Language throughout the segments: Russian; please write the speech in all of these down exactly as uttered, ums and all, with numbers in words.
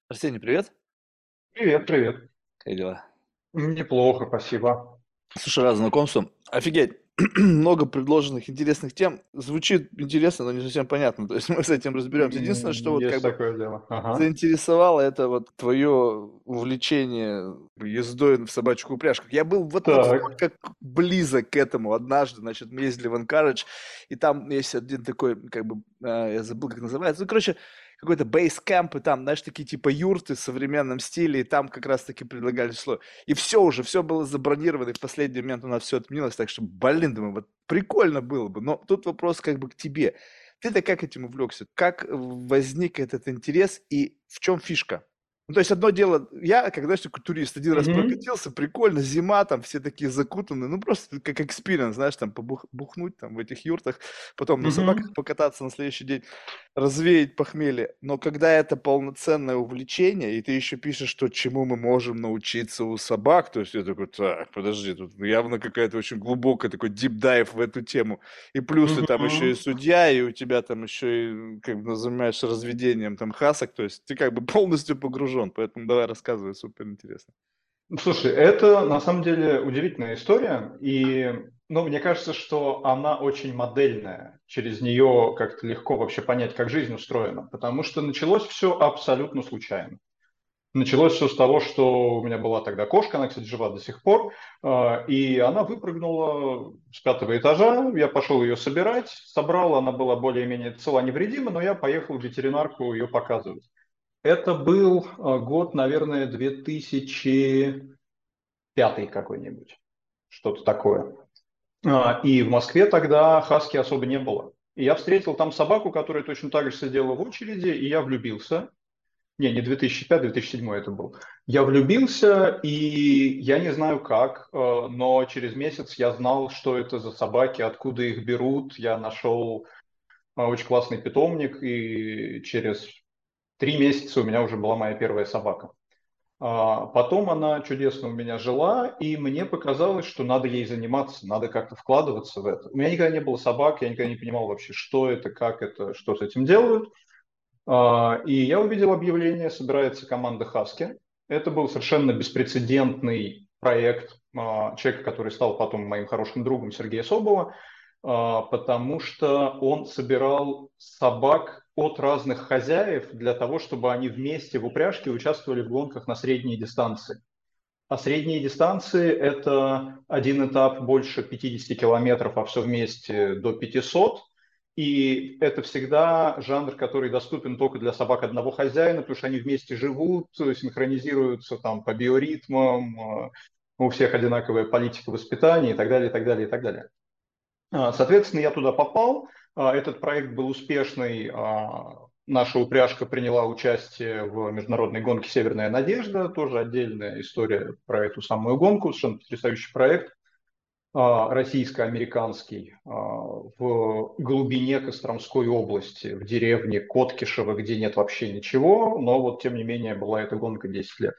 Арсений, привет. Привет, привет. Как дела? Неплохо, спасибо. Слушай, рад знакомству. Офигеть, много предложенных интересных тем. Звучит интересно, но не совсем понятно. То есть мы с этим разберемся. Единственное, что М, вот Есть как бы такое дело. Ага. заинтересовало, это вот твое увлечение ездой в собачьих упряжках. Я был вот Так. настолько к- близок к этому однажды. Значит, мы ездили в Анкаридж, и там есть один такой, как бы, а, я забыл, как называется. Ну, короче, какой-то бейс-кэмп, и там, знаешь, такие типа юрты в современном стиле, и там как раз-таки предлагали условия. И все уже, все было забронировано, и в последний момент у нас все отменилось, так что, блин, думаю, вот прикольно было бы. Но тут вопрос как бы к тебе. Ты-то как этим увлекся? Как возник этот интерес и в чем фишка? Ну, то есть одно дело, я, когда знаешь, такой турист, один раз Мгм. прокатился, прикольно, зима, там все такие закутанные, ну просто как экспириенс, знаешь, там побухнуть там в этих юртах, потом на собаках Мгм. покататься на следующий день, развеять похмелье. Но когда это полноценное увлечение, и ты еще пишешь, что чему мы можем научиться у собак, то есть я такой, так, подожди, тут явно какая-то очень глубокая такой deep dive в эту тему. И плюс ты там еще и Мгм. судья, и у тебя там еще и как бы занимаешься разведением там хасок, то есть ты как бы полностью погружен, поэтому давай рассказывай, супер интересно. Слушай, это на самом деле удивительная история, и ну, мне кажется, что она очень модельная. Через нее как-то легко вообще понять, как жизнь устроена, потому что началось все абсолютно случайно. Началось все с того, что у меня была тогда кошка, она, кстати, жива до сих пор, а, и она выпрыгнула с пятого этажа, я пошел ее собирать, собрал, она была более-менее цела невредима, но я поехал в ветеринарку ее показывать. Это был а, год, наверное, две тысячи пятый какой-нибудь, что-то такое. А, И в Москве тогда хаски особо не было. И я встретил там собаку, которая точно так же сидела в очереди, и я влюбился. Не, не две тысячи пятый, две тысячи седьмой это был. Я влюбился, и я не знаю как, э, но через месяц я знал, что это за собаки, откуда их берут. Я нашел э, очень классный питомник, и через три месяца у меня уже была моя первая собака. А Потом она чудесно у меня жила, и мне показалось, что надо ей заниматься, надо как-то вкладываться в это. У меня никогда не было собак, я никогда не понимал вообще, что это, как это, что с этим делают. А, И я увидел объявление, собирается команда Хаски. Это был совершенно беспрецедентный проект а, человека, который стал потом моим хорошим другом Сергея Собова, а, потому что он собирал собак от разных хозяев для того, чтобы они вместе в упряжке участвовали в гонках на средние дистанции. А средние дистанции – это один этап больше пятидесяти километров, а все вместе до пятисот. И это всегда жанр, который доступен только для собак одного хозяина, потому что они вместе живут, синхронизируются там по биоритмам, э, у всех одинаковая политика воспитания и так далее, и так далее, и так далее. А, Соответственно, я туда попал. А, Этот проект был успешный. А, Наша упряжка приняла участие в международной гонке «Северная надежда». Тоже отдельная история про эту самую гонку. Совершенно потрясающий проект. а, Российско-американский а, в глубине Костромской области, в деревне Коткишево, где нет вообще ничего. Но вот, тем не менее, была эта гонка десять лет.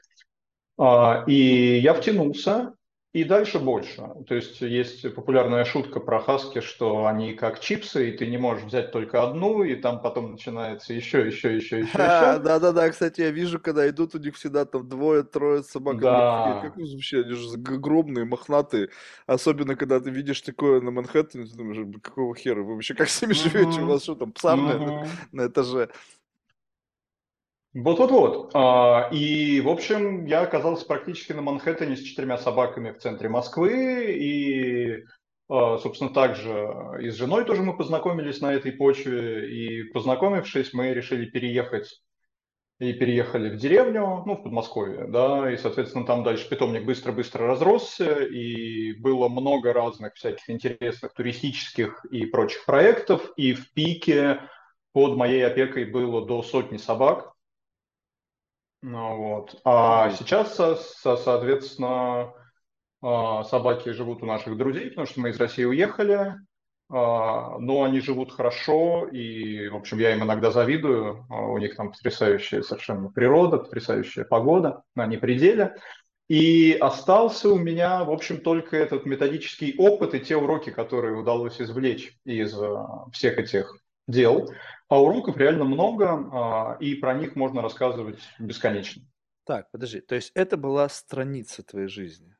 А, И я втянулся, и дальше больше. То есть есть популярная шутка про хаски, что они как чипсы, и ты не можешь взять только одну, и там потом начинается еще, еще, еще, еще, Ха, еще. да-да-да, кстати, я вижу, когда идут, у них всегда там двое-трое собак. Я думаю, офигеть, как Да, вы вообще, они же огромные, мохнатые. Особенно, когда ты видишь такое на Манхэттене, ты думаешь, «Блин, какого хера, вы вообще как с ними живете? У мгм, вас что там, псарня на, мгм. на этаже?» Вот-вот-вот. А, И, в общем, я оказался практически на Манхэттене с четырьмя собаками в центре Москвы. И, а, собственно, также и с женой тоже мы познакомились на этой почве. И, познакомившись, мы решили переехать и переехали в деревню, ну, в Подмосковье, да, и, соответственно, там дальше питомник быстро-быстро разросся, и было много разных всяких интересных туристических и прочих проектов, и в пике под моей опекой было до сотни собак. Ну, вот. А Офигеть. сейчас, со- со- соответственно, а, собаки живут у наших друзей, потому что мы из России уехали, а, но они живут хорошо, и, в общем, я им иногда завидую. А, У них там потрясающая совершенно природа, потрясающая погода на непределе. И остался у меня, в общем, только этот методический опыт и те уроки, которые удалось извлечь из а, всех этих дел, а уроков реально много, а, и про них можно рассказывать бесконечно. Так, подожди, то есть это была страница твоей жизни?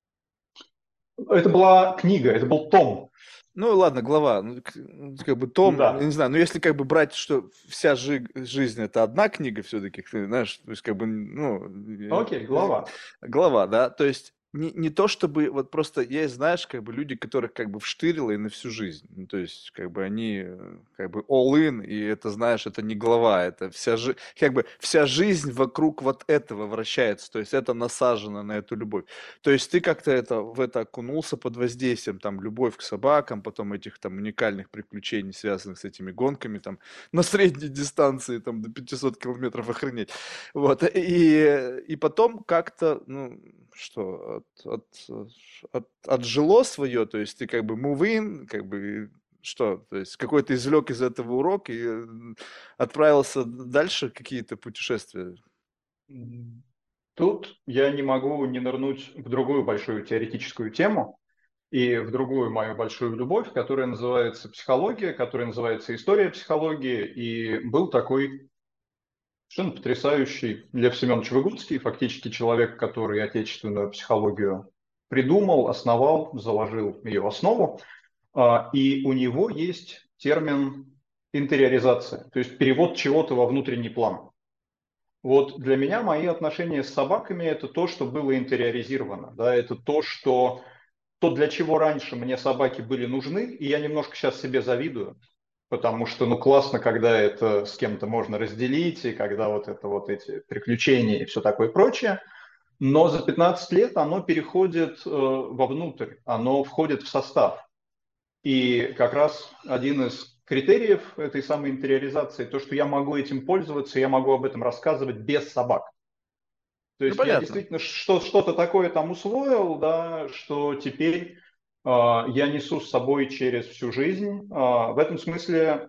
Это была книга, это был том. Ну ладно, глава, ну, к- ну, как бы том, я не Да. знаю, ну если как бы брать, что вся жи- жизнь это одна книга все-таки, ты знаешь, то есть как бы, ну, э, Окей, э, глава. глава, да, то есть не, не то чтобы, вот просто есть, знаешь, как бы люди, которых как бы вштырило и на всю жизнь, ну, то есть как бы они э, как бы all in, и это, знаешь, это не глава, это вся жизнь, как бы вся жизнь вокруг вот этого вращается, то есть это насажено на эту любовь. То есть ты как-то это, в это окунулся под воздействием, там, любовь к собакам, потом этих там уникальных приключений, связанных с этими гонками, там, на средней дистанции, там, до пятисот километров охренеть. Вот, и, и потом как-то, ну, что, от, от, от, отжило свое, то есть ты как бы move in, как бы, что, то есть какой-то извлек из этого урок и э, отправился дальше какие-то путешествия. М, Тут я не могу не нырнуть в другую большую теоретическую тему и в другую мою большую любовь, которая называется психология, которая называется история психологии. И был такой совершенно потрясающий Лев Семенович Выгодский, фактически человек, который отечественную психологию придумал, основал, заложил ее основу. А, И у него есть термин интериоризация, то есть перевод чего-то во внутренний план. Вот для меня мои отношения с собаками – это то, что было интериоризировано, да, это то, что то, для чего раньше мне собаки были нужны, и я немножко сейчас себе завидую, потому что, ну, классно, когда это с кем-то можно разделить, и когда вот это вот эти приключения и все такое прочее, но за пятнадцать лет оно переходит э, вовнутрь, оно входит в состав. И как раз один из критериев этой самой интериоризации, то, что я могу этим пользоваться, я могу об этом рассказывать без собак. То Ну, есть я понятно. действительно что, что-то такое там усвоил, да, что теперь э, я несу с собой через всю жизнь. Э, в этом смысле,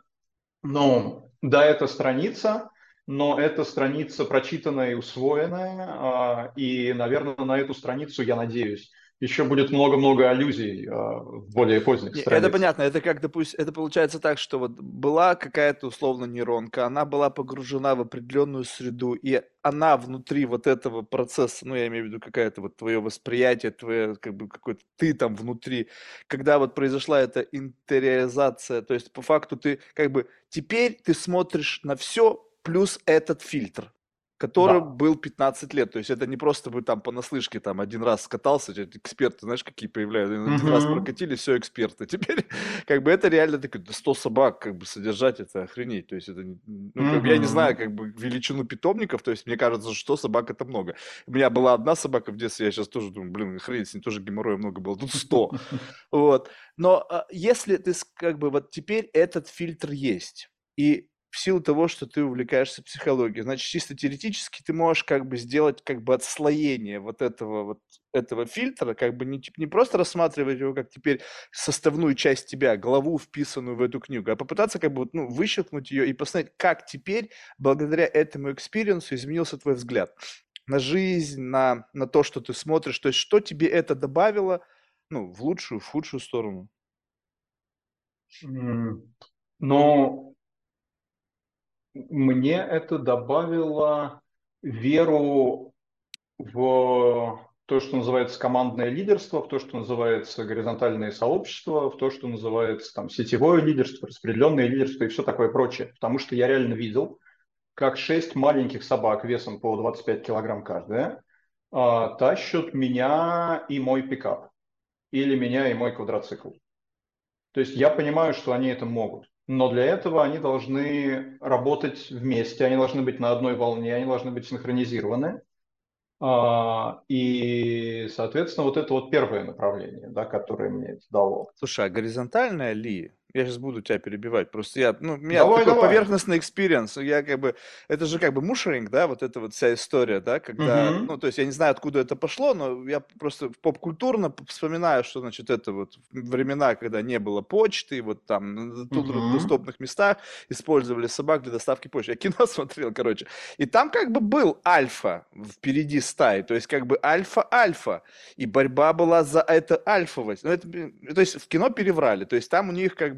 ну, да, это страница, но это страница прочитанная и усвоенная, э, и, наверное, на эту страницу, я надеюсь, еще будет много-много аллюзий э, в более поздних Не, это страницах. понятно, это как, допустим, это получается так, что вот была какая-то условно нейронка, она была погружена в определенную среду, и она внутри вот этого процесса, ну, я имею в виду какая-то вот твое восприятие, твое, как бы, какой-то ты там внутри, когда вот произошла эта интериоризация, то есть по факту ты, как бы, теперь ты смотришь на все плюс этот фильтр, который Да. был пятнадцать лет. То есть это не просто вы там понаслышке там один раз скатался, эти эксперты, знаешь, какие появляются, один раз Мгм. прокатили, все, эксперты. Теперь как бы это реально такой, да сто собак как бы содержать, это охренеть. То есть это, не- ну, как бы я не знаю Мгм. как бы величину питомников, то есть мне кажется, что собак это много. У меня была одна собака в детстве, я сейчас тоже думаю, блин, охренеть, с ней тоже геморроя много было, тут сто. Вот. Но а, если ты с- как бы вот теперь этот фильтр есть, и в силу того, что ты увлекаешься психологией, значит, чисто теоретически ты можешь как бы сделать как бы отслоение вот этого вот этого фильтра, как бы не, тип- не просто рассматривать его как теперь составную часть тебя, главу, вписанную в эту книгу, а попытаться как бы вот, ну, выщелкнуть ее и посмотреть, как теперь, благодаря этому экспириенсу, изменился твой взгляд на жизнь, на, на то, что ты смотришь, то есть что тебе это добавило, ну, в лучшую, в худшую сторону. М, Но мне это добавило веру в то, что называется командное лидерство, в то, что называется горизонтальное сообщество, в то, что называется там сетевое лидерство, распределенное лидерство и все такое прочее. Потому что я реально видел, как шесть маленьких собак весом по двадцать пять килограмм каждая а, тащат меня и мой пикап, или меня и мой квадроцикл. То есть я понимаю, что они это могут. Но для этого они должны работать вместе, они должны быть на одной волне, они должны быть синхронизированы. А, И, соответственно, вот это вот первое направление, да, которое мне это дало. Слушай, а горизонтальная ли? Я сейчас буду тебя перебивать. Просто я, ну, у меня Давай, такой давай. поверхностный экспириенс. Я как бы, это же как бы мушеринг, да, вот эта вот вся история, да, когда, ну, Мгм. то есть я не знаю, откуда это пошло, но я просто поп-культурно п- вспоминаю, что, значит, это вот времена, когда не было почты, вот там на Мгм. труднодоступных местах использовали собак для доставки почты. Я кино смотрел, короче. И там как бы был альфа впереди стаи, то есть как бы альфа-альфа. И борьба была за это альфовость. Ну, это, то есть в кино переврали. То есть там у них как бы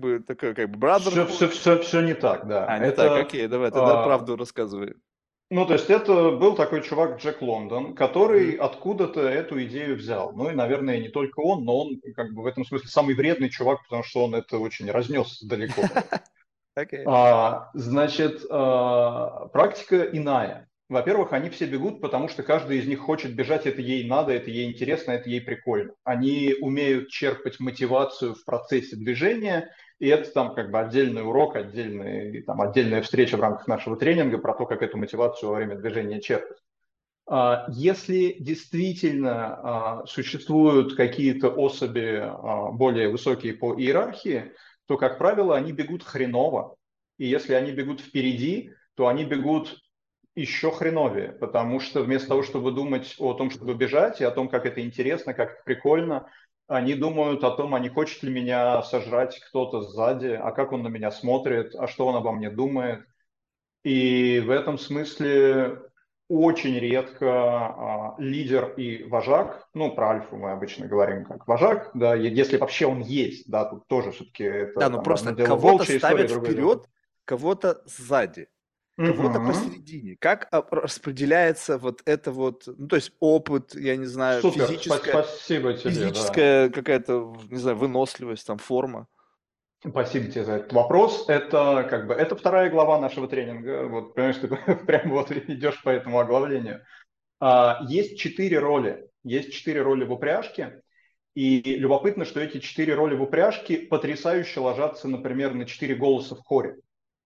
бы такое, как бы Все, все, brotherhood. все, все не так, да. А, не так, Это, окей, давай, тогда а, правду рассказывай. ну, то есть это был такой чувак Джек Лондон, который Мгм. откуда-то эту идею взял. Ну и, наверное, не только он, но он как бы в этом смысле самый вредный чувак, потому что он это очень разнес далеко-далеко. Окей. А, значит, а, практика иная. Во-первых, они все бегут, потому что каждый из них хочет бежать, это ей надо, это ей интересно, это ей прикольно. Они умеют черпать мотивацию в процессе движения, и это там как бы отдельный урок, отдельный, там, отдельная встреча в рамках нашего тренинга про то, как эту мотивацию во время движения черпать. А, Если действительно а, существуют какие-то особи а, более высокие по иерархии, то, как правило, они бегут хреново. И если они бегут впереди, то они бегут еще хреновее, потому что вместо того, чтобы думать о том, чтобы бежать, и о том, как это интересно, как это прикольно, они думают о том, а не хочет ли меня сожрать кто-то сзади, а как он на меня смотрит, а что он обо мне думает. И в этом смысле очень редко а, лидер и вожак, ну, про альфу мы обычно говорим как вожак, да, е- если вообще он есть, да, тут тоже все-таки Да, это ну там одно просто дело кого-то волчья история, ставят другое дело. вперед, кого-то сзади, кого-то Мгм. посередине. Как а, распределяется вот это вот, ну то есть опыт, я не знаю, Супер, спа- физическая, спасибо тебе, да. физическая какая-то, не знаю, выносливость, там, форма. Спасибо тебе за этот вопрос. Это как бы это вторая глава нашего тренинга. Вот, понимаешь, ты прям вот идешь по этому оглавлению. А, есть четыре роли. Есть четыре роли в упряжке. И любопытно, что эти четыре роли в упряжке потрясающе ложатся, например, на четыре голоса в хоре.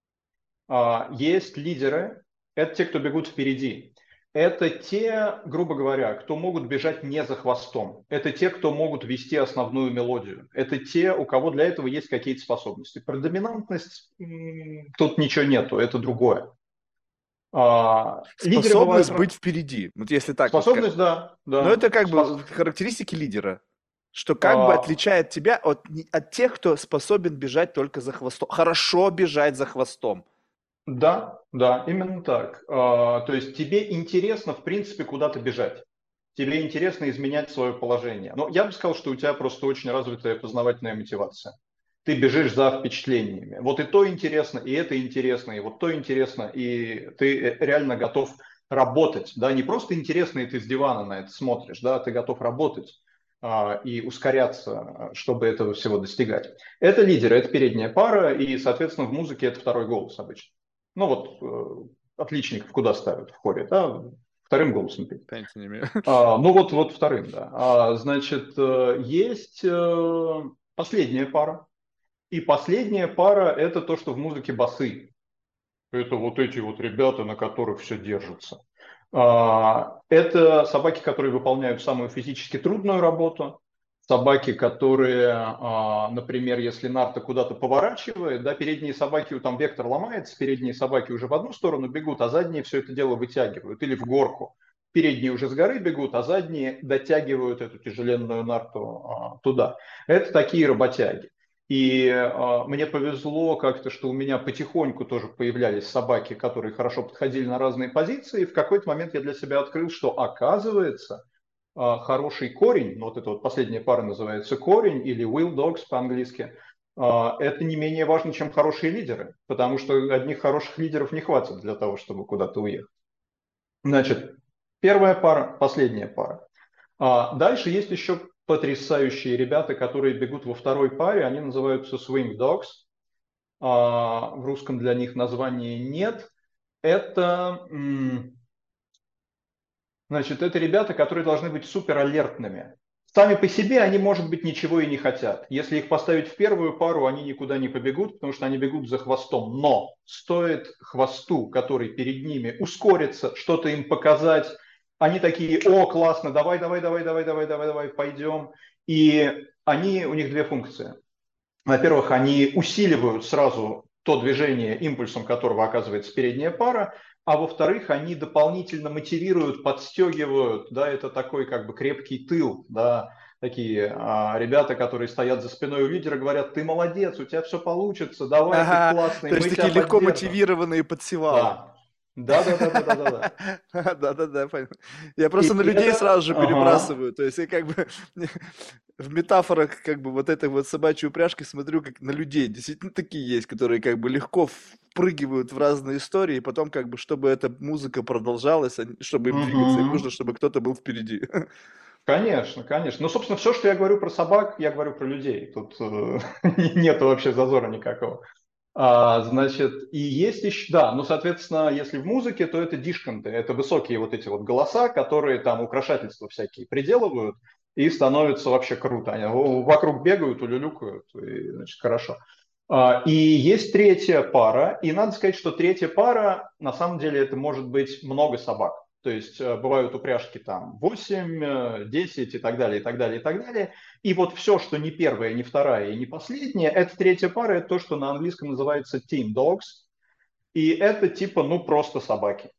А, Есть лидеры, это те, кто бегут впереди. Это те, грубо говоря, кто могут бежать не за хвостом. Это те, кто могут вести основную мелодию. Это те, у кого для этого есть какие-то способности. Про доминантность м, тут ничего нету, это другое. А, Лидеры бывают... Способность ра- быть впереди. Вот если так вот. ка- Способность, да, Но это да. как Спос- бы характеристики лидера, что как бы а, отличает тебя от, не- от тех, кто способен бежать только за хвостом. Хорошо бежать за хвостом. Да, да, именно так. А, То есть тебе интересно, в принципе, куда-то бежать. Тебе интересно изменять свое положение. Но я бы сказал, что у тебя просто очень развитая познавательная мотивация. Ты бежишь за впечатлениями. Вот и то интересно, и это интересно, и вот то интересно, и ты э, реально готов работать. Да? Не просто интересно, и ты с дивана на это смотришь, да? Ты готов работать а, и ускоряться, а, чтобы этого всего достигать. Это лидеры, это передняя пара, и, соответственно, в музыке это второй голос обычно. Ну вот э, отличников куда ставят в хоре, да, вторым голосом петь. Понятия не имею. А, ну вот, вот вторым, да. А, значит, э, есть э, последняя пара. И последняя пара – это то, что в музыке басы. Это вот эти вот ребята, на которых все держится. А, Это собаки, которые выполняют самую физически трудную работу. Собаки, которые, а, например, если нарта куда-то поворачивает, да, передние собаки, там вектор ломается, передние собаки уже в одну сторону бегут, а задние все это дело вытягивают. Или в горку. Передние уже с горы бегут, а задние дотягивают эту тяжеленную нарту а, туда. Это такие работяги. И э, мне повезло как-то, что у меня потихоньку тоже появлялись собаки, которые хорошо подходили на разные позиции. И в какой-то момент я для себя открыл, что оказывается э, хороший корень, ну, вот эта вот последняя пара называется корень или will dogs по-английски, э, это не менее важно, чем хорошие лидеры, потому что одних хороших лидеров не хватит для того, чтобы куда-то уехать. Значит, первая пара, последняя пара. А дальше есть еще потрясающие ребята, которые бегут во второй паре, они называются Swing Dogs. А, в русском для них названия нет. Это, м, значит, это ребята, которые должны быть супер алертными. Сами по себе они, может быть, ничего и не хотят. Если их поставить в первую пару, они никуда не побегут, потому что они бегут за хвостом. Но стоит хвосту, который перед ними, ускориться, что-то им показать, они такие: о, классно, давай, давай, давай, давай, давай, давай, давай, пойдем. И они, у них две функции. Во-первых, они усиливают сразу то движение, импульсом которого оказывается передняя пара, а во-вторых, они дополнительно мотивируют, подстегивают, да, это такой как бы крепкий тыл, да, такие а, ребята, которые стоят за спиной у лидера, говорят: ты молодец, у тебя все получится, давай, ты Ага, классный, то есть мы тебя такие легко поддержим. мотивированные подсевалы. Да, Да-да-да-да-да-да. Да-да-да, понятно. Я И просто на людей это... сразу же Ага. перебрасываю. То есть я как бы в метафорах как бы вот этой вот собачьей упряжки смотрю как на людей. Действительно такие есть, которые как бы легко впрыгивают в разные истории, и потом как бы, чтобы эта музыка продолжалась, они- чтобы им двигаться, им нужно, Мгм. чтобы кто-то был впереди. Конечно, конечно. Ну, собственно, все, что я говорю про собак, я говорю про людей. Тут э, нету вообще зазора никакого. А, значит, и есть еще, да, ну, соответственно, если в музыке, то это дишканты, это высокие вот эти вот голоса, которые там украшательства всякие приделывают, и становится вообще круто. Они о- вокруг бегают, улюлюкают, и, значит, хорошо. А, и есть третья пара, и надо сказать, что третья пара, на самом деле, это может быть много собак. То есть э, бывают упряжки там восемь, э, десять и так далее, и так далее, и так далее. И вот все, что не первая, не вторая и не последняя, это третья пара, это то, что на английском называется team dogs. И это типа, ну, просто собаки.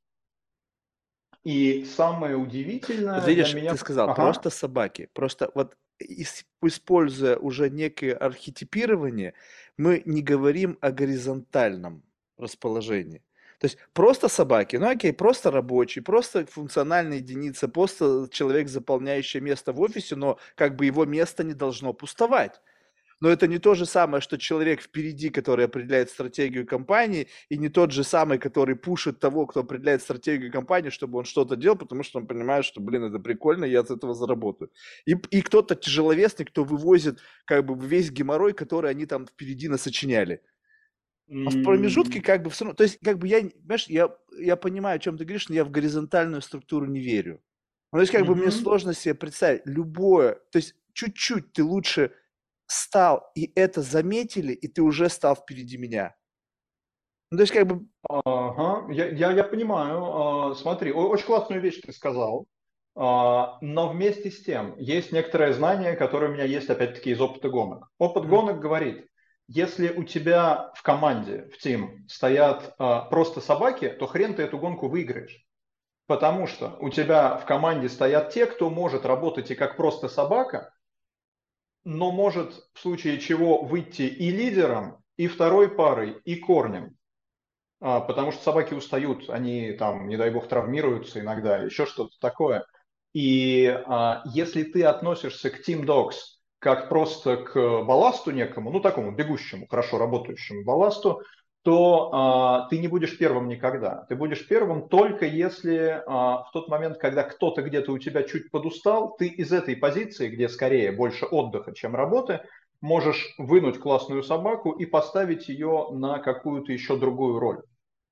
И самое Вот удивительное для видишь, меня... ты сказал, Ага. просто собаки. Просто вот ис- используя уже некое архетипирование, мы не говорим о горизонтальном расположении. То есть просто собаки, ну окей, просто рабочий, просто функциональная единица, просто человек, заполняющий место в офисе, но как бы его место не должно пустовать. Но это не то же самое, что человек впереди, который определяет стратегию компании, и не тот же самый, который пушит того, кто определяет стратегию компании, чтобы он что-то делал, потому что он понимает, что, блин, это прикольно, я от этого заработаю. И, и кто-то тяжеловесный, кто вывозит как бы весь геморрой, который они там впереди насочиняли. А в промежутке М, как бы все равно, то есть как бы я, понимаешь, я, я понимаю, о чем ты говоришь, но я в горизонтальную структуру не верю. Ну, то есть как бы мне мгм. сложно себе представить любое, то есть чуть-чуть ты лучше стал, и это заметили, и ты уже стал впереди меня. Ну, то есть как бы, Ага, я, я, я понимаю. А, смотри, о- очень классную вещь ты сказал. А, но вместе с тем есть некоторое знание, которое у меня есть, опять-таки, из опыта гонок. Опыт м, гонок говорит, если у тебя в команде, в тим стоят а, просто собаки, то хрен ты эту гонку выиграешь. Потому что у тебя в команде стоят те, кто может работать и как просто собака, но может в случае чего выйти и лидером, и второй парой, и корнем. А, потому что собаки устают, они там, не дай бог, травмируются иногда, еще что-то такое. И а, если ты относишься к Team Dogs как просто к балласту некому, ну такому бегущему, хорошо работающему балласту, то а, ты не будешь первым никогда. Ты будешь первым только если а, в тот момент, когда кто-то где-то у тебя чуть подустал, ты из этой позиции, где скорее больше отдыха, чем работы, можешь вынуть классную собаку и поставить ее на какую-то еще другую роль.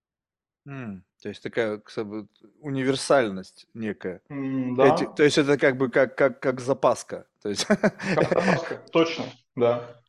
м, то есть такая как бы, универсальность некая. М, Эти, да, то есть это как бы как, как, как запаска. То есть, как запаска, точно, да.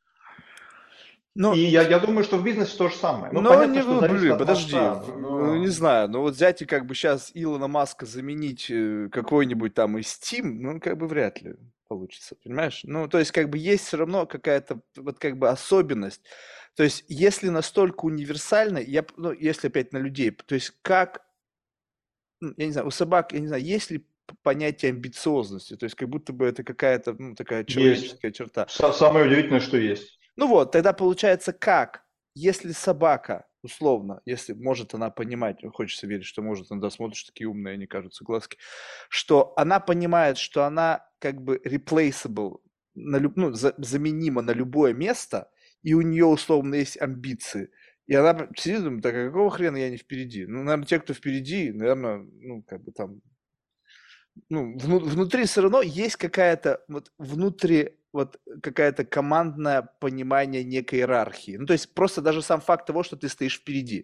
И ну, я, я думаю, что в бизнесе то же самое. Ну, но понятно, не, что вы- зависит блин, от подожди, масштаба, в- ну, не но... знаю, ну вот взять и как бы сейчас Илона Маска заменить э, какой-нибудь там из Steam, ну как бы вряд ли получится, понимаешь? Ну, то есть как бы есть все равно какая-то вот как бы особенность. То есть если настолько универсально, я, п- ну, если опять на людей, то есть как, ну, я не знаю, у собак, я не знаю, есть ли п- понятие амбициозности, то есть как будто бы это какая-то, ну, такая Есть. человеческая черта. Са- Самое удивительное, что есть. Ну вот, тогда получается как? Если собака, условно, если может она понимать, ну, хочется верить, что может, иногда смотришь, такие умные, они кажутся, глазки, что она понимает, что она как бы replaceable, на люб- ну, за- заменима на любое место, и у нее условно есть амбиции. И она сидит и думает, так а какого хрена я не впереди? Ну, наверное, те, кто впереди, наверное, ну, как бы там ну, вну- внутри все равно есть какая-то вот внутри вот какая-то командное понимание некой иерархии. Ну, то есть просто даже сам факт того, что ты стоишь впереди.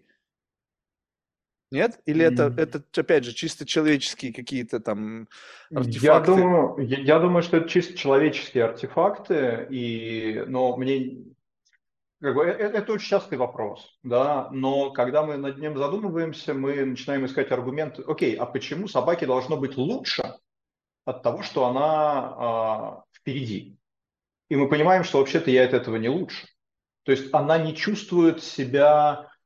Нет? Или это, М, это опять же, чисто человеческие какие-то там Я артефакты? думаю, я, я думаю, что это чисто человеческие артефакты, и, но мне как бы, э- э- это очень частый вопрос, да, но когда мы над ним задумываемся, мы начинаем искать аргументы, окей, а почему собаке должно быть лучше от того, что она а, впереди? И мы понимаем, что вообще-то я от этого не лучше. То есть она не чувствует себя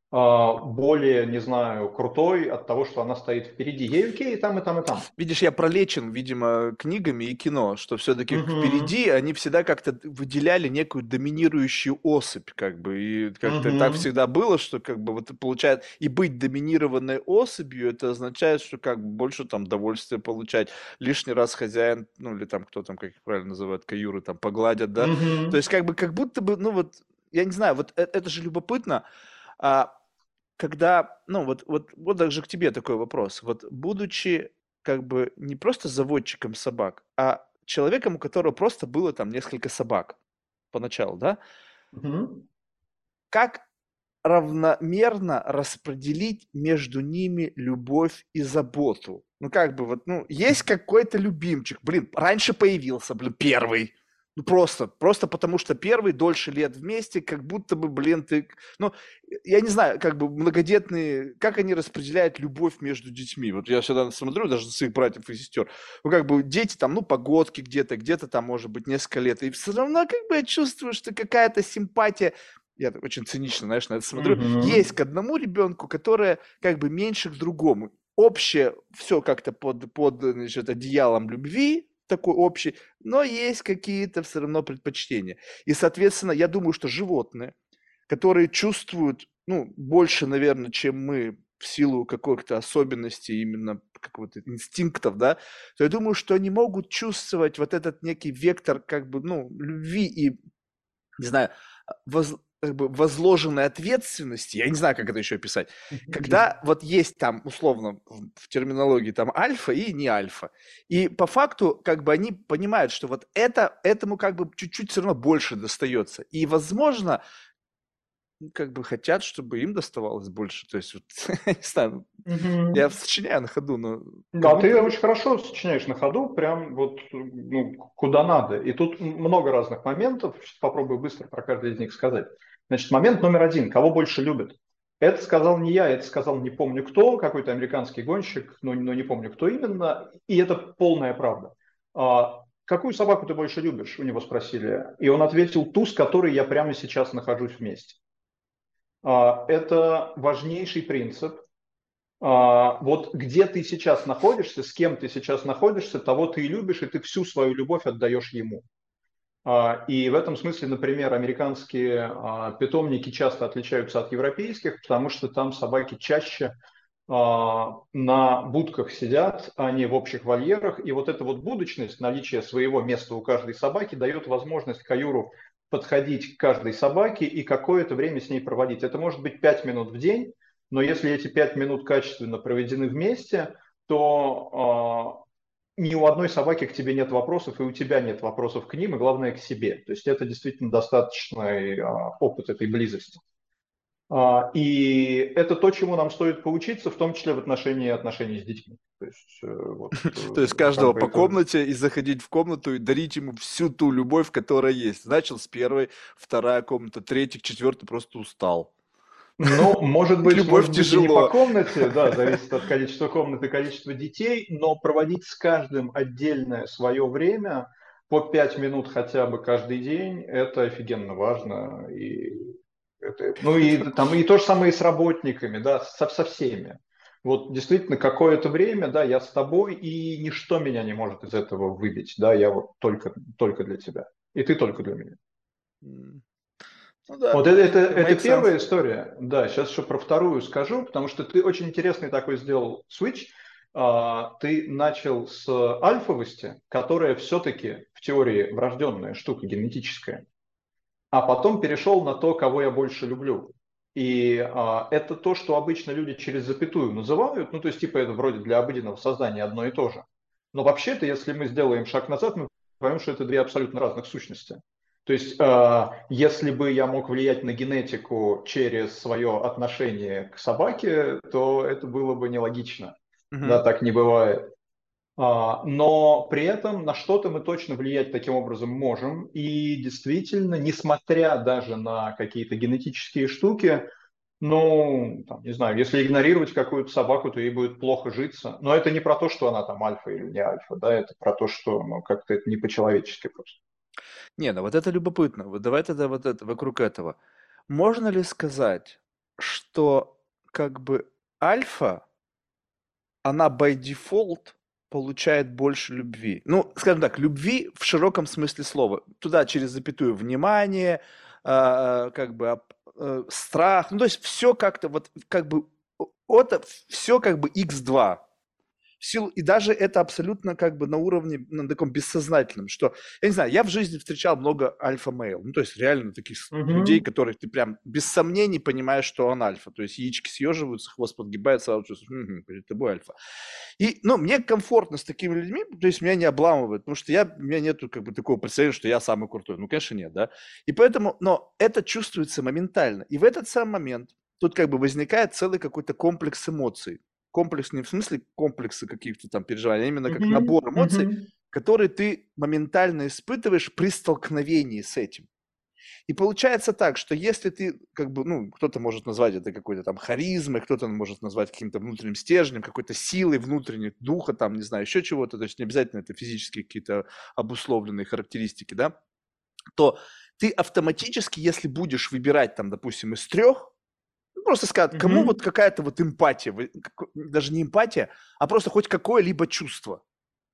а, более, не знаю, крутой от того, что она стоит впереди. Ей окей и там, и там, и там. Видишь, я пролечен, видимо, книгами и кино, что все-таки Мгм. впереди они всегда как-то выделяли некую доминирующую особь, как бы, и как-то так Мгм. всегда было, что как бы вот получает, и быть доминированной особью, это означает, что как бы больше там удовольствия получать, лишний раз хозяин, ну или там кто там, как их правильно называют, каюры, там погладят, да, то Мгм. есть как бы, как будто бы, ну вот, я не знаю, вот э- это же любопытно, а когда, ну вот, вот, вот даже к тебе такой вопрос. Вот будучи как бы не просто заводчиком собак, а человеком, у которого просто было там несколько собак поначалу, да, Мгм. как равномерно распределить между ними любовь и заботу? Ну, как бы вот, ну, есть какой-то любимчик, блин, раньше появился, блин, первый. Ну, просто, просто потому что первый дольше лет вместе, как будто бы, блин, ты... Ну, я не знаю, как бы многодетные, как они распределяют любовь между детьми. Вот я всегда смотрю, даже на своих братьев и сестер. Ну, как бы дети там, ну, погодки где-то, где-то там, может быть, несколько лет. И все равно, как бы, я чувствую, что какая-то симпатия, я очень цинично, знаешь, на это смотрю, есть Мгм. к одному ребенку, которое как бы меньше к другому. Общее все как-то под, под значит, одеялом любви, такой общий, но есть какие-то все равно предпочтения. И, соответственно, я думаю, что животные, которые чувствуют, ну, больше, наверное, чем мы в силу каких-то особенностей именно какого-то инстинктов, да, то я думаю, что они могут чувствовать вот этот некий вектор как бы, ну, любви и не знаю, воз, как бы возложенной ответственности, я не знаю, как это еще описать, когда вот есть там, условно, в, в терминологии там альфа и не альфа, и по факту как бы они понимают, что вот это, этому как бы чуть-чуть все равно больше достается, и, возможно, ну, как бы хотят, чтобы им доставалось больше, то есть, вот, не знаю, я Мгм. сочиняю на ходу, но как Да, будто ты бы... очень хорошо сочиняешь на ходу, прям вот ну, куда надо. И тут м- много разных моментов. Сейчас попробую быстро про каждый из них сказать. Значит, момент номер один. Кого больше любят? Это сказал не я, это сказал не помню кто, какой-то американский гонщик, но, но не помню кто именно. И это полная правда. А, какую собаку ты больше любишь? У него спросили. И он ответил, ту, с которой я прямо сейчас нахожусь вместе. А, это важнейший принцип. А, вот где ты сейчас находишься, с кем ты сейчас находишься, того ты и любишь, и ты всю свою любовь отдаешь ему. А, и в этом смысле, например, американские а, питомники часто отличаются от европейских, потому что там собаки чаще а, на будках сидят, а не в общих вольерах. И вот эта вот будочность, наличие своего места у каждой собаки дает возможность каюру подходить к каждой собаке и какое-то время с ней проводить. Это может быть пять минут в день, но если эти пять минут качественно проведены вместе, то э, ни у одной собаки к тебе нет вопросов, и у тебя нет вопросов к ним, и главное к себе. То есть это действительно достаточный э, опыт этой близости. А, И это то, чему нам стоит поучиться, в том числе в отношении отношений с детьми. То есть э, вот То есть э, как каждого бы по это... комнате и заходить в комнату и дарить ему всю ту любовь, которая есть. Начал с первой, вторая комната, третья, четвертая, просто устал. Ну, может быть, Любовь может быть и не по тяжело. комнате, да, зависит от количества комнат и количества детей, но проводить с каждым отдельное свое время по пять минут хотя бы каждый день, это офигенно важно. И это, ну и там и то же самое и с работниками, да, со, со всеми. Вот действительно какое-то время, да, я с тобой, и ничто меня не может из этого выбить, да, я вот только, только для тебя, и ты только для меня. М, Ну да, Вот это, это, it это makes sense. первая история. Да, сейчас еще про вторую скажу, потому что ты очень интересный такой сделал switch. А, Ты начал с альфовости, которая все-таки в теории врожденная штука, генетическая, а потом перешел на то, кого я больше люблю. И а, это то, что обычно люди через запятую называют, ну то есть типа это вроде для обыденного создания одно и то же. Но вообще-то, если мы сделаем шаг назад, мы поймем, что это две абсолютно разных сущности. То есть, а, если бы я мог влиять на генетику через свое отношение к собаке, то это было бы нелогично. Да, Мгм. так не бывает. А, Но при этом на что-то мы точно влиять таким образом можем. И действительно, несмотря даже на какие-то генетические штуки, ну, там, не знаю, если игнорировать какую-то собаку, то ей будет плохо житься. Но это не про то, что она там альфа или не альфа, да, это про то, что ну, как-то это не по-человечески просто. Не, ну вот это любопытно. Вот давай тогда вот это, вокруг этого. Можно ли сказать, что как бы альфа, она by default получает больше любви. Ну, скажем так, любви в широком смысле слова. Туда через запятую внимание, а, как бы ап- э, страх. Ну, то есть все как-то вот, как бы, о- это все как бы икс два сил, и даже это абсолютно как бы на уровне, на таком бессознательном, что, я не знаю, я в жизни встречал много альфа-мейл, ну, то есть реально таких людей, Мгм. которых ты прям без сомнений понимаешь, что он альфа, то есть яички съеживаются, хвост подгибается, сразу чувствуешь, «Мгм, перед тобой альфа». И, ну, мне комфортно с такими людьми, то есть меня не обламывают, потому что я, у меня нету как бы такого представления, что я самый крутой. Ну, конечно, нет, да. И поэтому, но это чувствуется моментально. И в этот самый момент тут как бы возникает целый какой-то комплекс эмоций. Комплекс не в смысле комплекса каких-то там переживаний, а именно как Мгм. набор эмоций, Мгм. которые ты моментально испытываешь при столкновении с этим. И получается так, что если ты, как бы, ну, кто-то может назвать это какой-то там харизмой, кто-то может назвать каким-то внутренним стержнем, какой-то силой внутренней, духа, там, не знаю, еще чего-то, то есть не обязательно это физические какие-то обусловленные характеристики, да, то ты автоматически, если будешь выбирать там, допустим, из трех, ну, просто сказать, кому вот Мгм. какая-то вот эмпатия, вы- како- даже не эмпатия, а просто хоть какое-либо чувство,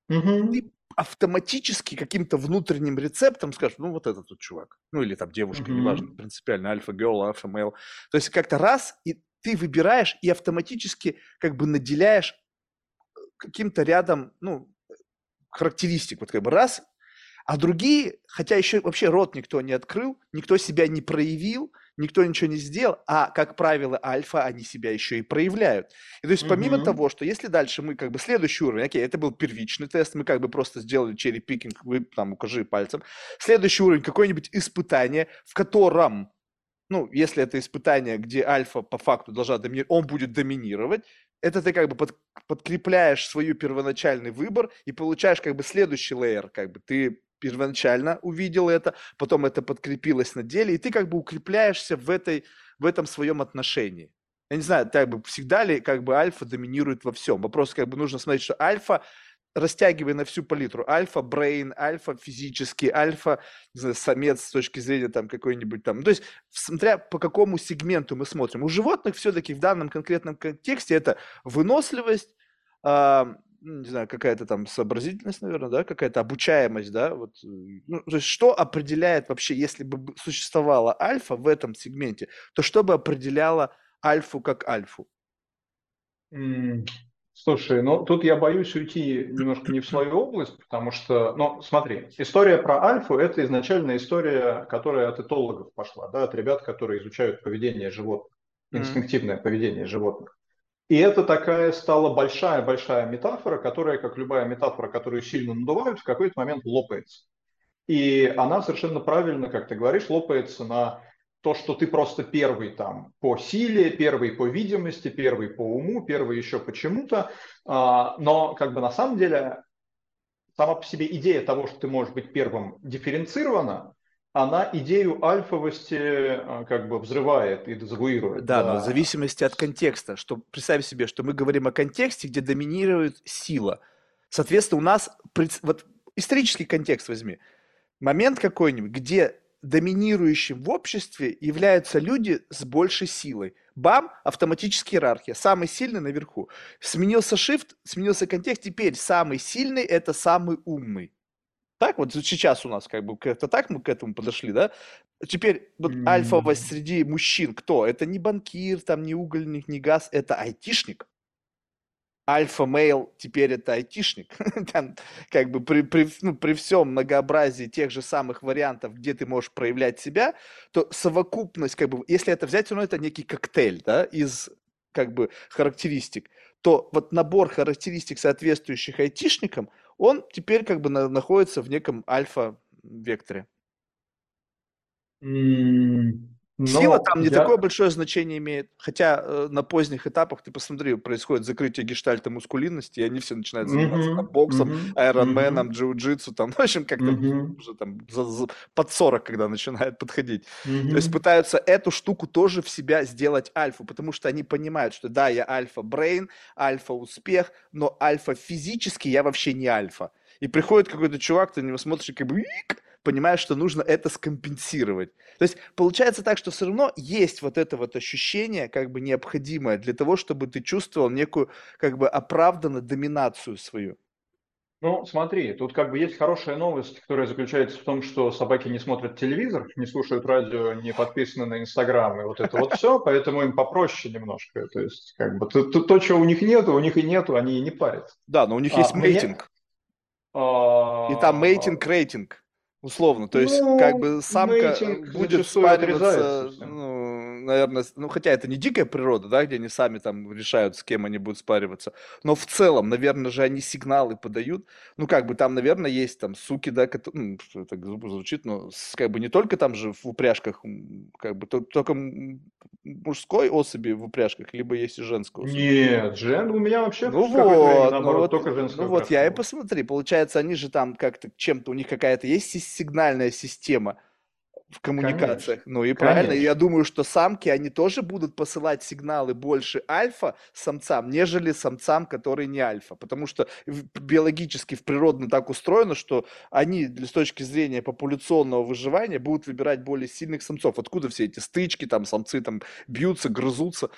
ты Мгм. автоматически каким-то внутренним рецептом скажешь, ну, вот этот вот чувак. Ну, или там девушка, неважно, Мгм. принципиально, альфа-герл, альфа-мейл. То есть как-то раз, и ты выбираешь и автоматически как бы наделяешь каким-то рядом, ну, характеристик. Вот как бы раз, а другие, хотя еще вообще рот никто не открыл, никто себя не проявил, никто ничего не сделал, а, как правило, альфа, они себя еще и проявляют. И то есть помимо Мгм. того, что если дальше мы как бы следующий уровень, окей, это был первичный тест, мы как бы просто сделали черри-пикинг, вы там укажи пальцем. Следующий уровень, какое-нибудь испытание, в котором, ну, если это испытание, где альфа по факту должна доминировать, он будет доминировать, это ты как бы под, подкрепляешь свой первоначальный выбор и получаешь как бы следующий лейер, как бы ты первоначально увидел это, потом это подкрепилось на деле, и ты как бы укрепляешься в, этой, в этом своем отношении. Я не знаю, как бы всегда ли как бы альфа доминирует во всем. Вопрос как бы нужно смотреть, что альфа растягивая на всю палитру. Альфа-брейн, альфа-физический, альфа, не знаю, самец с точки зрения там какой-нибудь там. Ну, то есть, смотря по какому сегменту мы смотрим. У животных все-таки в данном конкретном контексте это выносливость, а, ну, не знаю, какая-то там сообразительность, наверное, да, какая-то обучаемость, да, вот, э, ну, то есть что определяет вообще, если бы существовала альфа в этом сегменте, то что бы определяло альфу как альфу? М, Слушай, ну тут я боюсь уйти немножко не в свою область, потому что, ну смотри, история про альфу – это изначально история, которая от этологов пошла, да, от ребят, которые изучают поведение животных, Мгм. инстинктивное поведение животных. И это такая стала большая-большая метафора, которая, как любая метафора, которую сильно надувают, в какой-то момент лопается. И она совершенно правильно, как ты говоришь, лопается на то, что ты просто первый там по силе, первый по видимости, первый по уму, первый еще почему-то. А, Но как бы на самом деле сама по себе идея того, что ты можешь быть первым, дифференцирована, она идею альфовости а, как бы взрывает и дезавуирует Да, но в до... зависимости от контекста, что представь себе, что мы говорим о контексте, где доминирует сила. Соответственно, у нас пред- вот исторический контекст возьми. Момент какой-нибудь, где доминирующим в обществе являются люди с большей силой. Бам, автоматическая иерархия. Самый сильный наверху. Сменился shift, сменился контекст. Теперь самый сильный – это самый умный. Так вот сейчас у нас как бы как-то так мы к этому подошли, да? Теперь вот альфовость М, среди мужчин кто? Это не банкир, там, не угольник, не газ, это айтишник. Альфа-мейл теперь это айтишник. Там, как бы при, при, ну, при всем многообразии тех же самых вариантов, где ты можешь проявлять себя, то совокупность, как бы, если это взять, ну, это некий коктейль, да, из как бы характеристик, то вот набор характеристик, соответствующих айтишникам, он теперь как бы на- находится в неком альфа-векторе. м, Сила Но там не такое я... большое значение имеет, хотя э, на поздних этапах, ты посмотри, происходит закрытие гештальта мускулинности, и они все начинают заниматься там Мгм, боксом, мгм, айронменом, мгм, джиу-джитсу, там, в общем, как-то мгм. уже там за- за- под сорок, когда начинает подходить. То есть Мгм. пытаются эту штуку тоже в себя сделать альфу, потому что они понимают, что да, я альфа-брейн, альфа-успех, но альфа-физически я вообще не альфа. И приходит какой-то чувак, ты на него смотришь, и как бы понимаешь, что нужно это скомпенсировать. То есть получается так, что все равно есть вот это вот ощущение, как бы необходимое для того, чтобы ты чувствовал некую, как бы оправданно доминацию свою. Ну, смотри, тут как бы есть хорошая новость, которая заключается в том, что собаки не смотрят телевизор, не слушают радио, не подписаны на Инстаграм и вот это вот все, поэтому им попроще немножко. То есть, как бы, то, то, то, чего у них нету, у них и нету, они и не парятся. Да, но у них есть А, мне, мейтинг. И там а, мейтинг-рейтинг, условно. То есть, как ну, бы самка э, мейтинг будет зачастую отрезается спариваться, всем. ну, наверное, с- ну, хотя это не дикая природа, да, где они сами там решают, с кем они будут спариваться. Но в целом, наверное же, они сигналы подают. Ну, как бы там, наверное, есть там суки, да, кото- ну, что это глупо звучит, но с- как бы не только там же в упряжках, м, как бы то- только м, мужской особи в упряжках, либо есть и женской особи. Нет, Джен, у меня вообще Ну в какой-то времени, вот, ну наоборот, вот, только ну женская вот упряжка я и была. посмотри, получается, они же там как-то чем-то, у них какая-то есть си- сигнальная система в Конечно, коммуникациях. Ну и правильно, и я конечно. думаю, что самки, они тоже будут посылать сигналы больше альфа самцам, нежели самцам, которые не альфа. Потому что в- биологически, в природно так устроено, что они для- с точки зрения популяционного выживания будут выбирать более сильных самцов. Откуда все эти стычки, там самцы там бьются, грызутся?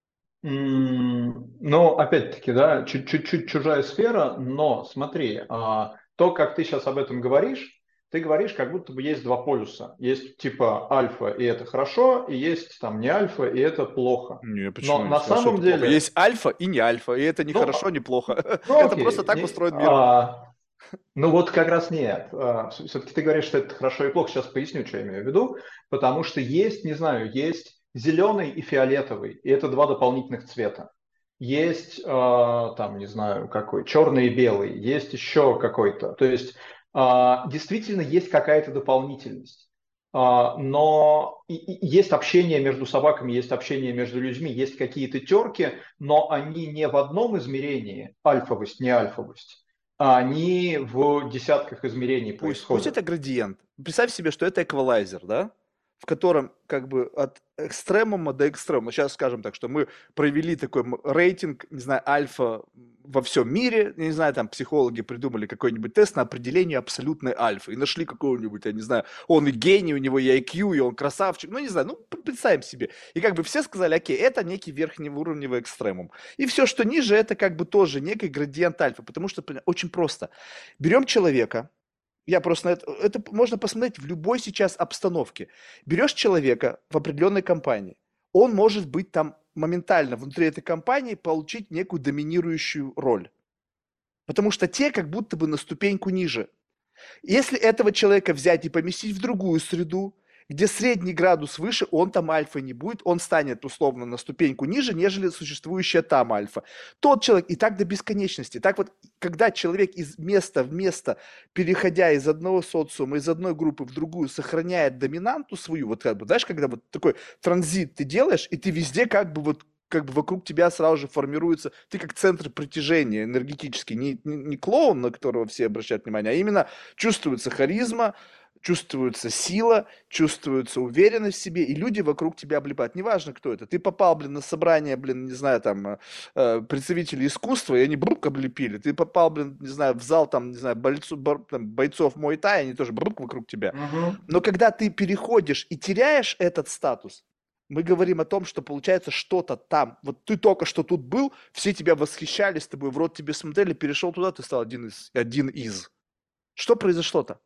М, Ну, опять-таки, да, чуть- чуть-чуть чужая сфера, но смотри, а, то, как ты сейчас об этом говоришь, ты говоришь, как будто бы есть два полюса. Есть типа альфа, и это хорошо, и есть там не альфа, и это плохо. Не, почему? Но Я не на сказал, что самом это плохо. деле, Есть альфа и не альфа, и это не ну, хорошо, не а, плохо. ну Это просто окей, так не- устроен мир. а, ну вот как раз нет. Все-таки ты говоришь, что это хорошо и плохо. Сейчас поясню, что я имею в виду. Потому что есть, не знаю, есть зеленый и фиолетовый, и это два дополнительных цвета. Есть, э, там, не знаю, какой, черный и белый, есть еще какой-то. То есть э, действительно есть какая-то дополнительность. А, но и- и есть общение между собаками, есть общение между людьми, есть какие-то терки, но они не в одном измерении, альфовость, не альфовость, а они в десятках измерений Пусть, пусть происходят. это градиент. Представь себе, что это эквалайзер, да? В котором как бы от экстремума до экстремума. Сейчас скажем так, что мы провели такой м- рейтинг, не знаю, альфа во всем мире, я не знаю, там психологи придумали какой-нибудь тест на определение абсолютной альфы и нашли какого-нибудь, я не знаю, он и гений, у него и ай кью, и он красавчик, ну не знаю, ну п- представим себе. И как бы все сказали, окей, это некий верхнеуровневый экстремум. И все, что ниже, это как бы тоже некий градиент альфа, потому что поня- очень просто. Берем человека, я просто на это, это можно посмотреть в любой сейчас обстановке. Берешь человека в определенной компании, он может быть там моментально внутри этой компании получить некую доминирующую роль. Потому что те как будто бы на ступеньку ниже. Если этого человека взять и поместить в другую среду, где средний градус выше, он там альфа не будет, он станет условно на ступеньку ниже, нежели существующая там альфа. Тот человек, и так до бесконечности. Так вот, когда человек из места в место, переходя из одного социума, из одной группы в другую, сохраняет доминанту свою, вот как бы, знаешь, когда вот такой транзит ты делаешь, и ты везде как бы вот как бы вокруг тебя сразу же формируется, ты как центр притяжения энергетический, не, не, не клоун, на которого все обращают внимание, а именно чувствуется харизма, чувствуется сила, чувствуется уверенность в себе, и люди вокруг тебя облипают. Неважно, кто это. Ты попал, блин, на собрание, блин, не знаю, там, э, э, представителей искусства, и они брук облепили. Ты попал, блин, не знаю, в зал, там, не знаю, бойцу, бор- там, бойцов Муай-Тай, они тоже брук вокруг тебя. Мгм. Но когда ты переходишь и теряешь этот статус, мы говорим о том, что получается что-то там. Вот ты только что тут был, все тебя восхищались, с тобой в рот тебе смотрели, перешел туда, ты стал один из. Один из. Что произошло-то?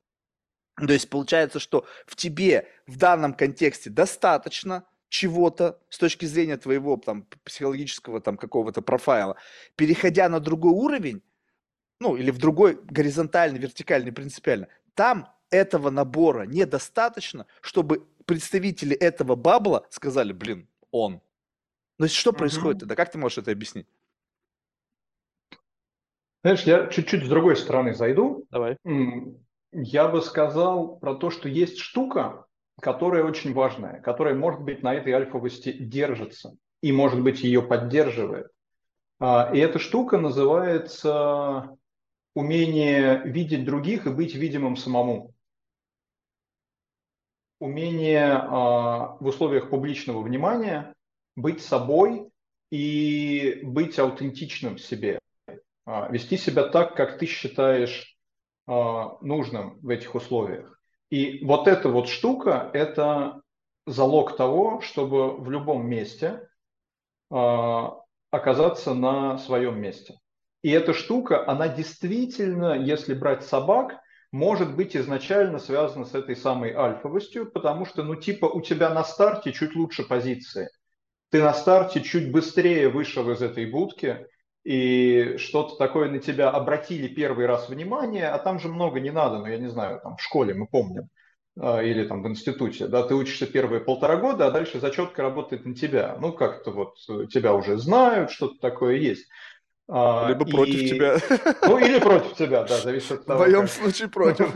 То есть получается, что в тебе в данном контексте достаточно чего-то с точки зрения твоего там, психологического там, какого-то профайла. Переходя на другой уровень, ну или в другой горизонтальный, вертикальный, принципиально, там этого набора недостаточно, чтобы представители этого бабла сказали, блин, он. То есть что происходит Мгм. тогда? Как ты можешь это объяснить? Знаешь, я чуть-чуть с другой стороны зайду. Давай. М, Я бы сказал про то, что есть штука, которая очень важная, которая, может быть, на этой альфовости держится и, может быть, ее поддерживает. А, И эта штука называется умение видеть других и быть видимым самому. Умение а, в условиях публичного внимания быть собой и быть аутентичным в себе. А, Вести себя так, как ты считаешь а, нужным в этих условиях. И вот эта вот штука – это залог того, чтобы в любом месте а, оказаться на своем месте. И эта штука, она действительно, если брать собак, может быть изначально связана с этой самой альфовостью, потому что, ну, типа, у тебя на старте чуть лучше позиции. Ты на старте чуть быстрее вышел из этой будки, и что-то такое на тебя обратили первый раз внимание, а там же много не надо, ну, я не знаю, там в школе мы помним, а, или там в институте, да, ты учишься первые полтора года, а дальше зачетка работает на тебя. Ну, как-то вот э, тебя уже знают, что-то такое есть. А, Либо против и, тебя. ну, или против тебя, да, зависит от В того, моем как. случае против.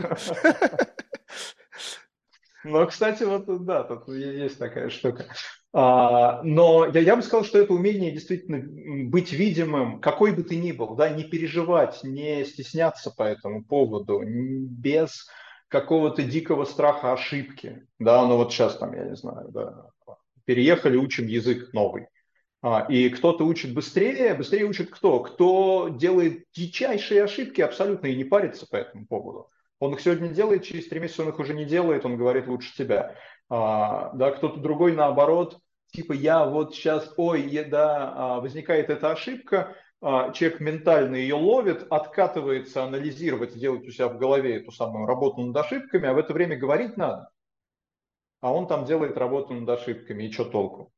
Но, кстати, вот да, тут есть такая штука. А, но я, я бы сказал, что это умение действительно м, быть видимым, какой бы ты ни был, да, не переживать, не стесняться по этому поводу, н- без какого-то дикого страха ошибки, да, ну вот сейчас там, я не знаю, да, переехали, учим язык новый. А, и кто-то учит быстрее, быстрее учит кто? Кто делает дичайшие ошибки абсолютно и не парится по этому поводу. Он их сегодня делает, через три месяца он их уже не делает, он говорит лучше тебя. А, да, кто-то другой наоборот, типа я вот сейчас, ой, я, да, а, возникает эта ошибка, а, человек ментально ее ловит, откатывается анализировать, делать у себя в голове эту самую работу над ошибками, а в это время говорить надо. А он там делает работу над ошибками, и что толку?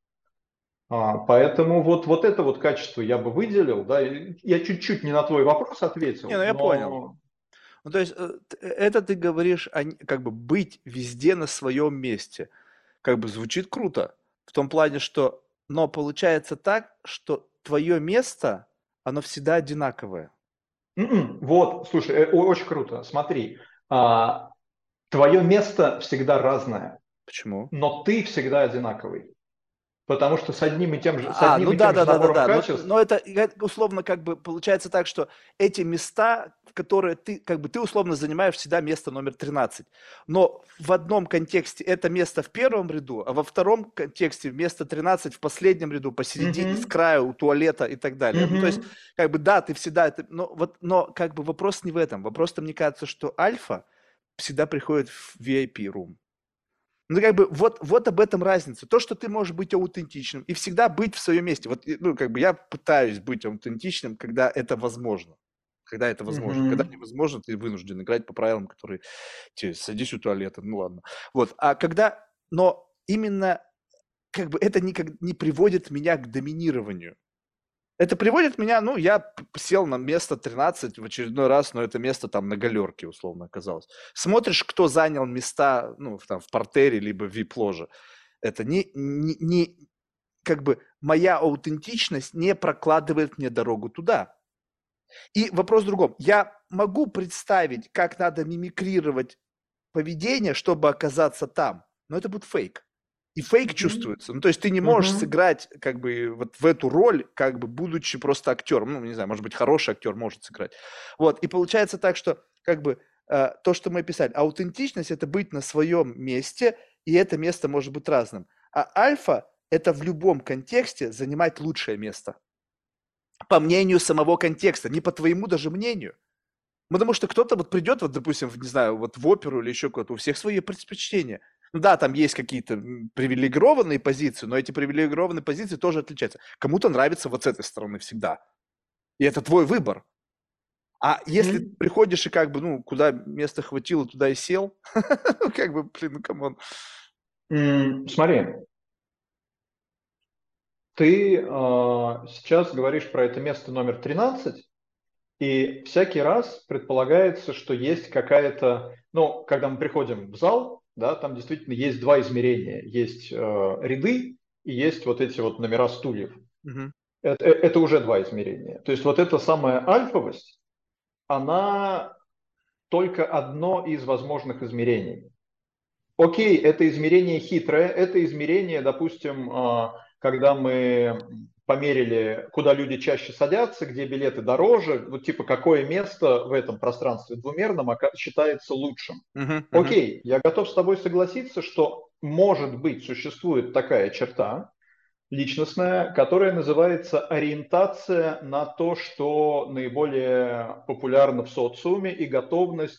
А, поэтому вот, вот это вот качество я бы выделил, да, и я чуть-чуть не на твой вопрос Не, ответил, ну я понял. но Ну, то есть, э, т- э, это ты говоришь, о н- как бы быть везде на своем месте. Как бы звучит круто. В том плане, что, но получается так, что твое место, оно всегда одинаковое. м-м, вот, слушай, э, о- очень круто, смотри, а, твое место всегда разное, Почему? но ты всегда одинаковый, потому что с одним и тем же, с А, одним ну и да, тем же да, да, да, набором да. Но, качеств. но это э, условно как бы получается так, что эти места, в которые ты, как бы ты условно занимаешь всегда место номер тринадцать. Но в одном контексте это место в первом ряду, а во втором контексте место тринадцать в последнем ряду, посередине, с Мгм, краю, у туалета и так далее. Ну, то есть, мгм. как бы да, ты всегда это, но вот, но как бы вопрос не в этом. Вопрос-то, мне кажется, что альфа всегда приходит в ви ай пи-рум. Ну, как бы, вот, вот об этом разница. То, что ты можешь быть аутентичным и всегда быть в своем месте. Вот, ну, как бы я пытаюсь быть аутентичным, когда это возможно. Когда это возможно. Когда Мгм. невозможно, ты вынужден играть по правилам, которые тебе садись у туалета, ну ладно. Вот, а когда, но именно, как бы это никак не приводит меня к доминированию. Это приводит меня, ну, я п- сел на место тринадцать в очередной раз, но это место там на галерке условно оказалось. Смотришь, кто занял места, ну, в, там, в портере, либо в вип-ложе. Это не, не, не, как бы, моя аутентичность не прокладывает мне дорогу туда. И вопрос в другом. Я могу представить, как надо мимикрировать поведение, чтобы оказаться там, но это будет фейк. И фейк Мгм. чувствуется. Ну, то есть ты не можешь Мгм. сыграть как бы вот в эту роль, как бы будучи просто актером. Ну, не знаю, может быть, хороший актер может сыграть. Вот. И получается так, что как бы э, то, что мы писали, аутентичность – это быть на своем месте, и это место может быть разным. А альфа – это в любом контексте занимать лучшее место. По мнению самого контекста, не по твоему даже мнению. Потому что кто-то вот придет, вот, допустим, в, не знаю, вот в оперу или еще куда-то, у всех свои предпочтения. Ну да, там есть какие-то м, привилегированные позиции, но эти привилегированные позиции тоже отличаются. Кому-то нравится вот с этой стороны всегда. И это твой выбор. А если ты Мгм. приходишь и как бы, ну, куда места хватило, туда и сел, ну, как бы, блин, ну, камон. М, Смотри, ты э, сейчас говоришь про это место номер тринадцать. И всякий раз предполагается, что есть какая-то, ну, когда мы приходим в зал, да, там действительно есть два измерения. Есть э, ряды и есть вот эти вот номера стульев. Мгм. Это, э, это уже два измерения. То есть вот эта самая альфовость, она только одно из возможных измерений. Окей, это измерение хитрое, это измерение, допустим, а, когда мы померили, куда люди чаще садятся, где билеты дороже, вот типа какое место в этом пространстве двумерном ока- считается лучшим. Мгм. Мгм. Окей, я готов с тобой согласиться, что может быть существует такая черта личностная, которая называется ориентация на то, что наиболее популярно в социуме и готовность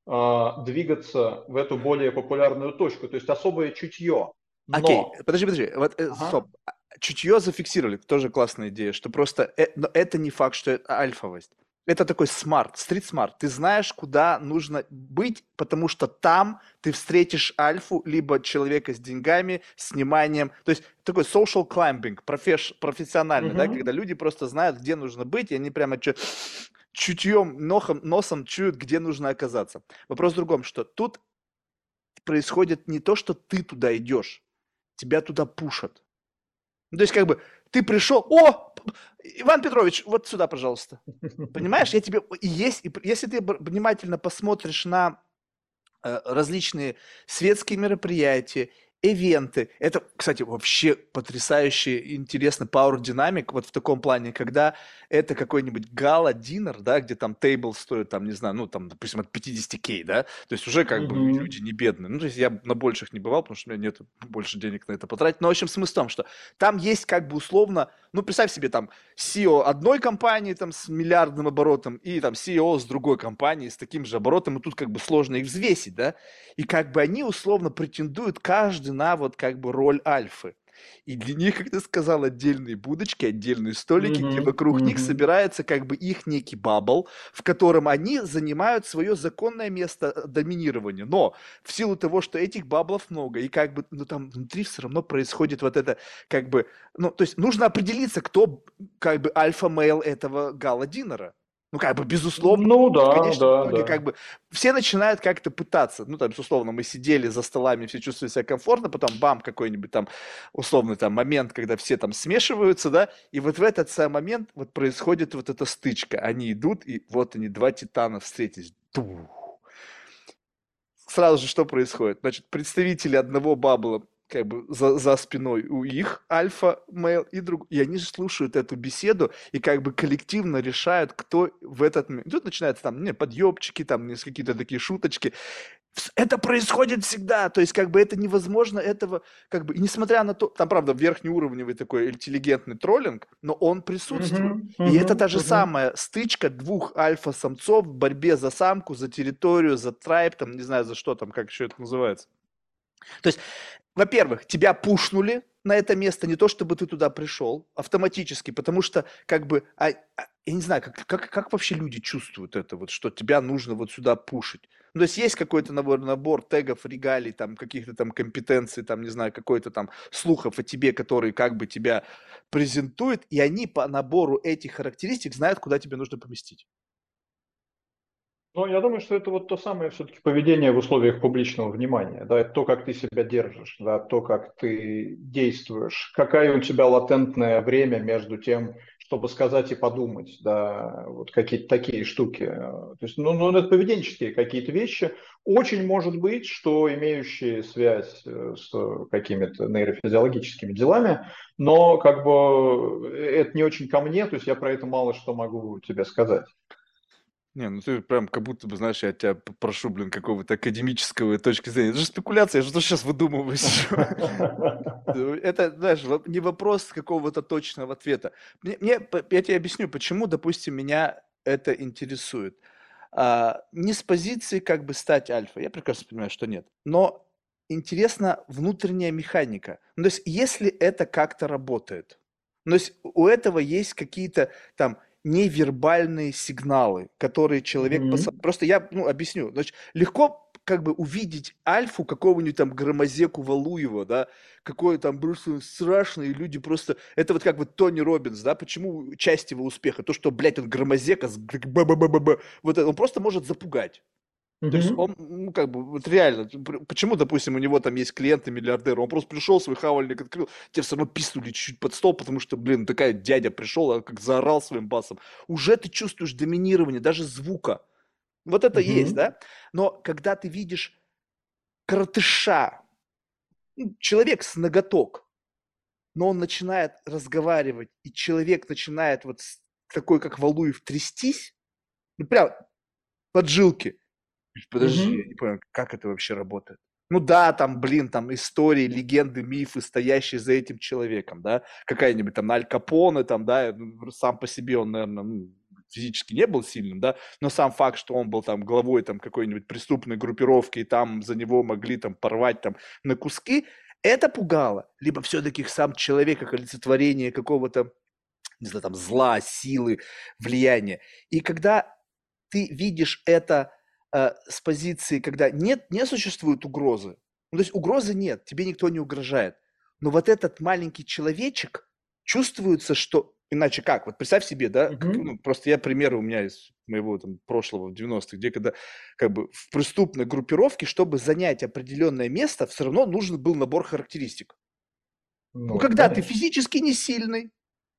а, двигаться в эту более популярную точку, то есть особое чутье. Окей, Но, подожди, подожди, вот, э, ага, стоп. А, Чутье зафиксировали, тоже классная идея, что просто, э, но это не факт, что это альфовость. Это такой смарт, стрит-смарт. Ты знаешь, куда нужно быть, потому что там ты встретишь альфу, либо человека с деньгами, с вниманием. То есть такой social climbing, профеш, профессиональный, да, когда мгм. люди просто знают, где нужно быть, и они прямо чё- чутьем, нохом, носом чуют, где нужно оказаться. Вопрос в другом, что тут происходит не то, что ты туда идешь, тебя туда пушат. Ну, то есть, как бы, ты пришел, о, Иван Петрович, вот сюда, пожалуйста. Понимаешь, я тебе, и есть, и если ты внимательно посмотришь на э, различные светские мероприятия, ивенты. Это, кстати, вообще потрясающе интересно Power Dynamic вот в таком плане, когда это какой-нибудь гала-динер, да, где там тейбл стоит, там, не знаю, ну, там, допустим, от пятьдесят кей, да, то есть уже как бы Мгм. люди не бедные. Ну, то есть я на больших не бывал, потому что у меня нет больше денег на это потратить. Но, в общем, смысл в том, что там есть как бы условно, ну, представь себе там си и о одной компании там с миллиардным оборотом и там си и о с другой компании с таким же оборотом, и тут как бы сложно их взвесить, да, и как бы они условно претендуют каждый на вот как бы роль альфы. И для них, как ты сказал, отдельные будочки, отдельные столики, где Мгм. вокруг них Мгм. собирается как бы их некий бабл, в котором они занимают свое законное место э, доминирования. Но в силу того, что этих баблов много, и как бы, ну там внутри все равно происходит вот это, как бы, ну, то есть нужно определиться, кто как бы альфа-мейл этого гала-динера. Ну, как бы, безусловно, Ну в да, конечном да, итоге, как да. бы, все начинают как-то пытаться. Ну, там, условно, мы сидели за столами, все чувствовали себя комфортно, потом бам, какой-нибудь там, условный там момент, когда все там смешиваются, да, и вот в этот самый момент вот происходит вот эта стычка. Они идут, и вот они, два титана встретились. Тух. Сразу же что происходит? Значит, представители одного бабла как бы за, за спиной у их альфа-мейл и друг, и они же слушают эту беседу и как бы коллективно решают, кто в этот момент. Тут начинаются там не, подъебчики, там не, какие-то такие шуточки. Это происходит всегда, то есть как бы это невозможно этого, как бы, и несмотря на то, там, правда, верхнеуровневый такой интеллигентный троллинг, но он присутствует. Мгм. И это Мгм. та же Мгм. самая стычка двух альфа-самцов в борьбе за самку, за территорию, за трайб, там, не знаю, за что там, как еще это называется. То есть, во-первых, тебя пушнули на это место, не то чтобы ты туда пришел автоматически, потому что как бы, а, а, я не знаю, как, как, как вообще люди чувствуют это, вот, что тебя нужно вот сюда пушить. Ну, то есть есть какой-то набор, набор тегов, регалий, там, каких-то там компетенций, там, не знаю, какой-то там слухов о тебе, которые как бы тебя презентуют, и они по набору этих характеристик знают, куда тебе нужно поместить. Ну, я думаю, что это вот то самое все-таки поведение в условиях публичного внимания, да, это то, как ты себя держишь, да, то, как ты действуешь, какая у тебя латентное время между тем, чтобы сказать и подумать, да, вот какие-то такие штуки. То есть, ну, ну, это поведенческие какие-то вещи. Очень может быть, что имеющие связь э, с какими-то нейрофизиологическими делами, но как бы э, это не очень ко мне, то есть я про это мало что могу тебе сказать. Не, ну ты прям как будто бы, знаешь, я тебя п- прошу, блин, какого-то академического точки зрения. Это же спекуляция, я же что сейчас выдумываю сижу. Ну, это, знаешь, воп- не вопрос какого-то точного ответа. Мне, мне п- я тебе объясню, почему, допустим, меня это интересует. А, не с позиции как бы стать альфа, я прекрасно понимаю, что нет, но интересна внутренняя механика. Ну, то есть, если это как-то работает, ну, то есть у этого есть какие-то там невербальные сигналы, которые человек посылает. Мгм. Просто я, ну, объясню. Значит, легко как бы увидеть альфу какого-нибудь там Громозеку Валуева, да, какой там просто страшный, и люди просто... Это вот как бы Тони Роббинс, да, почему часть его успеха? То, что, блядь, он Громозека, с г- ба-ба-ба-ба-ба, вот это, он просто может запугать. То есть Мгм. он, ну, как бы, вот реально, п- почему, допустим, у него там есть клиенты миллиардеры, он просто пришел, свой хавальник открыл, тебе все равно писнули чуть-чуть под стол, потому что, блин, такая дядя пришел, а как заорал своим басом. Уже ты чувствуешь доминирование, даже звука. Вот это есть, Мгм. да? Но когда ты видишь коротыша, ну, человек с ноготок, но он начинает разговаривать, и человек начинает вот с- такой, как Валуев, трястись, ну, прям поджилки. Подожди, я Мгм. не понял, как это вообще работает? Ну да, там, блин, там истории, легенды, мифы, стоящие за этим человеком, да, какая-нибудь там Аль Капоне, там, да, ну, сам по себе он, наверное, ну, физически не был сильным, да, но сам факт, что он был там главой там какой-нибудь преступной группировки, и там за него могли там порвать там на куски, это пугало. Либо все-таки сам человек, как олицетворение какого-то, не знаю, там зла, силы, влияния. И когда ты видишь это э, с позиции, когда нет, не существует угрозы, ну, то есть угрозы нет, тебе никто не угрожает, но вот этот маленький человечек чувствуется, что иначе как? Вот представь себе, да, как, Мгм. ну, просто я примеры у меня из моего там прошлого в девяностых, где когда как бы в преступной группировке, чтобы занять определенное место, все равно нужен был набор характеристик. Ну, Ну, когда ты конечно. физически не сильный,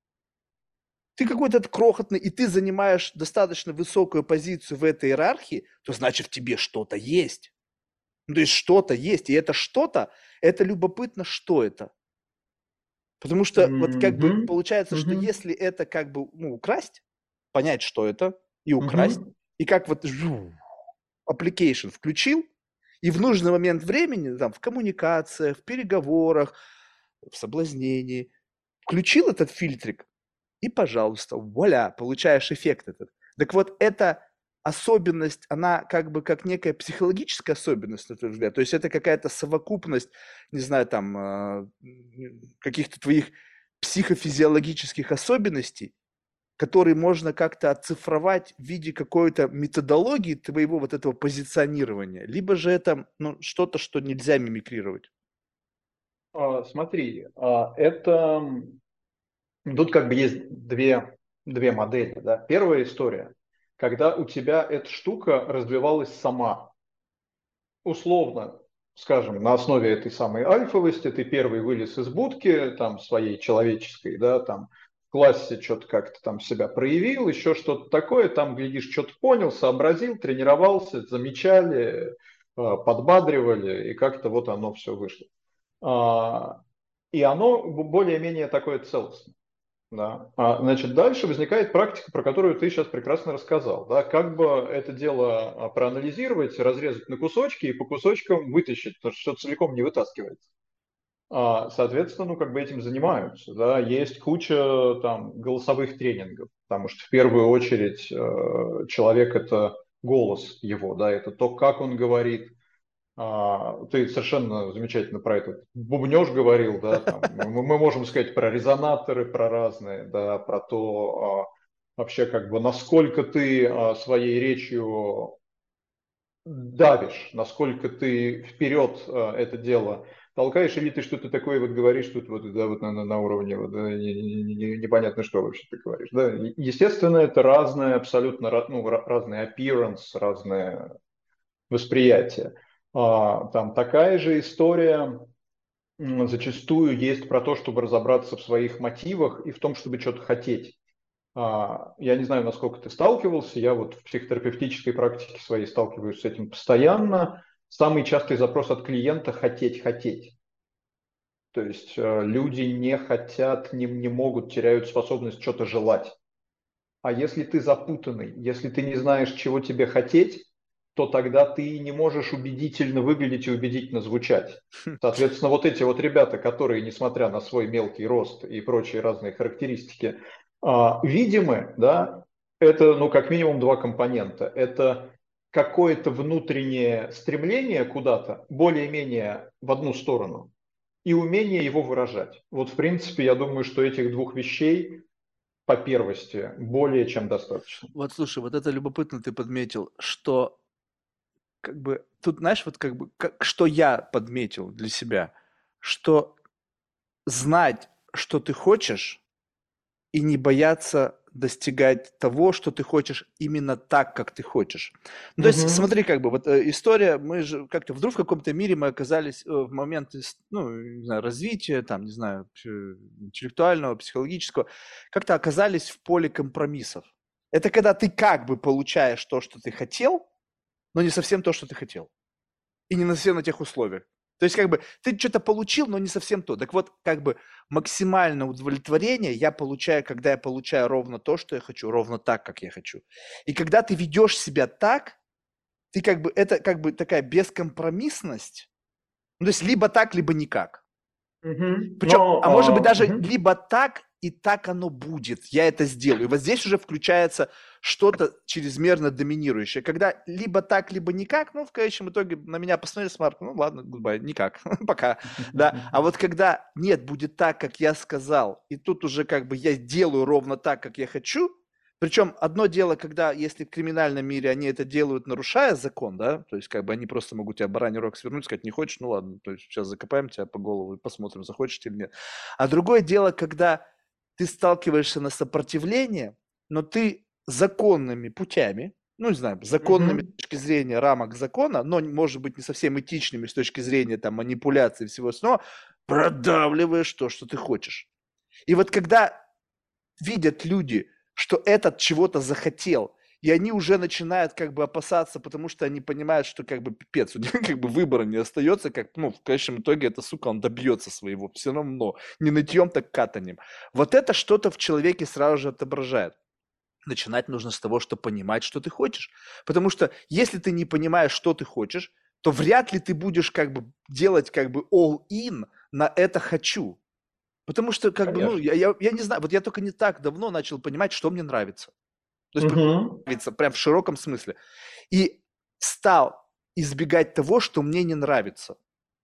ты какой-то крохотный, и ты занимаешь достаточно высокую позицию в этой иерархии, то значит в тебе что-то есть. Ну, то есть что-то есть, и это что-то, это любопытно, что это. Потому что вот как бы Мгм. получается, что Мгм. если это как бы ну, украсть, понять, что это, и украсть, Мгм. и как вот жу, application включил, и в нужный момент времени, там, в коммуникациях, в переговорах, в соблазнении, включил этот фильтрик, и, пожалуйста, вуаля, получаешь эффект этот. Так вот, эта особенность, она как бы как некая психологическая особенность, на твой взгляд. То есть это какая-то совокупность, не знаю, там, э, каких-то твоих психофизиологических особенностей, которые можно как-то оцифровать в виде какой-то методологии твоего вот этого позиционирования. Либо же это ну, что-то, что нельзя мимикрировать. А, Смотри, а, это м, тут как бы есть две, две модели, да. Первая история, когда у тебя эта штука развивалась сама. Условно, скажем, на основе этой самой альфовости ты первый вылез из будки, там, своей человеческой, да, там, в классе что-то как-то там себя проявил, еще что-то такое, там, глядишь, что-то понял, сообразил, тренировался, замечали, а, подбадривали, и как-то вот оно все вышло. А, И оно более-менее такое целостное. Да. А, значит, дальше возникает практика, про которую ты сейчас прекрасно рассказал. Да? Как бы это дело а, проанализировать, разрезать на кусочки и по кусочкам вытащить, потому что все целиком не вытаскивается. А, Соответственно, ну, как бы этим занимаются. Да? Есть куча там голосовых тренингов, потому что в первую очередь э, человек – это голос его, да, это то, как он говорит. А, ты совершенно замечательно про этот бубнеж говорил, да, там, мы, мы можем сказать про резонаторы, про разные, да, про то, а, вообще как бы насколько ты а, своей речью давишь, насколько ты вперед а, это дело толкаешь, или ты что-то такое вот говоришь, тут вот, да, вот на, на, на уровне вот, да, не- не- не- не- непонятно, что вообще ты говоришь. Да. Е- Естественно, это разное, абсолютно ra- ну, ra- разный appearance, разное восприятие. А, Там такая же история м, зачастую есть про то, чтобы разобраться в своих мотивах и в том, чтобы что-то хотеть. А, Я не знаю, насколько ты сталкивался, я вот в психотерапевтической практике своей сталкиваюсь с этим постоянно. Самый частый запрос от клиента – хотеть, хотеть. То есть э, люди не хотят, не, не могут, теряют способность что-то желать. А если ты запутанный, если ты не знаешь, чего тебе хотеть, то тогда ты не можешь убедительно выглядеть и убедительно звучать. Соответственно, вот эти вот ребята, которые, несмотря на свой мелкий рост и прочие разные характеристики, а, видимы, да, это, ну, как минимум два компонента. Это какое-то внутреннее стремление куда-то, более-менее в одну сторону, и умение его выражать. Вот, в принципе, я думаю, что этих двух вещей по первости более чем достаточно. Вот слушай, вот это любопытно ты подметил, что как бы тут, знаешь, вот как бы как, что я подметил для себя, что знать, что ты хочешь, и не бояться достигать того, что ты хочешь именно так, как ты хочешь. Ну, то есть, Мгм. смотри, как бы вот э, история, мы же как-то вдруг в каком-то мире мы оказались э, в момент, ис- ну, не знаю, развития, там, не знаю, пси- интеллектуального, психологического, как-то оказались в поле компромиссов. Это когда ты как бы получаешь то, что ты хотел, но не совсем то, что ты хотел. И не на совсем на тех условиях. То есть как бы ты что-то получил, но не совсем то. Так вот, как бы максимальное удовлетворение я получаю, когда я получаю ровно то, что я хочу, ровно так, как я хочу. И когда ты ведешь себя так, ты как бы, это как бы такая бескомпромиссность. Ну, то есть либо так, либо никак. Мгм. Причем, Но, а может быть а, даже мгм. либо так и так оно будет, я это сделаю. И вот здесь уже включается что-то чрезмерно доминирующее, когда либо так, либо никак, ну, в конечном итоге на меня посмотрели с Марком, ну, ладно, goodbye, никак, пока, да. А вот когда нет, будет так, как я сказал, и тут уже как бы я делаю ровно так, как я хочу, причем одно дело, когда, если в криминальном мире они это делают, нарушая закон, да, то есть как бы они просто могут тебя бараний рог свернуть, сказать, не хочешь, ну ладно, то есть сейчас закопаем тебя по голову и посмотрим, захочешь ты или нет. А другое дело, когда ты сталкиваешься на сопротивление, но ты законными путями, ну, не знаю, законными с точки зрения рамок закона, но, может быть, не совсем этичными с точки зрения там манипуляции и всего остального, продавливаешь то, что ты хочешь. И вот когда видят люди, что этот чего-то захотел, и они уже начинают как бы опасаться, потому что они понимают, что как бы пипец, у них как бы выбора не остается, как, ну, в конечном итоге эта сука, он добьется своего, все равно, не нытьем, так катанием. Вот это что-то в человеке сразу же отображает. Начинать нужно с того, что понимать, что ты хочешь. Потому что если ты не понимаешь, что ты хочешь, то вряд ли ты будешь как бы делать как бы all-in на это «хочу». Потому что как бы, ну, Конечно. я, я, я не знаю, вот я только не так давно начал понимать, что мне нравится. То есть Мгм. нравится прям в широком смысле. И стал избегать того, что мне не нравится.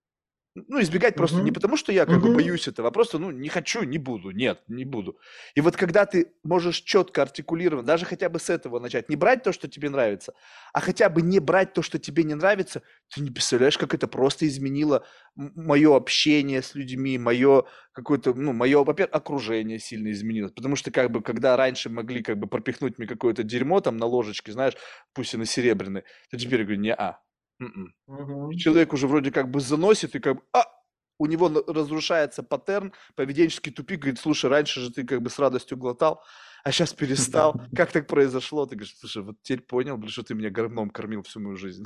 Ну, избегать просто не Мгм. потому, что я как бы Мгм. боюсь этого, а просто, ну, не хочу, не буду, нет, не буду. И вот когда ты можешь четко артикулировать, даже хотя бы с этого начать, не брать то, что тебе нравится, а хотя бы не брать то, что тебе не нравится, ты не представляешь, как это просто изменило мое общение с людьми, мое какое-то, ну, мое, во-первых, окружение сильно изменилось. Потому что как бы, когда раньше могли как бы пропихнуть мне какое-то дерьмо там на ложечке, знаешь, пусть и на серебряной, то теперь я говорю, не-а. м-м. Мгм. Человек уже вроде как бы заносит, и как бы, а, у него на- разрушается паттерн, поведенческий тупик, говорит, слушай, раньше же ты как бы с радостью глотал, а сейчас перестал. Как так произошло? Ты говоришь, слушай, вот теперь понял, блин, что ты меня говном кормил всю мою жизнь.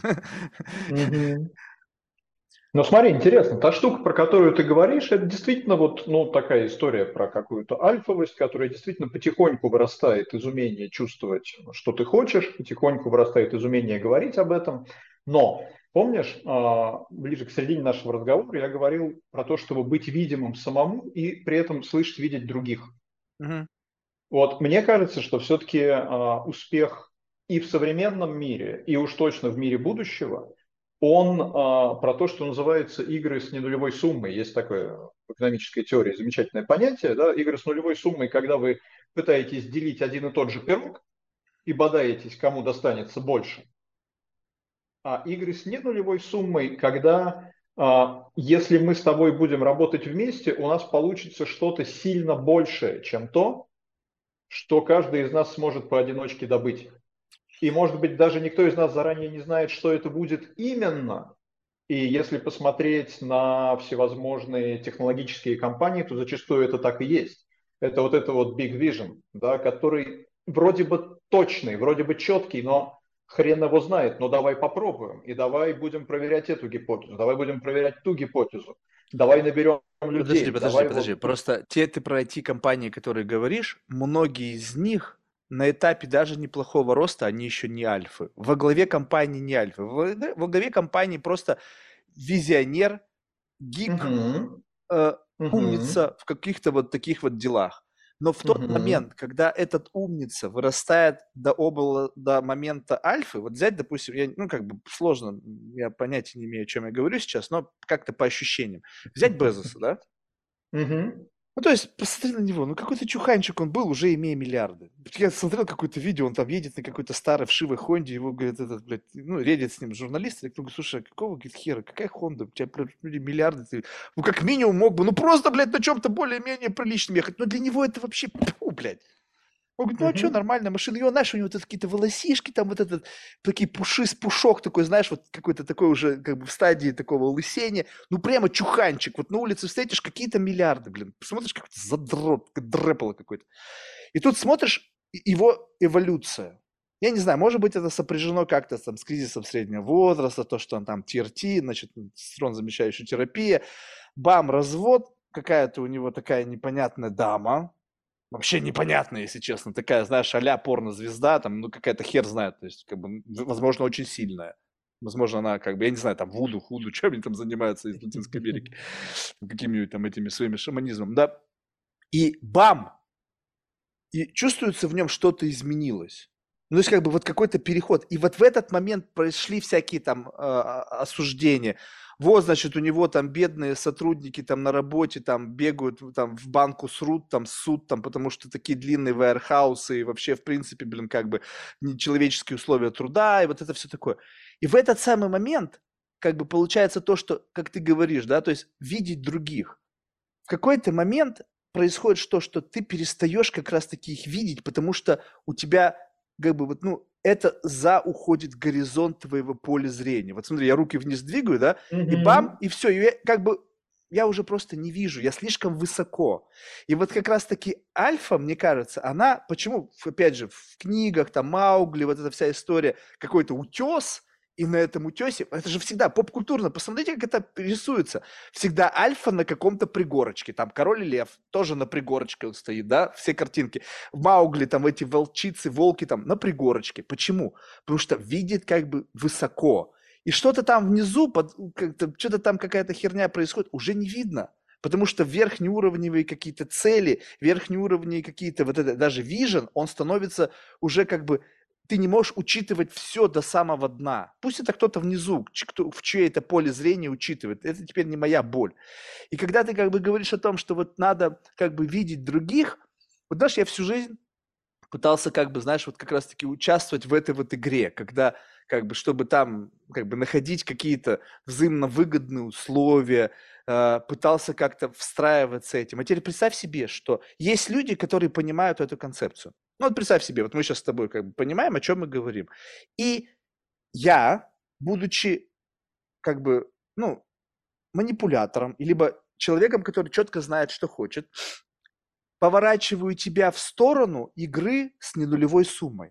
Мгм. Ну, смотри, интересно, та штука, про которую ты говоришь, это действительно вот, ну, такая история про какую-то альфовость, которая действительно потихоньку вырастает из умения чувствовать, что ты хочешь, потихоньку вырастает из умения говорить об этом. Но, помнишь, а, ближе к середине нашего разговора я говорил про то, чтобы быть видимым самому и при этом слышать, видеть других. Мгм. Вот мне кажется, что все-таки успех и в современном мире, и уж точно в мире будущего, он а, про то, что называется игры с ненулевой суммой. Есть такое в экономической теории замечательное понятие, да, игры с нулевой суммой, когда вы пытаетесь делить один и тот же пирог и бодаетесь, кому достанется больше. А игры с ненулевой суммой, когда а, если мы с тобой будем работать вместе, у нас получится что-то сильно большее, чем то, что каждый из нас сможет поодиночке добыть. И, может быть, даже никто из нас заранее не знает, что это будет именно. И если посмотреть на всевозможные технологические компании, то зачастую это так и есть. Это вот это вот big vision, да, который вроде бы точный, вроде бы четкий, но хрен его знает. Но давай попробуем. И давай будем проверять эту гипотезу, давай будем проверять ту гипотезу. Давай наберем Подожди, людей, подожди, давай подожди. вот... Просто те ты про ай ти-компании, которые говоришь, многие из них на этапе даже неплохого роста, они еще не альфы. Во главе компании не альфы. Во, во главе компании просто визионер, гик, Угу, э, угу, умница в каких-то вот таких вот делах. Но в тот угу. момент, когда этот умница вырастает до, обла, до момента альфы, вот взять, допустим, я, ну, как бы сложно, я понятия не имею, о чем я говорю сейчас, но как-то по ощущениям. Взять Безоса, да? Мгм. Ну, то есть, посмотри на него, ну, какой-то чуханчик он был, уже имея миллиарды. Я смотрел какое-то видео, он там едет на какой-то старой вшивой Хонде, его, говорит, этот, блядь, ну, едет с ним журналист, я говорю, слушай, а какого, говорит, хера, какая Хонда, у тебя, блядь, люди миллиарды, ты, ну, как минимум мог бы, ну, просто, блядь, на чем-то более-менее приличном ехать, но для него это вообще, фу, блядь. Он говорит, ну а что, Мгм. нормальная машина. И он, знаешь, у него вот какие-то волосишки, там вот этот, такие пушист, пушок такой, знаешь, вот какой-то такой уже как бы в стадии такого лысения. Ну прямо чуханчик. Вот на улице встретишь какие-то миллиарды, блин. Смотришь, как задрот, как дрэпало какой-то. И тут смотришь его эволюция. Я не знаю, может быть, это сопряжено как-то там с кризисом среднего возраста, то, что он там ти эр ти, значит, тестостерон-замещающая терапия. Бам, развод, какая-то у него такая непонятная дама, вообще непонятно, если честно. Такая, знаешь, а-ля порнозвезда, там, ну, какая-то хер знает. То есть, как бы, возможно, очень сильная. Возможно, она, как бы, я не знаю, там, вуду, худу, чем они там занимаются из Латинской Америки. Какими-нибудь там этими своими шаманизмом, да. И бам! и чувствуется в нем что-то изменилось. Ну, то есть как бы вот какой-то переход. И вот в этот момент прошли всякие там э, осуждения. Вот, значит, у него там бедные сотрудники там на работе там бегают там в банку срут, там суд, там, потому что такие длинные вейрхаусы и вообще, в принципе, блин, как бы нечеловеческие условия труда, и вот это все такое. И в этот самый момент как бы получается то, что, как ты говоришь, да, то есть видеть других. В какой-то момент происходит что, что ты перестаешь как раз-таки их видеть, потому что у тебя как бы вот, ну, это за уходит горизонт твоего поля зрения. Вот смотри, я руки вниз двигаю, да, и бам, Мгм. и все, и я как бы я уже просто не вижу, я слишком высоко. И вот как раз-таки альфа, мне кажется, она, почему, опять же, в книгах, там, Маугли, вот эта вся история, какой-то утес, и на этом утесе, это же всегда поп-культурно, посмотрите, как это рисуется. Всегда альфа на каком-то пригорочке, там король и лев тоже на пригорочке он стоит, да, все картинки. В Маугли там эти волчицы, волки там на пригорочке. Почему? Потому что видит как бы высоко. И что-то там внизу, под, что-то там какая-то херня происходит, уже не видно. Потому что верхнеуровневые какие-то цели, верхнеуровневые какие-то, вот это, даже vision, он становится уже как бы, ты не можешь учитывать все до самого дна. Пусть это кто-то внизу, кто, в чье это поле зрения учитывает. Это теперь не моя боль. И когда ты как бы говоришь о том, что вот надо как бы видеть других, вот знаешь, я всю жизнь пытался как бы, знаешь, вот как раз-таки участвовать в этой вот игре, когда как бы, чтобы там как бы находить какие-то взаимно выгодные условия, э, пытался как-то встраиваться этим. А теперь представь себе, что есть люди, которые понимают эту концепцию. Ну вот представь себе, вот мы сейчас с тобой как бы понимаем, о чем мы говорим. И я, будучи как бы, ну, манипулятором, либо человеком, который четко знает, что хочет, поворачиваю тебя в сторону игры с ненулевой суммой.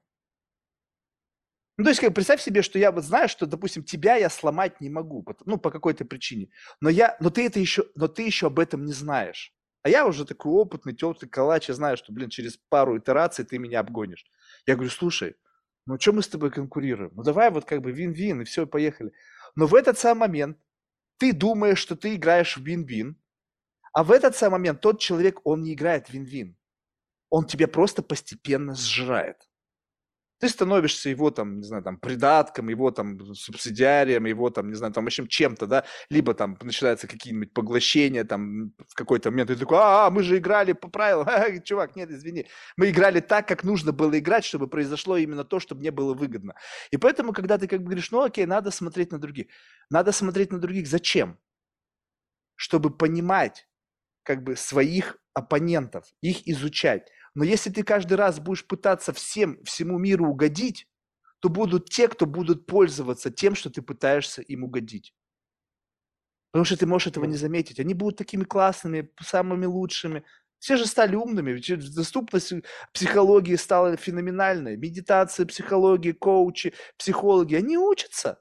Ну, то есть, как, представь себе, что я вот знаю, что, допустим, тебя я сломать не могу, ну, по какой-то причине. Но я, но ты это еще, но ты еще об этом не знаешь. А я уже такой опытный, теплый калач, я знаю, что, блин, через пару итераций ты меня обгонишь. Я говорю, слушай, ну, что мы с тобой конкурируем? Ну, давай вот как бы вин-вин, и все, поехали. Но в этот самый момент ты думаешь, что ты играешь в вин-вин, а в этот самый момент тот человек, он не играет в вин-вин. Он тебя просто постепенно сжирает. Ты становишься его там, не знаю, там, придатком, его там субсидиарием, его там, не знаю, там, в общем, чем-то, да, либо там начинаются какие-нибудь поглощения, там, в какой-то момент ты такой, а, мы же играли по правилам, чувак, нет, извини, мы играли так, как нужно было играть, чтобы произошло именно то, чтобы мне было выгодно. И поэтому, когда ты как бы говоришь, ну, окей, надо смотреть на других, надо смотреть на других, зачем? Чтобы понимать, как бы своих оппонентов, их изучать. Но если ты каждый раз будешь пытаться всем, всему миру угодить, то будут те, кто будут пользоваться тем, что ты пытаешься им угодить. Потому что ты можешь этого не Ну, заметить. Они будут такими классными, самыми лучшими. Все же стали умными, ведь доступность психологии стала феноменальной. Медитация, психология, коучи, психологи, они учатся.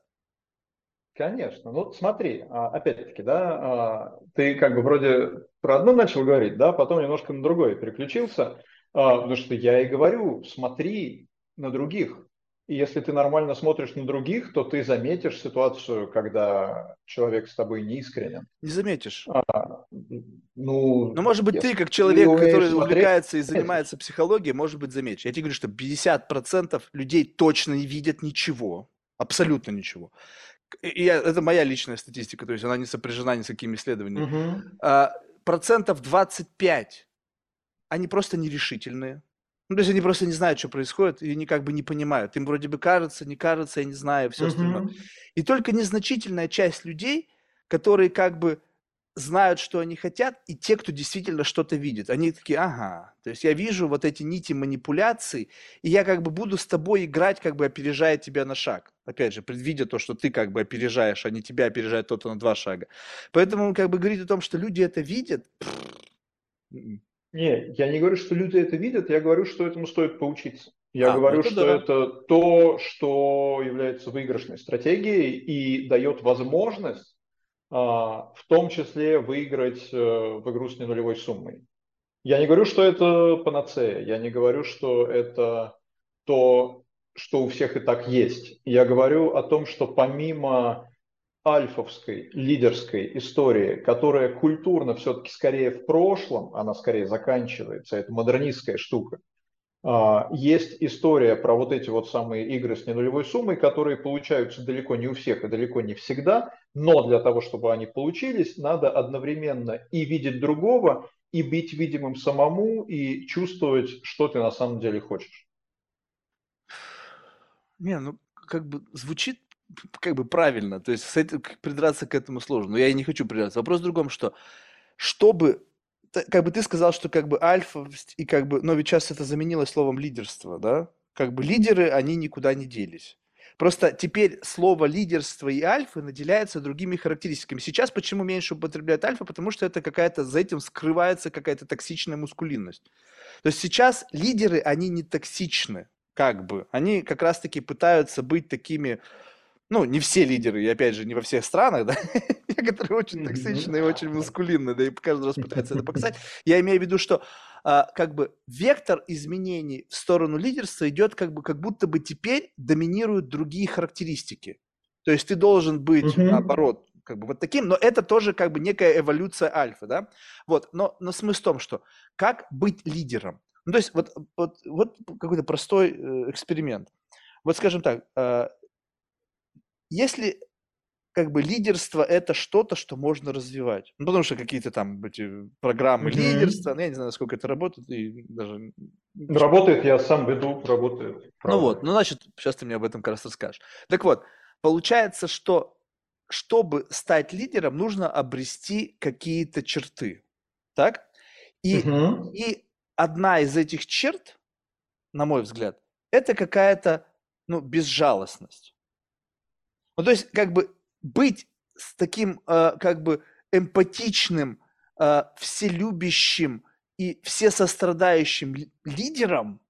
конечно. Ну, смотри, а, опять-таки, да, а, ты как бы вроде про одно начал говорить, да, потом немножко на другое переключился, а, потому что я и говорю, смотри на других. И если ты нормально смотришь на других, то ты заметишь ситуацию, когда человек с тобой не искренен. Не заметишь. А, ну, Ну, может быть, ты, если как ты человек, умеешь который смотреть, увлекается и заметишь. занимается психологией, может быть, заметишь. Я тебе говорю, что пятьдесят процентов людей точно не видят ничего. Абсолютно ничего. И я, это моя личная статистика, то есть она не сопряжена ни с какими исследованиями. Мгм. А, процентов двадцать пять, они просто нерешительные. Ну, то есть они просто не знают, что происходит, и они как бы не понимают. Им вроде бы кажется, не кажется, я не знаю, все остальное. Мгм. И только незначительная часть людей, которые как бы знают, что они хотят, и те, кто действительно что-то видит. Они такие, ага, то есть я вижу вот эти нити манипуляций, и я как бы буду с тобой играть, как бы опережая тебя на шаг. Опять же, предвидя то, что ты как бы опережаешь, а не тебя опережает кто-то на два шага. Поэтому как бы говорить о том, что люди это видят, м-м. Не, я не говорю, что люди это видят, я говорю, что этому стоит поучиться. Я А, ну говорю, это что да. это то, что является выигрышной стратегией и дает возможность, а, в том числе выиграть э, в игру с ненулевой суммой. Я не говорю, что это панацея, я не говорю, что это то, что у всех и так есть. Я говорю о том, что помимо альфовской, лидерской истории, которая культурно все-таки скорее в прошлом, она скорее заканчивается, это модернистская штука. А, Есть история про вот эти вот самые игры с ненулевой суммой, которые получаются далеко не у всех и далеко не всегда, но для того, чтобы они получились, надо одновременно и видеть другого, и быть видимым самому, и чувствовать, что ты на самом деле хочешь. Не, ну, как бы звучит как бы правильно, то есть с этим к придраться к этому сложно, но я и не хочу придраться. Вопрос в другом, что чтобы т как бы ты сказал, что как бы альфа вст и как бы, но ведь щас это заменилось словом лидерство, да? Как бы лидеры, они никуда не делись. Просто теперь слово лидерство и альфа наделяется другими характеристиками. Сейчас почему меньше употребляют альфа? Потому что это какая-то, за этим скрывается какая-то токсичная мускулинность. То есть сейчас лидеры, они не токсичны, как бы. Они как раз-таки пытаются быть такими, ну, не все лидеры, и опять же, не во всех странах, да, некоторые очень Мгм. токсичные, очень мускулинные, да, и каждый раз пытаются это показать. Я имею в виду, что а, как бы вектор изменений в сторону лидерства идет как бы, как будто бы теперь доминируют другие характеристики. То есть ты должен быть, Мгм. наоборот, как бы вот таким, но это тоже как бы некая эволюция альфа, да? Вот, но, но смысл в том, что как быть лидером? Ну, то есть вот, вот, вот какой-то простой э, эксперимент. Вот скажем так, э, если как бы лидерство это что-то, что можно развивать. Ну, потому что какие-то там эти программы лидерства, Мгм. ну, я не знаю, насколько это работает, и даже... Работает, я сам веду, работает, Ну вот, правда. ну, значит, сейчас ты мне об этом как раз расскажешь. Так вот, получается, что чтобы стать лидером, нужно обрести какие-то черты, так? И, Мгм. и одна из этих черт, на мой взгляд, это какая-то, ну, безжалостность. Ну, то есть, как бы быть с таким, э, как бы эмпатичным, э, вселюбящим и всесострадающим ли- лидером,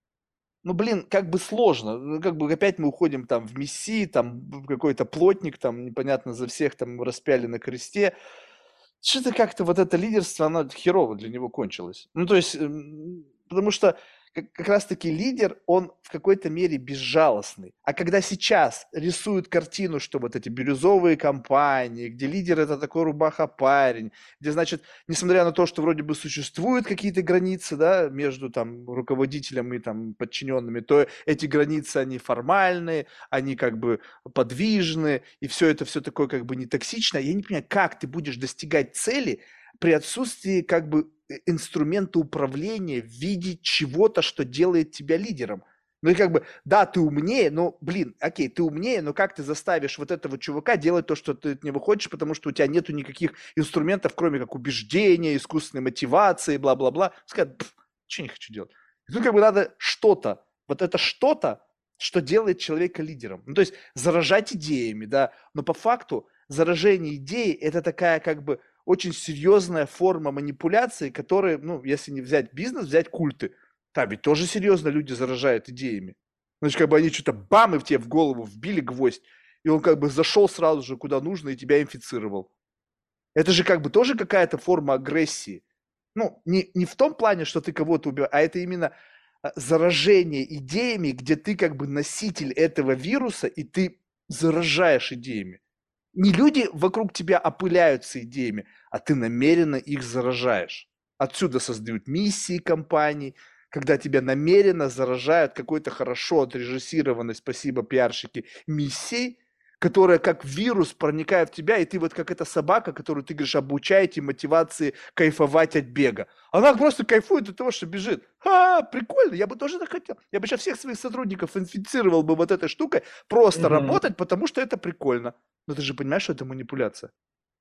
ну, блин, как бы сложно. Ну, как бы опять мы уходим там в мессии, там в какой-то плотник, там непонятно за всех там распяли на кресте. Что-то как-то вот это лидерство, оно херово для него кончилось. Ну, то есть, эм, потому что как, как раз-таки лидер, он в какой-то мере безжалостный. А когда сейчас рисуют картину, что вот эти бирюзовые компании, где лидер это такой рубаха-парень, где, значит, несмотря на то, что вроде бы существуют какие-то границы, да, между там руководителем и там подчиненными, то эти границы, они формальные, они как бы подвижны, и все это все такое как бы не токсично. Я не понимаю, как ты будешь достигать цели при отсутствии как бы э, инструмента управления в виде чего-то, что делает тебя лидером. Ну и как бы, да, ты умнее, но, блин, окей, ты умнее, но как ты заставишь вот этого чувака делать то, что ты от него хочешь, потому что у тебя нету никаких инструментов, кроме как убеждения, искусственной мотивации, бла-бла-бла. Сказать, что не хочу делать. И тут как бы надо что-то, вот это что-то, что делает человека лидером. Ну, то есть заражать идеями, да, но по факту заражение идеей – это такая как бы очень серьезная форма манипуляции, которая, ну, если не взять бизнес, взять культы. Там ведь тоже серьезно люди заражают идеями. Значит, как бы они что-то бам, и в тебе в голову вбили гвоздь, и он как бы зашел сразу же куда нужно и тебя инфицировал. Это же как бы тоже какая-то форма агрессии. Ну, не, не в том плане, что ты кого-то убиваешь, а это именно а, заражение идеями, где ты как бы носитель этого вируса, и ты заражаешь идеями. Не люди вокруг тебя опыляются идеями, а ты намеренно их заражаешь. Отсюда создают миссии компаний, когда тебя намеренно заражают какой-то хорошо отрежиссированной, спасибо, пиарщики, миссией, которая как вирус проникает в тебя, и ты вот как эта собака, которую ты говоришь, обучаете мотивации кайфовать от бега. Она просто кайфует от того, что бежит. А, прикольно, я бы тоже так хотел. Я бы сейчас всех своих сотрудников инфицировал бы вот этой штукой, просто Мгм. работать, потому что это прикольно. Но ты же понимаешь, что это манипуляция.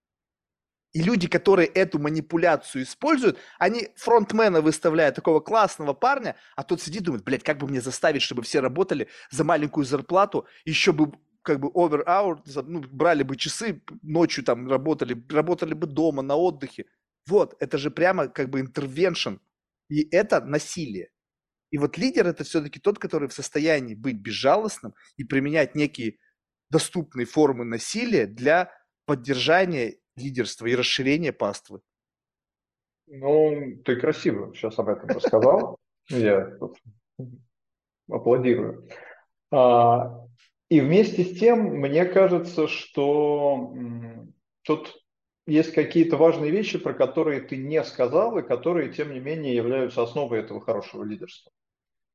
И люди, которые эту манипуляцию используют, они фронтмена выставляют, такого классного парня, а тот сидит и думает, блядь, как бы мне заставить, чтобы все работали за маленькую зарплату, еще бы как бы over hour, ну, брали бы часы, ночью там работали, работали бы дома, на отдыхе. Вот, это же прямо как бы интервеншн. И это насилие. И вот лидер это все-таки тот, который в состоянии быть безжалостным и применять некие доступные формы насилия для поддержания лидерства и расширения паствы. Ну, ты красиво сейчас об этом рассказал. Я тут аплодирую. А, и вместе с тем, мне кажется, что м, тут есть какие-то важные вещи, про которые ты не сказал, и которые, тем не менее, являются основой этого хорошего лидерства.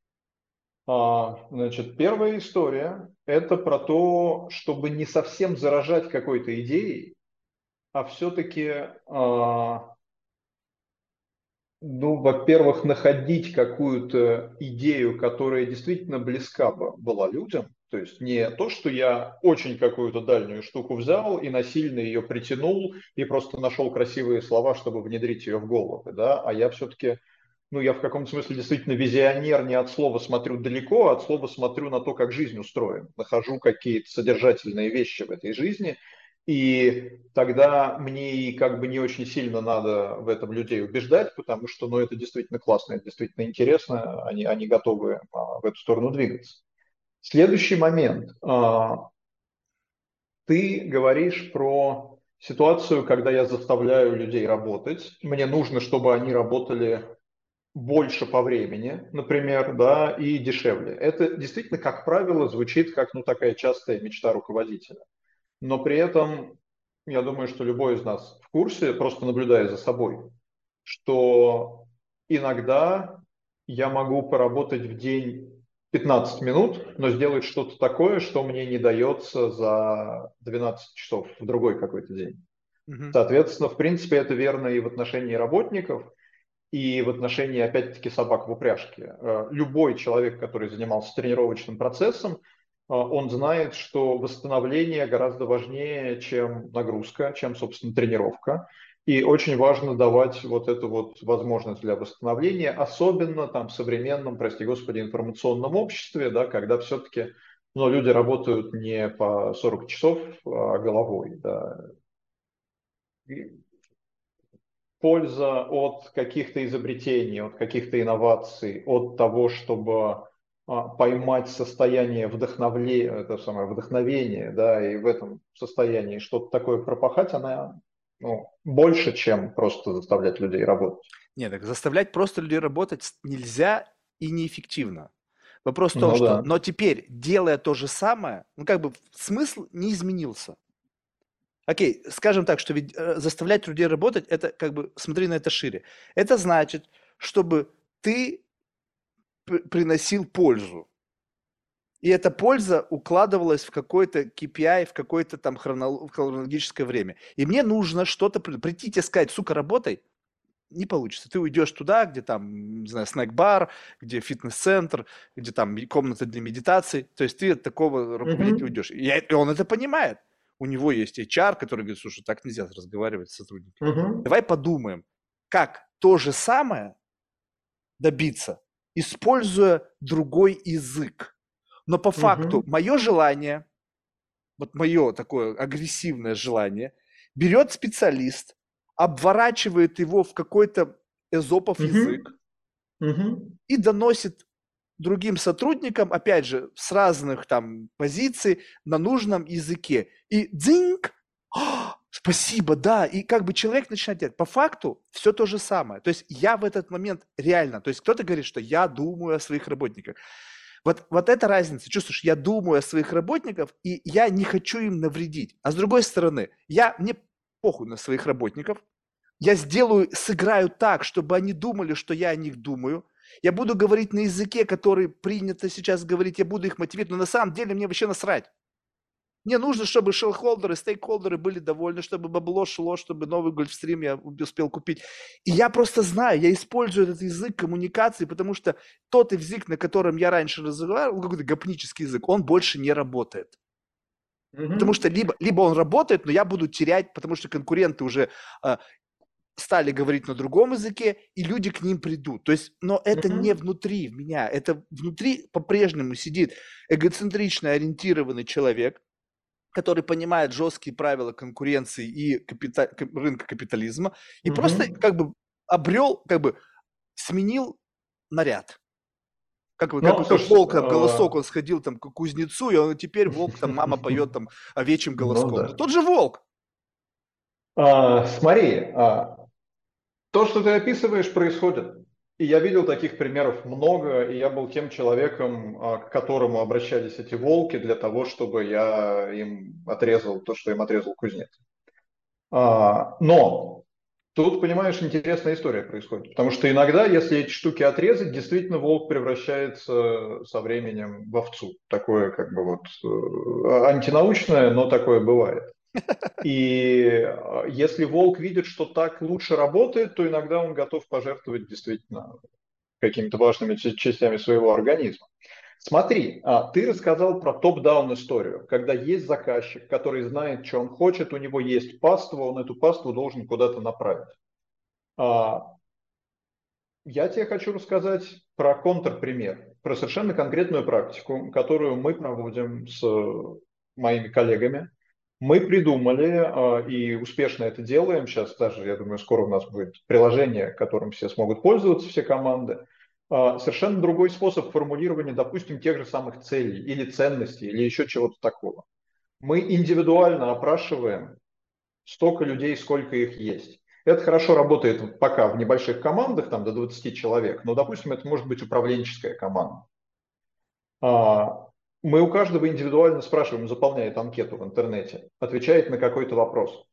А, значит, первая история – это про то, чтобы не совсем заражать какой-то идеей, а все-таки, ну, во-первых, находить какую-то идею, которая действительно близка бы была людям. То есть не то, что я очень какую-то дальнюю штуку взял и насильно ее притянул и просто нашел красивые слова, чтобы внедрить ее в головы, да, а я все-таки, ну, я в каком-то смысле действительно визионер, не от слова смотрю далеко, а от слова смотрю на то, как жизнь устроена. Нахожу какие-то содержательные вещи в этой жизни, и тогда мне и как бы не очень сильно надо в этом людей убеждать, потому что, ну, это действительно классно, это действительно интересно, они, они готовы а, в эту сторону двигаться. Следующий момент. А, ты говоришь про ситуацию, когда я заставляю людей работать. Мне нужно, чтобы они работали больше по времени, например, да, и дешевле. Это действительно, как правило, звучит как, ну, такая частая мечта руководителя. Но при этом, я думаю, что любой из нас в курсе, просто наблюдая за собой, что иногда я могу поработать в день пятнадцать минут, но сделать что-то такое, что мне не дается за двенадцать часов в другой какой-то день. Мгм. Соответственно, в принципе, это верно и в отношении работников, и в отношении, опять-таки, собак в упряжке. Э, Любой человек, который занимался тренировочным процессом, э, он знает, что восстановление гораздо важнее, чем нагрузка, чем, собственно, тренировка. И очень важно давать вот эту вот возможность для восстановления, особенно там в современном, прости господи, информационном обществе, да, когда все-таки, ну, люди работают не по сорок часов, а головой, да. И польза от каких-то изобретений, от каких-то инноваций, от того, чтобы а, поймать состояние вдохновления, это самое вдохновение, да, и в этом состоянии что-то такое пропахать, она, ну, больше, чем просто заставлять людей работать. Нет, так заставлять просто людей работать с- нельзя и неэффективно. Вопрос в том, Ну что, да. но теперь, делая то же самое, ну как бы смысл не изменился. Окей, скажем так, что ведь э, заставлять людей работать, это как бы, смотри на это шире. Это значит, чтобы ты п- приносил пользу. И эта польза укладывалась в какой-то K P I, в какое-то там хронол- в хронологическое время. И мне нужно что-то при- прийти тебе сказать, сука, работай, не получится. Ты уйдешь туда, где там, не знаю, снэк-бар, где фитнес-центр, где там ме- комната для медитации. То есть ты от такого руководителя Мгм. уйдешь. И, я- и он это понимает. У него есть H R, который говорит, слушай, так нельзя разговаривать с сотрудниками. Мгм. Давай подумаем, как то же самое добиться, используя другой язык. Но по факту Мгм. мое желание, вот мое такое агрессивное желание, берет специалист, обворачивает его в какой-то эзопов язык Мгм. Мгм. и доносит другим сотрудникам, опять же, с разных там позиций на нужном языке. И дзиньк, «А, спасибо, да, и как бы человек начинает делать. По факту все то же самое. То есть я в этот момент реально, то есть кто-то говорит, что я думаю о своих работниках. Вот, вот эта разница, чувствуешь, я думаю о своих работниках, и я не хочу им навредить. А с другой стороны, я, мне похуй на своих работников, я сделаю, сыграю так, чтобы они думали, что я о них думаю. Я буду говорить на языке, который принято сейчас говорить, я буду их мотивировать, но на самом деле мне вообще насрать. Мне нужно, чтобы шелхолдеры, стейкхолдеры были довольны, чтобы бабло шло, чтобы новый Гольфстрим я успел купить. И я просто знаю, я использую этот язык коммуникации, потому что тот язык, на котором я раньше разговаривал, какой-то гопнический язык, он больше не работает. Потому что Мгм. либо, либо он работает, но я буду терять, потому что конкуренты уже э, стали говорить на другом языке, и люди к ним придут. То есть, но это не Мгм. внутри меня, это внутри по-прежнему сидит эгоцентрично ориентированный человек, который понимает жесткие правила конкуренции и капита- рынка капитализма, и просто Мгм. как бы обрел, как бы сменил наряд. Как, вы, как, Ну, как слушайте, волк, там, голосок, он э, сходил там к кузнецу, и он теперь волк, там, мама поет там овечьим ну голоском. Ну, да. тот же волк. А, смотри, а, то, что ты описываешь, происходит. И я видел таких примеров много, и я был тем человеком, а, к которому обращались эти волки для того, чтобы я им отрезал то, что им отрезал кузнец. А, Но Тут, понимаешь, интересная история происходит. Потому что иногда, если эти штуки отрезать, действительно волк превращается со временем в овцу. Такое как бы вот э, антинаучное, но такое бывает. И э, если волк видит, что так лучше работает, то иногда он готов пожертвовать действительно какими-то важными ча- частями своего организма. Смотри, а, ты рассказал про топ-даун историю, когда есть заказчик, который знает, что он хочет, у него есть паства, он эту паству должен куда-то направить. А, я тебе хочу рассказать про контрпример, про совершенно конкретную практику, которую мы проводим с моими коллегами. Мы придумали а, и успешно это делаем. Сейчас даже, я думаю, скоро у нас будет приложение, которым все смогут пользоваться, все команды. А, Совершенно другой способ формулирования, допустим, тех же самых целей или ценностей, или еще чего-то такого. Мы индивидуально опрашиваем столько людей, сколько их есть. Это хорошо работает пока в небольших командах, там до двадцати человек, но, допустим, это может быть управленческая команда. А, Мы у каждого индивидуально спрашиваем, заполняет анкету в интернете, отвечает на какой-то вопрос.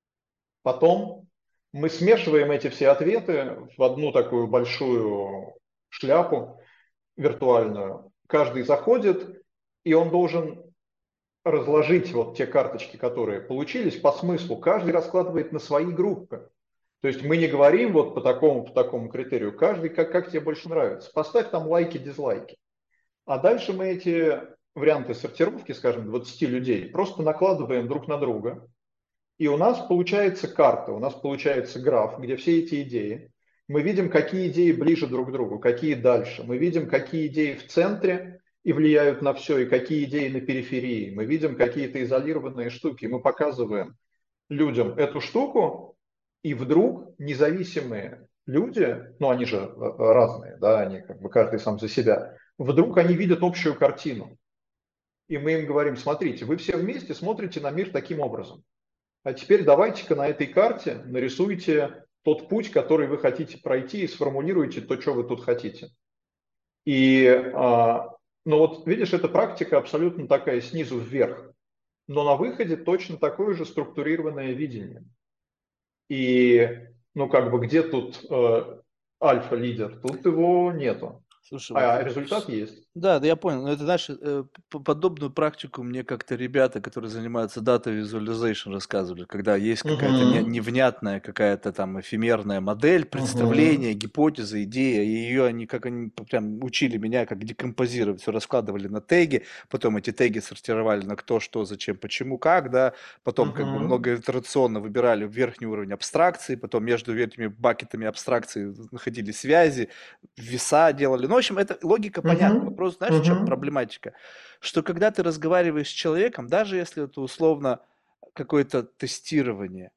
Потом мы смешиваем эти все ответы в одну такую большую шляпу виртуальную. Каждый заходит, и он должен разложить вот те карточки, которые получились по смыслу. Каждый раскладывает на свои группы. То есть мы не говорим вот по такому, по такому критерию. Каждый как, как тебе больше нравится. Поставь там лайки, дизлайки. А дальше мы эти варианты сортировки, скажем, двадцати людей, просто накладываем друг на друга. И у нас получается карта, у нас получается граф, где все эти идеи. Мы видим, какие идеи ближе друг к другу, какие дальше. Мы видим, какие идеи в центре и влияют на все, и какие идеи на периферии. Мы видим какие-то изолированные штуки. Мы показываем людям эту штуку, и вдруг независимые люди, ну они же э, разные, да, они как бы каждый сам за себя, вдруг они видят общую картину. И мы им говорим, смотрите, вы все вместе смотрите на мир таким образом. А теперь давайте-ка на этой карте нарисуйте тот путь, который вы хотите пройти, и сформулируйте то, что вы тут хотите. И, а, ну вот видишь, эта практика абсолютно такая снизу вверх, но на выходе точно такое же структурированное видение. И, ну как бы, где тут э, альфа-лидер? Тут его нету, Слушай, вот а результат есть. да, да, я понял. Но это, знаешь, э, п- подобную практику мне как-то ребята, которые занимаются data visualization, рассказывали, когда есть какая-то не- Угу, невнятная, какая-то там эфемерная модель, угу, представление, гипотеза, идея, и ее они, как они п- прям учили меня, как декомпозировать, все раскладывали на теги, потом эти теги сортировали на кто, что, зачем, почему, как, да, потом как бы угу, многоитерационно выбирали верхний уровень абстракции, потом между этими бакетами абстракции находили связи, веса делали. Ну, в общем, это логика понятна. угу, Вопрос, знаешь, в чем угу, проблематика? Что когда ты разговариваешь с человеком, даже если это условно какое-то тестирование,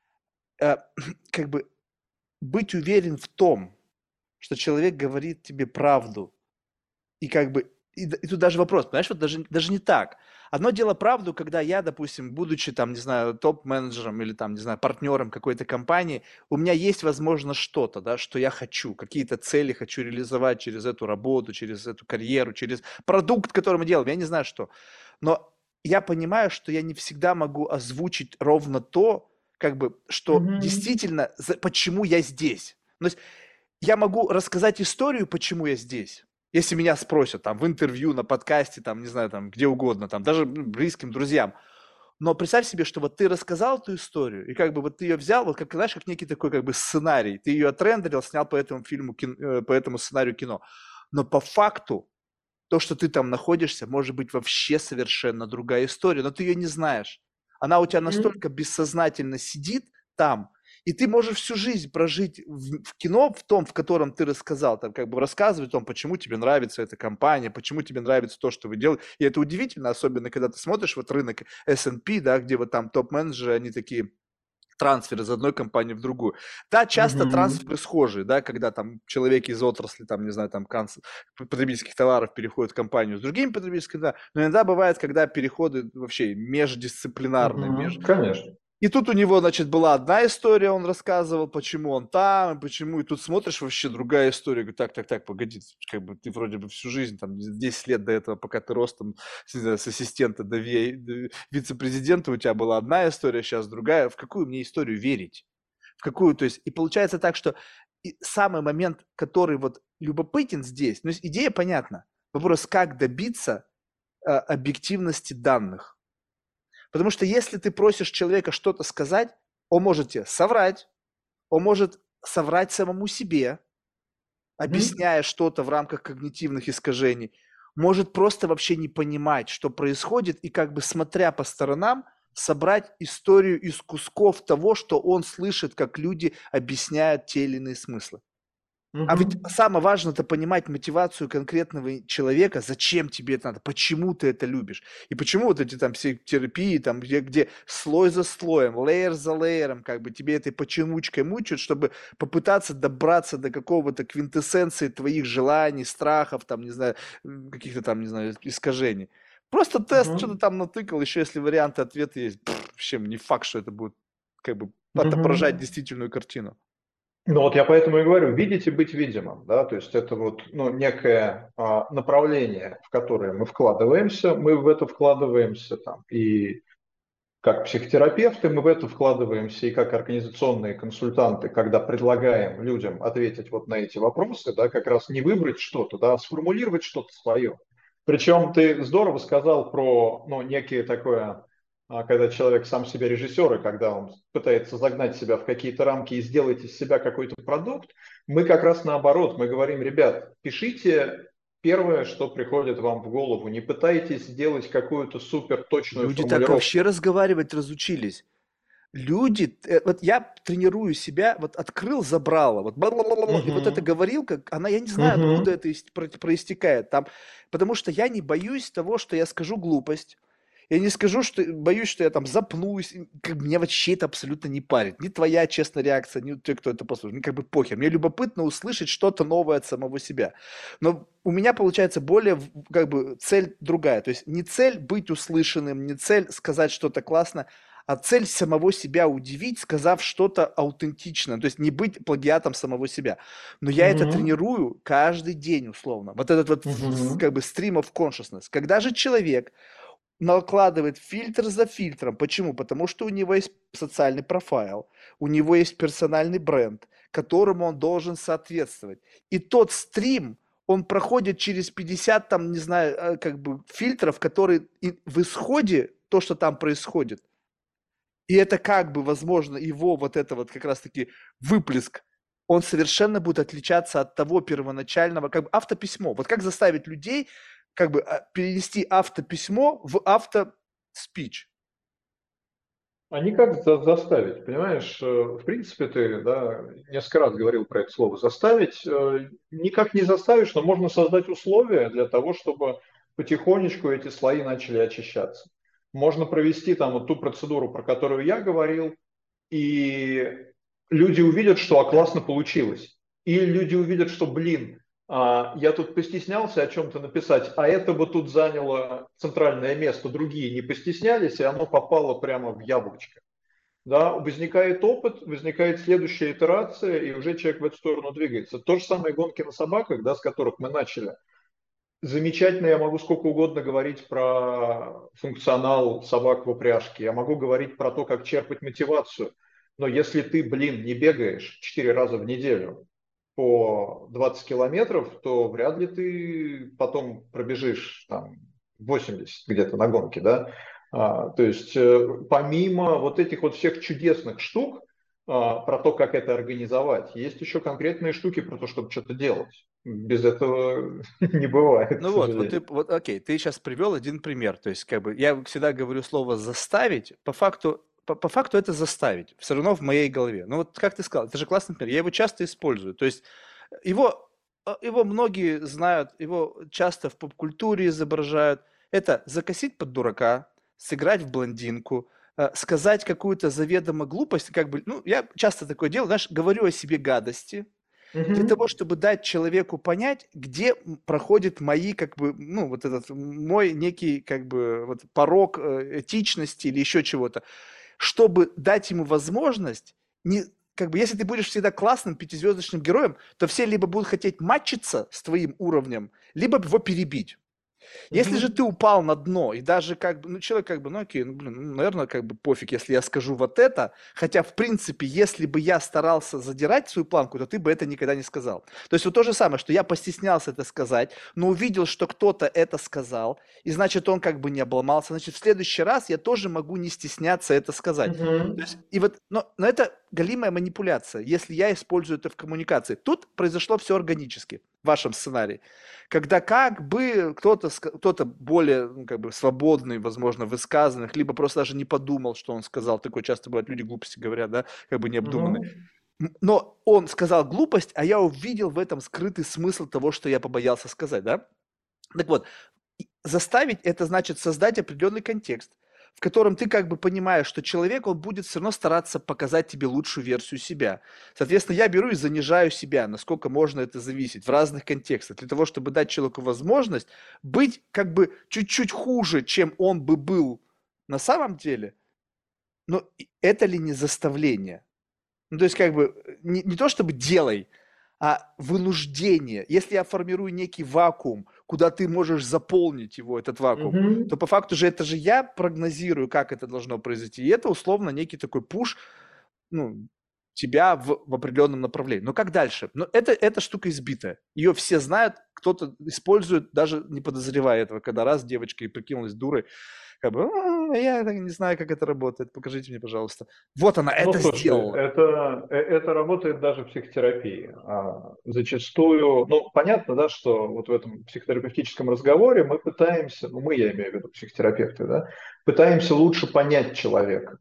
э, как бы быть уверен в том, что человек говорит тебе правду, и как бы, и, д- и тут даже вопрос, понимаешь, вот даже, даже не так. Одно дело правду, когда я, допустим, будучи там, не знаю, топ-менеджером или там, не знаю, партнером какой-то компании, у меня есть, возможно, что-то, да, что я хочу, какие-то цели хочу реализовать через эту работу, через эту карьеру, через продукт, который мы делаем, я не знаю что. Но я понимаю, что я не всегда могу озвучить ровно то, как бы, что угу, действительно, за- почему я здесь. То есть я могу рассказать историю, почему я здесь. Если меня спросят там в интервью, на подкасте, там, не знаю, там, где угодно, там, даже ну, близким друзьям. Но представь себе, что вот ты рассказал эту историю, и как бы вот ты ее взял, вот как, знаешь, как некий такой как бы сценарий. Ты ее отрендерил, снял по этому фильму, кин- э, по этому сценарию кино. Но по факту то, что ты там находишься, может быть вообще совершенно другая история, но ты ее не знаешь. Она у тебя угу. настолько бессознательно сидит там, и ты можешь всю жизнь прожить в, в кино, в том, в котором ты рассказал, там как бы рассказывать о том, почему тебе нравится эта компания, почему тебе нравится то, что вы делаете. И это удивительно, особенно когда ты смотришь вот рынок эс энд пи, да, где вот там топ-менеджеры, они такие, трансфер из одной компании в другую. Да, часто Мгм. трансферы схожие, да, когда там человек из отрасли, там, не знаю, там, канц... потребительских товаров переходит в компанию с другими потребительскими, да, но иногда бывает, когда переходы вообще междисциплинарные, меж... Мгм. Конечно. И тут у него, значит, была одна история, он рассказывал, почему он там, и почему, и тут смотришь, вообще другая история, говорю, так, так, так, погоди, как бы ты вроде бы всю жизнь, там, десять лет до этого, пока ты ростом с, не знаю, с ассистента до, ви- до вице-президента, у тебя была одна история, сейчас другая, в какую мне историю верить? В какую, то есть, и получается так, что и самый момент, который вот любопытен здесь, ну, идея понятна. Вопрос, как добиться э, объективности данных. Потому что если ты просишь человека что-то сказать, он может тебе соврать, он может соврать самому себе, Мгм. объясняя что-то в рамках когнитивных искажений, может просто вообще не понимать, что происходит, и как бы смотря по сторонам, собрать историю из кусков того, что он слышит, как люди объясняют те или иные смыслы. А ведь Мгм. самое важное — это понимать мотивацию конкретного человека, зачем тебе это надо, почему ты это любишь. И почему вот эти там все терапии, там, где, где слой за слоем, лейер за лейером, как бы тебе этой почемучкой мучают, чтобы попытаться добраться до какого-то квинтэссенции твоих желаний, страхов, там, не знаю, м, каких-то там, не знаю, искажений. Просто тест, что-то Мгм. там натыкал, еще если варианты ответа есть, пф, вообще не факт, что это будет как бы отображать Мгм. действительную картину. Ну вот я поэтому и говорю, видеть и быть видимым, да, то есть это вот, ну, некое а, направление, в которое мы вкладываемся, мы в это вкладываемся там и как психотерапевты, мы в это вкладываемся и как организационные консультанты, когда предлагаем людям ответить вот на эти вопросы, да, как раз не выбрать что-то, да, а сформулировать что-то свое. Причем ты здорово сказал про, ну, некие такое, а, когда человек сам себе режиссер, и когда он пытается загнать себя в какие-то рамки и сделать из себя какой-то продукт, мы как раз наоборот, мы говорим, ребят, пишите первое, что приходит вам в голову, не пытайтесь сделать какую-то супер точную Люди так вообще формулировку. разговаривать разучились. Люди, э, вот я тренирую себя, вот открыл, забрало, вот, бла-бла-бла-бла, и вот эта Мгм. говорилка, она, я не знаю, откуда Мгм. это ис- про- проистекает там, потому что я не боюсь того, что я скажу глупость, я не скажу, что боюсь, что я там запнусь, и как бы меня вообще это абсолютно не парит, ни твоя честная реакция, ни те, кто это послушает, мне как бы похер, мне любопытно услышать что-то новое от самого себя, но у меня получается более в- как бы цель другая, то есть не цель быть услышанным, не цель сказать что-то классно, а цель самого себя удивить, сказав что-то аутентичное, то есть не быть плагиатом самого себя. Но я это Мгм. тренирую каждый день условно. Вот этот вот в- как Мгм. бы stream of consciousness. Когда же человек накладывает фильтр за фильтром. Почему? Потому что у него есть социальный профайл, у него есть персональный бренд, которому он должен соответствовать. И тот стрим, он проходит через пятьдесят, там, не знаю, э, как бы фильтров, которые и в исходе, то, что там происходит, и это как бы, возможно, его вот это вот как раз-таки выплеск, он совершенно будет отличаться от того первоначального, как бы автописьмо. Вот как заставить людей как бы а, перенести автописьмо в автоспич. А никак за- заставить, понимаешь? Э, В принципе, ты, да, несколько раз говорил про это слово «заставить». Э, Никак не заставишь, но можно создать условия для того, чтобы потихонечку эти слои начали очищаться. Можно провести там вот ту процедуру, про которую я говорил, и люди увидят, что а, классно получилось. И люди увидят, что, блин, а, я тут постеснялся о чем-то написать, а это бы тут заняло центральное место, другие не постеснялись, и оно попало прямо в яблочко. Да, возникает опыт, возникает следующая итерация, и уже человек в эту сторону двигается. То же самое гонки на собаках, да, с которых мы начали. Замечательно, я могу сколько угодно говорить про функционал собак в упряжке, я могу говорить про то, как черпать мотивацию, но если ты, блин, не бегаешь четыре раза в неделю по двадцать километров, то вряд ли ты потом пробежишь там восемьдесят где-то на гонке, да. А, то есть э, помимо вот этих вот всех чудесных штук, а, про то, как это организовать, есть еще конкретные штуки про то, чтобы что-то делать. Без этого не бывает, к Ну вот, вот ты, сожалению. вот окей, ты сейчас привел один пример. То есть, как бы, я всегда говорю слово заставить, по факту, по, по факту это заставить, все равно в моей голове. Ну вот, как ты сказал, это же классный пример, я его часто использую. То есть, его, э, его многие знают, его часто в поп-культуре изображают. Это закосить под дурака, сыграть в блондинку, э, сказать какую-то заведомо глупость, как бы, ну, я часто такое делаю, знаешь, говорю о себе гадости, для того, Мгм. чтобы дать человеку понять, где проходит мои, как бы, ну, вот этот мой некий, как бы, вот порог э, этичности или еще чего-то, чтобы дать ему возможность, не, как бы, если ты будешь всегда классным пятизвездочным героем, то все либо будут хотеть матчиться с твоим уровнем, либо его перебить. Если же Мгм. ты упал на дно, и даже как бы, ну, человек как бы, ну, окей, ну, блин, ну, наверное, как бы пофиг, если я скажу вот это, хотя, в принципе, если бы я старался задирать свою планку, то ты бы это никогда не сказал. То есть вот то же самое, что я постеснялся это сказать, но увидел, что кто-то это сказал, и значит, он как бы не обломался, значит, в следующий раз я тоже могу не стесняться это сказать. То есть, Мгм. и вот, но, но это галимая манипуляция, если я использую это в коммуникации. Тут произошло все органически в вашем сценарии, когда как бы кто-то, ска- кто-то более ну, как бы свободный, возможно, в высказанных, либо просто даже не подумал, что он сказал. Такое часто бывает, люди глупости говорят, да, как бы необдуманные. Мгм. М, Но он сказал глупость, а я увидел в этом скрытый смысл того, что я побоялся сказать, да? Так вот, и заставить это значит создать определенный контекст, в котором ты как бы понимаешь, что человек, он будет все равно стараться показать тебе лучшую версию себя. Соответственно, я беру и занижаю себя, насколько можно это зависеть в разных контекстах, для того, чтобы дать человеку возможность быть как бы чуть-чуть хуже, чем он бы был на самом деле. Но и это ли не заставление? Ну, то есть, как бы, э, не, не то чтобы делай, а вынуждение. Если я формирую некий вакуум, куда ты можешь заполнить его, этот вакуум, то Мгм. по факту же это же я прогнозирую, как это должно произойти. И это условно некий такой пуш, ну, тебя в, в определенном направлении. Но как дальше? Но это, эта штука избитая. Ее все знают, кто-то использует, даже не подозревая этого, когда раз девочка и прикинулась дурой, как бы, «А, я не знаю, как это работает, покажите мне, пожалуйста. Вот она Ну, это слушай, сделала. это, э, это работает даже в психотерапии. А, зачастую, ну, понятно, да, что вот в этом психотерапевтическом разговоре мы пытаемся, ну, мы, я имею в виду психотерапевты, да, пытаемся лучше понять человека.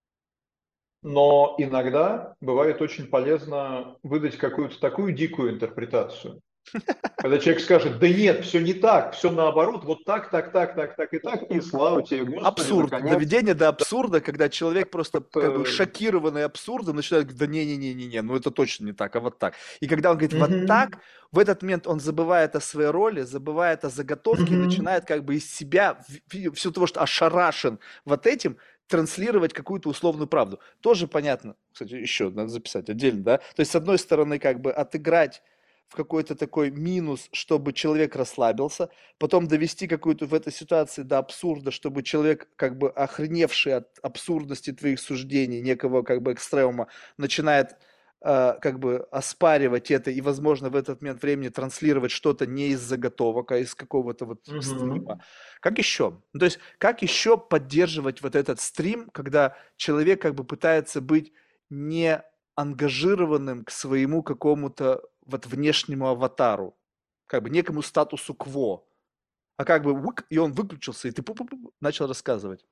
Но иногда бывает очень полезно выдать какую-то такую дикую интерпретацию, когда человек скажет, да нет, все не так, все наоборот, вот так, так, так, так, так и так, и слава тебе, Господи, Абсурд, наконец. доведение до абсурда, когда человек просто Вот, как бы э, шокированный абсурдом начинает говорить, да не-не-не-не, ну это точно не так, а вот так. И когда он говорит вот мгм, так, в этот момент он забывает о своей роли, забывает о заготовке и мгм. начинает как бы из себя, в силу того, что ошарашен вот этим, транслировать какую-то условную правду. Тоже понятно, кстати, еще надо записать отдельно, да? То есть, с одной стороны, как бы отыграть в какой-то такой минус, чтобы человек расслабился, потом довести какую-то в этой ситуации до абсурда, чтобы человек, как бы охреневший от абсурдности твоих суждений, некого как бы экстремума, начинает э, как бы оспаривать это и, возможно, в этот момент времени транслировать что-то не из заготовок, а из какого-то вот стрима. Мгм. Как еще? Ну, то есть, как еще поддерживать вот этот стрим, когда человек как бы пытается быть не ангажированным к своему какому-то вот внешнему аватару, как бы некому статусу кво, а как бы уик, и он выключился, и ты пу-пу-пу начал рассказывать.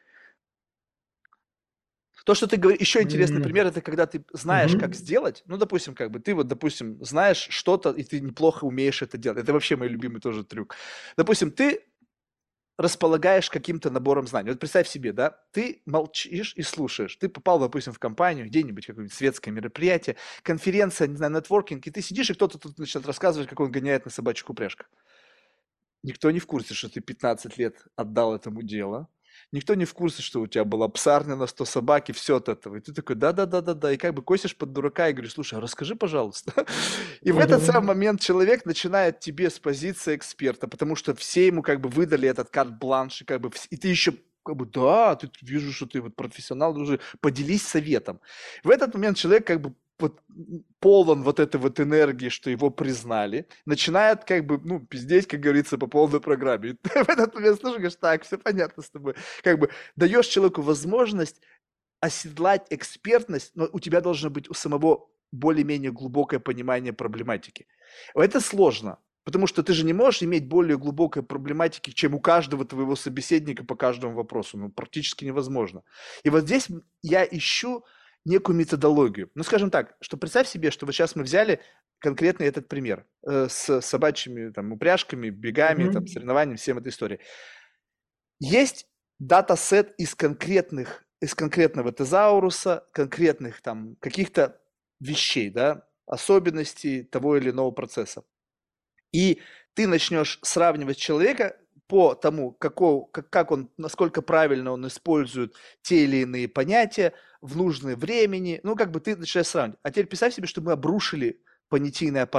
То, что ты говоришь, еще интересный пример, М. это когда ты знаешь, как Мгм. сделать, ну, допустим, как бы ты вот, допустим, знаешь что-то, и ты неплохо умеешь это делать. Это вообще мой любимый тоже трюк. Допустим, ты располагаешь каким-то набором знаний. Вот представь себе, да, ты молчишь и слушаешь. Ты попал, допустим, в компанию, где-нибудь какое-нибудь светское мероприятие, конференция, не знаю, нетворкинг, и ты сидишь, и кто-то тут начинает рассказывать, как он гоняет на собачьих упряжках. Никто не в курсе, что ты пятнадцать лет отдал этому делу. Никто не в курсе, что у тебя была псарня на сто собак и все от этого. И ты такой, да-да-да-да-да. И как бы косишь под дурака и говоришь, слушай, а расскажи, пожалуйста. И в этот самый Мгм. момент человек начинает тебе с позиции эксперта, потому что все ему как бы выдали этот карт-бланш, и как бы, вс- и ты еще как бы, да, ты вижу, что ты вот профессионал, дружи, поделись советом. В этот момент человек как бы вот полон вот этой вот энергии, что его признали, начинает как бы, ну, пиздеть, как говорится, по полной программе. И ты в этот момент слушаешь, говоришь, так, все понятно с тобой. Как бы даешь человеку возможность оседлать экспертность, но у тебя должно быть у самого более-менее глубокое понимание проблематики. Это сложно, потому что ты же не можешь иметь более глубокой проблематики, чем у каждого твоего собеседника по каждому вопросу. Ну, практически невозможно. И вот здесь я ищу некую методологию. Ну, скажем так, что представь себе, что вот сейчас мы взяли конкретный этот пример э, с собачьими там, упряжками, бегами, там, Мгм. соревнованиями, всем этой историей. Есть датасет из конкретных, из конкретного тезауруса, конкретных там каких-то вещей, да, особенностей того или иного процесса. И ты начнешь сравнивать человека по тому, какого, как, как он, насколько правильно он использует те или иные понятия в нужное времени. Ну, как бы ты начинаешь сравнивать. А теперь представь себе, что мы обрушили понятийный аппарат.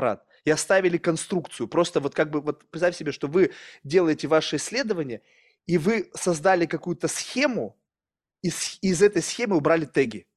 и оставили конструкцию. Просто вот как бы, вот представь себе, что вы делаете ваше исследование, и вы создали какую-то схему, и с- из этой схемы убрали теги.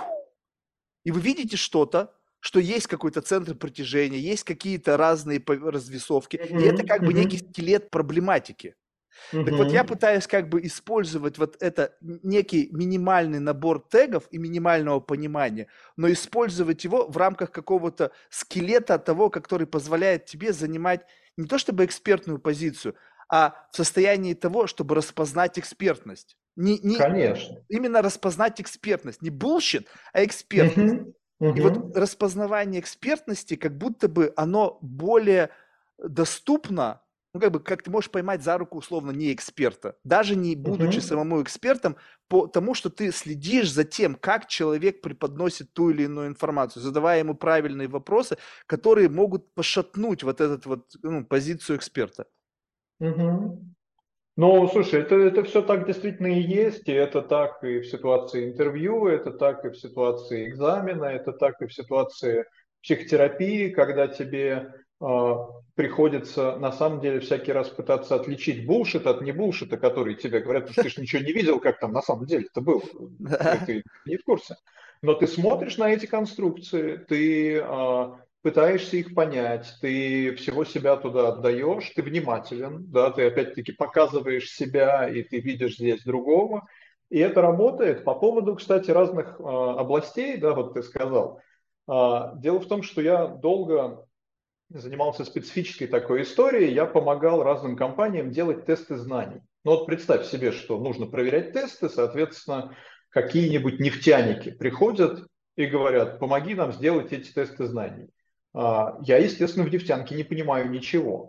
И вы видите что-то, что есть какой-то центр притяжения, есть какие-то разные пов- развесовки, и это Мгм, как бы некий мгм, скелет проблематики. Так вот, я мгм, пытаюсь как бы использовать вот это некий минимальный набор тегов и минимального понимания, но использовать его в рамках какого-то скелета того, который позволяет тебе занимать не то чтобы экспертную позицию, а в состоянии того, чтобы распознать экспертность. Не, не конечно. именно распознать экспертность, не bullshit, а экспертность. Мгм, И вот мгм, распознавание экспертности, как будто бы оно более доступно, ну, как бы, как ты можешь поймать за руку, условно, не эксперта, даже не будучи мгм, самому экспертом, по тому, что ты следишь за тем, как человек преподносит ту или иную информацию, задавая ему правильные вопросы, которые могут пошатнуть вот эту вот, ну, позицию эксперта. мгм. Ну, слушай, это, это все так действительно и есть, и это так и в ситуации интервью, это так и в ситуации экзамена, это так и в ситуации психотерапии, когда тебе э, приходится на самом деле всякий раз пытаться отличить булшит от небулшита, который тебе говорят, потому что ты же ничего не видел, как там на самом деле это было, ты, ты не в курсе. Но ты смотришь на эти конструкции, ты э, пытаешься их понять, ты всего себя туда отдаешь, ты внимателен, да, ты опять-таки показываешь себя, и ты видишь здесь другого. И это работает. По поводу, кстати, разных э, областей, да, вот ты сказал. А, дело в том, что я долго занимался специфической такой историей, я помогал разным компаниям делать тесты знаний. Ну вот представь себе, что нужно проверять тесты, соответственно, какие-нибудь нефтяники приходят и говорят, помоги нам сделать эти тесты знаний. А, Я, естественно, в нефтянке не понимаю ничего.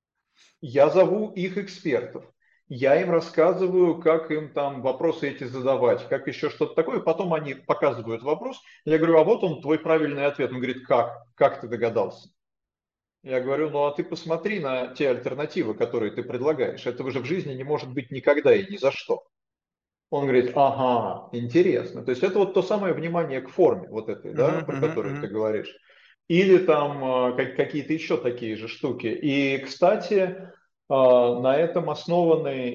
Я зову их экспертов. Я им рассказываю, как им там вопросы эти задавать, как еще что-то такое. Потом они показывают вопрос. Я говорю, а вот он, твой правильный ответ. Он говорит, как? Как ты догадался? Я говорю, ну а ты посмотри на те альтернативы, которые ты предлагаешь. Этого же в жизни не может быть никогда и ни за что. Он говорит, ага, интересно. То есть это вот то самое внимание к форме вот этой, да, Мгм, про мгм, которую ты мгм. говоришь. Или там а, как- какие-то еще такие же штуки. И, кстати, а, на этом основаны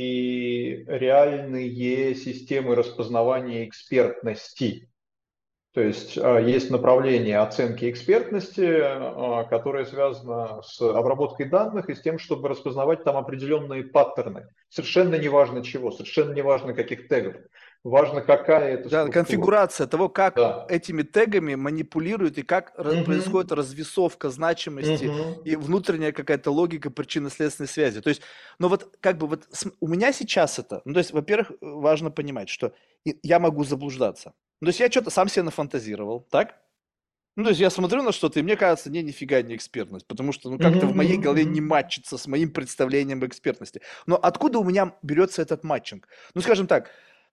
и реальные системы распознавания экспертности. То есть а, есть направление оценки экспертности, а, которое связано с обработкой данных и с тем, чтобы распознавать там определенные паттерны. Совершенно неважно чего, совершенно неважно каких тегов. Важно, какая это Да, структура. конфигурация того, как Да. этими тегами манипулируют и как ра- происходит Мгм. развесовка значимости Мгм. и внутренняя какая-то логика причинно-следственной связи. То есть, ну вот как бы вот см- у меня сейчас это, ну то есть, во-первых, важно понимать, что и- я могу заблуждаться. Ну, то есть я что-то сам себе нафантазировал, так? Ну, то есть я смотрю на что-то, и мне кажется, не, нифига не экспертность, потому что, ну, как-то Мгм. в моей Мгм. голове не Мгм. матчится с моим представлением об экспертности. Но откуда у меня берется этот матчинг? Ну, скажем так,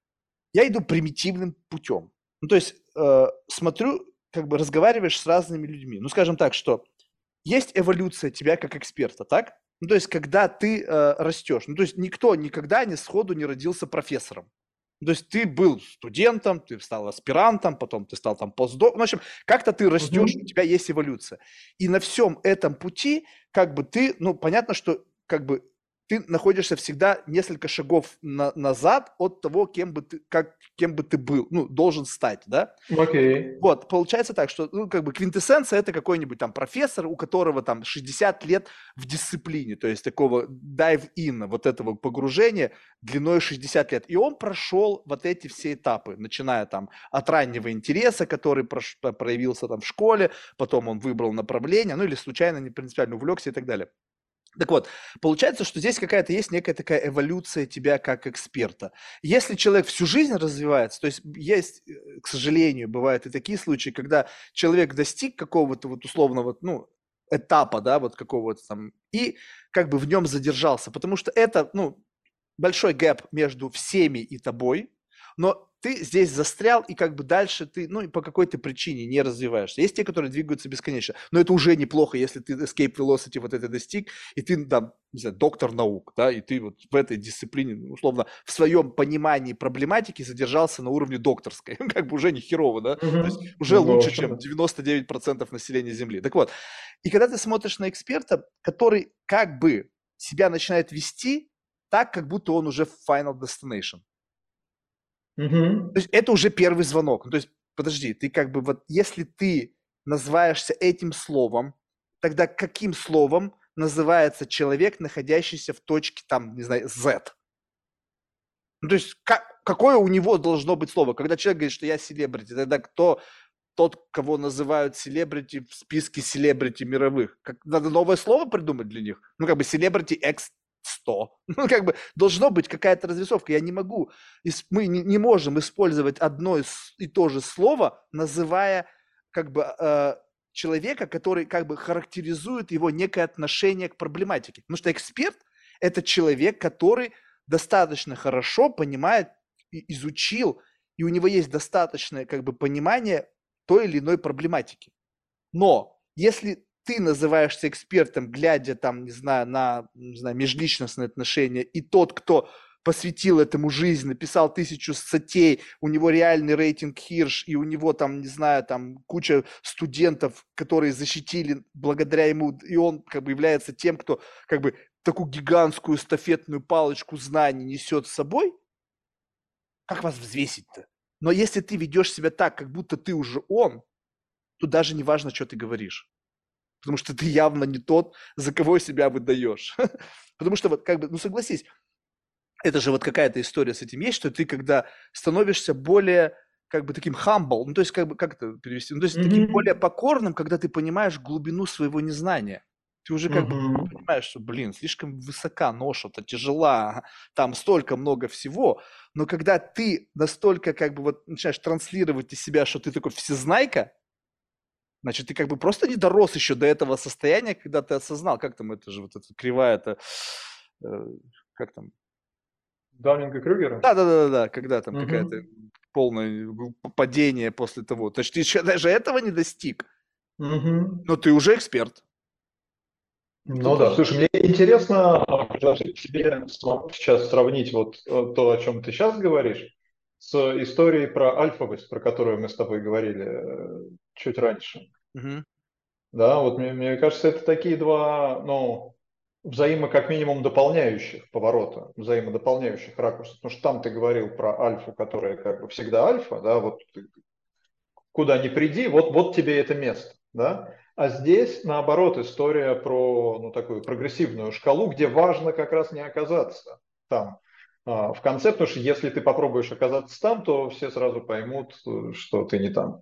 я иду примитивным путем. Ну, то есть э, смотрю, как бы разговариваешь с разными людьми. Ну, скажем так, что есть эволюция тебя как эксперта, так? Ну, то есть когда ты э, растешь. Ну, то есть никто никогда не сходу не родился профессором. Ну, то есть ты был студентом, ты стал аспирантом, потом ты стал там постдок. Ну, в общем, как-то ты растешь, у Мгм. тебя есть эволюция. И на всем этом пути, как бы ты, ну, понятно, что как бы ты находишься всегда несколько шагов на, назад от того, кем бы ты, как, кем бы ты был, ну, должен стать, да? Окей. Вот, получается так, что, ну, как бы квинтэссенция это какой-нибудь там профессор, у которого там шестьдесят лет в дисциплине, то есть такого dive-in, вот этого погружения длиной шестьдесят лет. И он прошел вот эти все этапы, начиная там от раннего интереса, который прош- проявился там в школе, потом он выбрал направление, ну или случайно, не принципиально увлекся и так далее. Так вот, получается, что здесь какая-то есть некая такая эволюция тебя как эксперта. Если человек всю жизнь развивается, то есть есть, э, к сожалению, бывают и такие случаи, когда человек достиг какого-то вот условного, ну, этапа, да, вот какого-то там, и как бы в нем задержался, потому что это, ну, большой гэп между всеми и тобой, но ты здесь застрял, и как бы дальше ты, ну, и по какой-то причине не развиваешься. Есть те, которые двигаются бесконечно, но это уже неплохо, если ты escape velocity вот это достиг, и ты там, не знаю, доктор наук, да, и ты вот в этой дисциплине, ну, условно, в своем понимании проблематики задержался на уровне докторской, как бы уже не херово, да, то есть Мгм. уже Ну, в лучше, общем, чем да. девяносто девять процентов населения Земли. Так вот, и когда ты смотришь на эксперта, который как бы себя начинает вести так, как будто он уже в Final Destination. Мгм. То есть это уже первый звонок. Ну, то есть, подожди, ты как бы вот, если ты называешься этим словом, тогда каким словом называется человек, находящийся в точке, там, не знаю, Z? Ну, то есть, как, какое у него должно быть слово? Когда человек говорит, что я селебрити, тогда кто тот, кого называют селебрити в списке селебрити мировых? Как, надо новое слово придумать для них? Ну, как бы селебрити X сто. Ну, как бы должно быть какая-то разрисовка. Я не могу, мы не, не можем использовать одно и то же слово, называя как бы э, человека, который как бы характеризует его некое отношение к проблематике. Потому что эксперт – это человек, который достаточно хорошо понимает, изучил, и у него есть достаточное как бы понимание той или иной проблематики. Но если ты называешься экспертом, глядя там, не знаю, на, не знаю, межличностные отношения, и тот, кто посвятил этому жизнь, написал тысячу статей, у него реальный рейтинг Хирш, и у него там, не знаю, там куча студентов, которые защитили благодаря ему, и он как бы является тем, кто как бы такую гигантскую эстафетную палочку знаний несет с собой, как вас взвесить-то? Но если ты ведешь себя так, как будто ты уже он, то даже не важно, что ты говоришь. Потому что ты явно не тот, за кого себя выдаешь. Потому что вот как бы, ну согласись, это же вот какая-то история с этим есть, что ты когда становишься более как бы таким humble, ну то есть как бы, как это перевести, ну то есть таким более Мгм. покорным, когда ты понимаешь глубину своего незнания. Ты уже как бы Мгм. понимаешь, что, блин, слишком высока ноша-то, тяжела, там столько много всего, но когда ты настолько как бы вот начинаешь транслировать из себя, что ты такой всезнайка, значит, ты как бы просто не дорос еще до этого состояния, когда ты осознал, как там это же, вот эта кривая-то, э, как там, Даунинга-Крюгера? да-да-да-да, когда там какая-то Мгм. полное падение после того. То есть ты еще даже этого не достиг, Мгм. но ты уже эксперт. И Ну тут да, уже... слушай, мне интересно, а, предложить тебе самому сейчас сравнить вот э, то, о чем ты сейчас говоришь, с историей про альфовость, про которую мы с тобой говорили э, чуть раньше. Мгм. Да, вот мне, мне кажется, это такие два, ну, взаимо как минимум дополняющих поворота, взаимодополняющих ракурсов. Потому что там ты говорил про альфу, которая как бы всегда альфа, да, вот ты куда ни приди, вот, вот тебе это место, да. А здесь, наоборот, история про, ну, такую прогрессивную шкалу, где важно как раз не оказаться там а, в конце, потому что если ты попробуешь оказаться там, то все сразу поймут, э, что ты не там.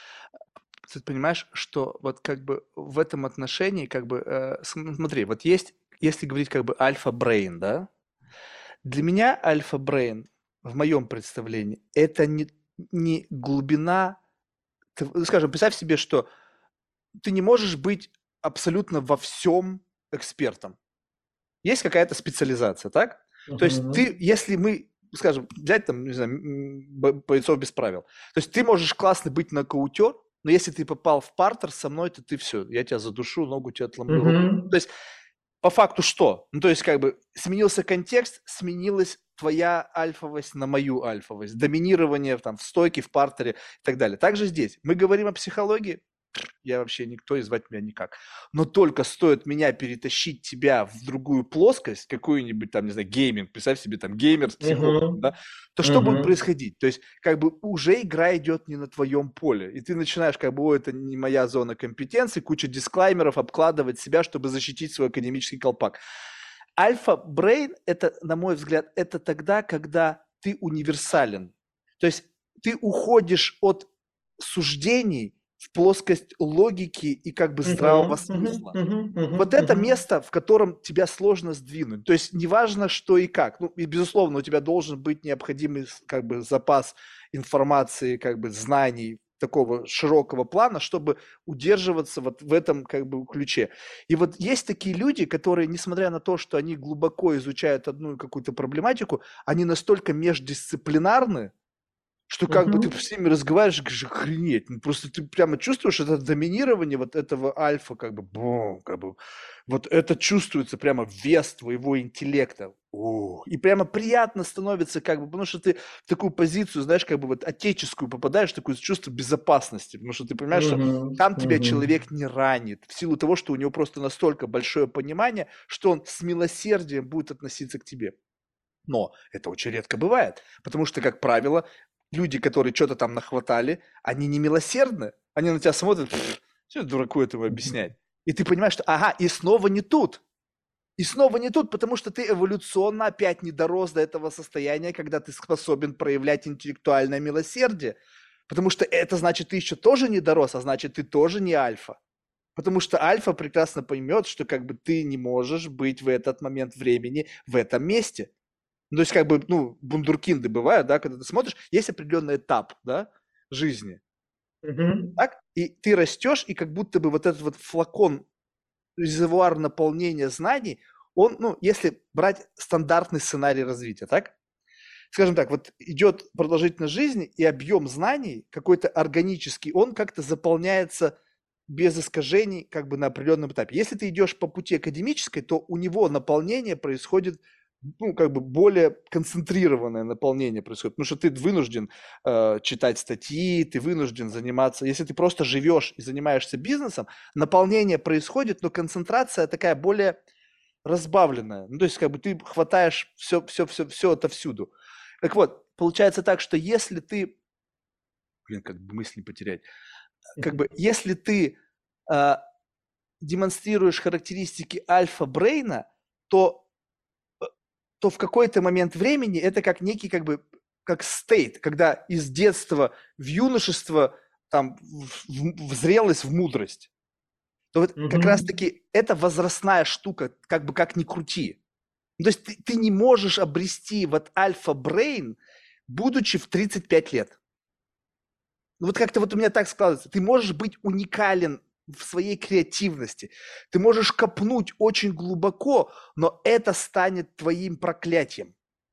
Ты понимаешь, что вот как бы в этом отношении, как бы, э, см- смотри, вот есть, если говорить как бы альфа-брейн, да, для меня альфа-брейн в моем представлении это не, не глубина, тв- скажем, представь себе, что ты не можешь быть абсолютно во всем экспертом. Есть какая-то специализация, так? То есть ты, Мгм. если мы, скажем, взять там, не знаю, бойцов без правил, то есть ты можешь классно быть нокаутер, но если ты попал в партер со мной, то ты все, я тебя задушу, ногу тебе отломлю, руку. То Мгм. есть по факту что? Ну, то есть как бы сменился контекст, сменилась твоя альфовость на мою альфовость, доминирование там в стойке, в партере и так далее. Также здесь мы говорим о психологии, я вообще никто и звать меня никак. Но только стоит меня перетащить тебя в другую плоскость, какую-нибудь там, не знаю, гейминг, представь себе там геймер с психологом, да, Мгм. то что будет Мгм. происходить? То есть как бы уже игра идет не на твоем поле, и ты начинаешь как бы, о, это не моя зона компетенции, куча дисклаймеров, обкладывать себя, чтобы защитить свой академический колпак. Альфа-брейн, это, на мой взгляд, это тогда, когда ты универсален. То есть ты уходишь от суждений в плоскость логики и как бы здравого Мгм. Мгм. смысла. Мгм. Мгм. Вот это Мгм. место, в котором тебя сложно сдвинуть. То есть неважно, что и как. Ну, и безусловно, у тебя должен быть необходимый как бы запас информации, как бы знаний такого широкого плана, чтобы удерживаться вот в этом как бы ключе. И вот есть такие люди, которые, несмотря на то, что они глубоко изучают одну какую-то проблематику, они настолько междисциплинарны, что как бы ты Мгм. с ними разговариваешь, говоришь, охренеть, ну просто ты прямо чувствуешь это доминирование вот этого альфа, как бы, бум, как бы, вот это чувствуется прямо вес твоего интеллекта. О, и прямо приятно становится, как бы, потому что ты в такую позицию, знаешь, как бы вот отеческую попадаешь, такое чувство безопасности, потому что ты понимаешь, что Мгм. там тебя Мгм. человек не ранит, в силу того, что у него просто настолько большое понимание, что он с милосердием будет относиться к тебе. Но это очень редко бывает, потому что, как правило, люди, которые что-то там нахватали, они не милосердны, они на тебя смотрят, что дураку этого объяснять. И ты понимаешь, что ага, и снова не тут, и снова не тут, потому что ты эволюционно опять не дорос до этого состояния, когда ты способен проявлять интеллектуальное милосердие. Потому что это значит, ты еще тоже не дорос, а значит, ты тоже не альфа. Потому что альфа прекрасно поймет, что как бы ты не можешь быть в этот момент времени в этом месте. Ну, то есть, как бы, ну, бундеркинды бывают, да, когда ты смотришь, есть определенный этап, да, жизни, Мгм. так, и ты растешь, и как будто бы вот этот вот флакон, резервуар наполнения знаний, он, ну, если брать стандартный сценарий развития, так, скажем так, вот идет продолжительность жизни, и объем знаний какой-то органический, он как-то заполняется без искажений как бы на определенном этапе. Если ты идешь по пути академической, то у него наполнение происходит, ну, как бы более концентрированное наполнение происходит, потому что ты вынужден э, читать статьи, ты вынужден заниматься, если ты просто живешь и занимаешься бизнесом, наполнение происходит, но концентрация такая более разбавленная. Ну, то есть, как бы ты хватаешь все, все, все, все отовсюду. Так вот, получается так, что если ты, блин, как бы мысли потерять, как бы если ты э, демонстрируешь характеристики альфа-брейна, то, э, то в какой-то момент времени это как некий, как бы, как стейт, когда из детства в юношество, там, в, в- в зрелость, в мудрость. То вот как Мгм. раз-таки это возрастная штука, как бы как ни крути. Ну, то есть ты, ты не можешь обрести вот альфа-брейн, будучи в тридцать пять лет. Ну, вот как-то вот у меня так складывается. Ты можешь быть уникален в своей креативности. Ты можешь копнуть очень глубоко, но это станет твоим проклятием.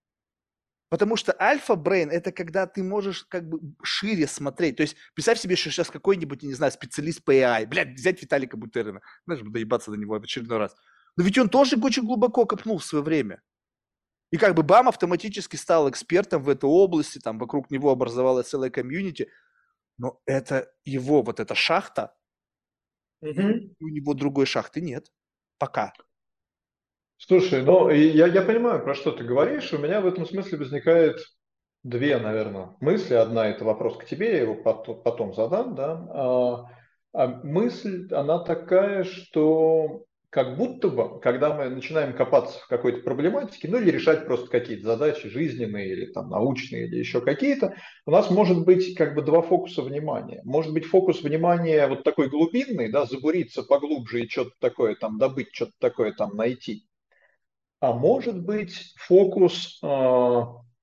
Потому что альфа-брейн – это когда ты можешь как бы шире смотреть. То есть представь себе, что сейчас какой-нибудь, не знаю, специалист по эй ай, блядь, взять Виталика Бутерина, знаешь, доебаться до него в очередной раз. Но ведь он тоже очень глубоко копнул в свое время. И как бы БАМ автоматически стал экспертом в этой области, там вокруг него образовалась целая комьюнити, но это его вот эта шахта, и Мгм. у него другой шахты нет. Пока. Слушай, ну и я, я понимаю, про что ты говоришь. У меня в этом смысле возникает две, наверное, мысли. Одна – это вопрос к тебе, я его пот- потом задам, да. А, а мысль, она такая, что как будто бы, когда мы начинаем копаться в какой-то проблематике, ну или решать просто какие-то задачи жизненные или там научные или еще какие-то, у нас может быть как бы два фокуса внимания. Может быть фокус внимания вот такой глубинный, да, забуриться поглубже и что-то такое там добыть, что-то такое там найти. А может быть фокус э,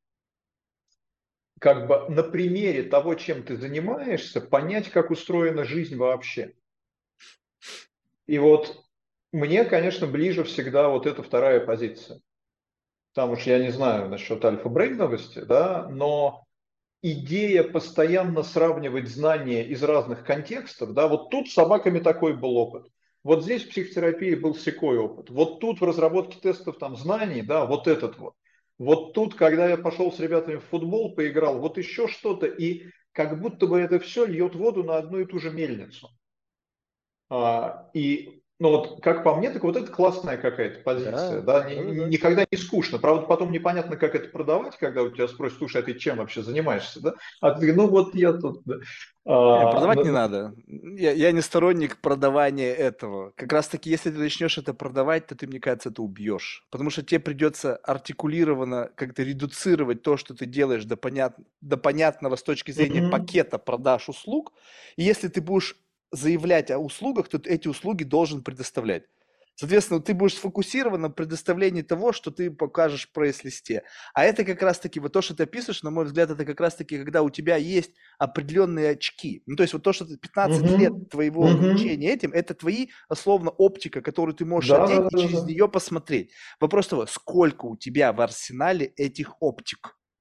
как бы на примере того, чем ты занимаешься, понять, как устроена жизнь вообще. И вот мне, конечно, ближе всегда вот эта вторая позиция. Там уж я не знаю насчет альфа-брейновости, да, но идея постоянно сравнивать знания из разных контекстов, да, вот тут с собаками такой был опыт, вот здесь в психотерапии был секой опыт, вот тут в разработке тестов там знаний, да, вот этот вот, вот тут, когда я пошел с ребятами в футбол, поиграл, вот еще что-то, и как будто бы это все льет воду на одну и ту же мельницу. А, и, ну вот, как по мне, так вот это классная какая-то позиция, Да, да, да, да, ни- да. никогда не скучно. Правда, потом непонятно, как это продавать, когда у тебя спросят, слушай, а ты чем вообще занимаешься, да? А ты, ну вот я тут, да. Не, А, продавать ну, не ну, надо. Я, я не сторонник продавания этого. Как раз таки, если ты начнешь это продавать, то ты, мне кажется, это убьешь. Потому что тебе придется артикулированно как-то редуцировать то, что ты делаешь до, понят... до понятного с точки зрения мгм. пакета продаж услуг. И если ты будешь заявлять о услугах, то ты эти услуги должен предоставлять. Соответственно, ты будешь сфокусирован на предоставлении того, что ты покажешь в прайс-листе. А это как раз-таки, вот то, что ты описываешь, на мой взгляд, это как раз-таки, когда у тебя есть определенные очки. Ну, то есть вот то, что ты пятнадцать лет Мгм. твоего Мгм. увлечения этим, это твои, условно, оптика, которую ты можешь Да, одеть да, и да, через да. нее посмотреть. Вопрос того, сколько у тебя в арсенале этих оптик?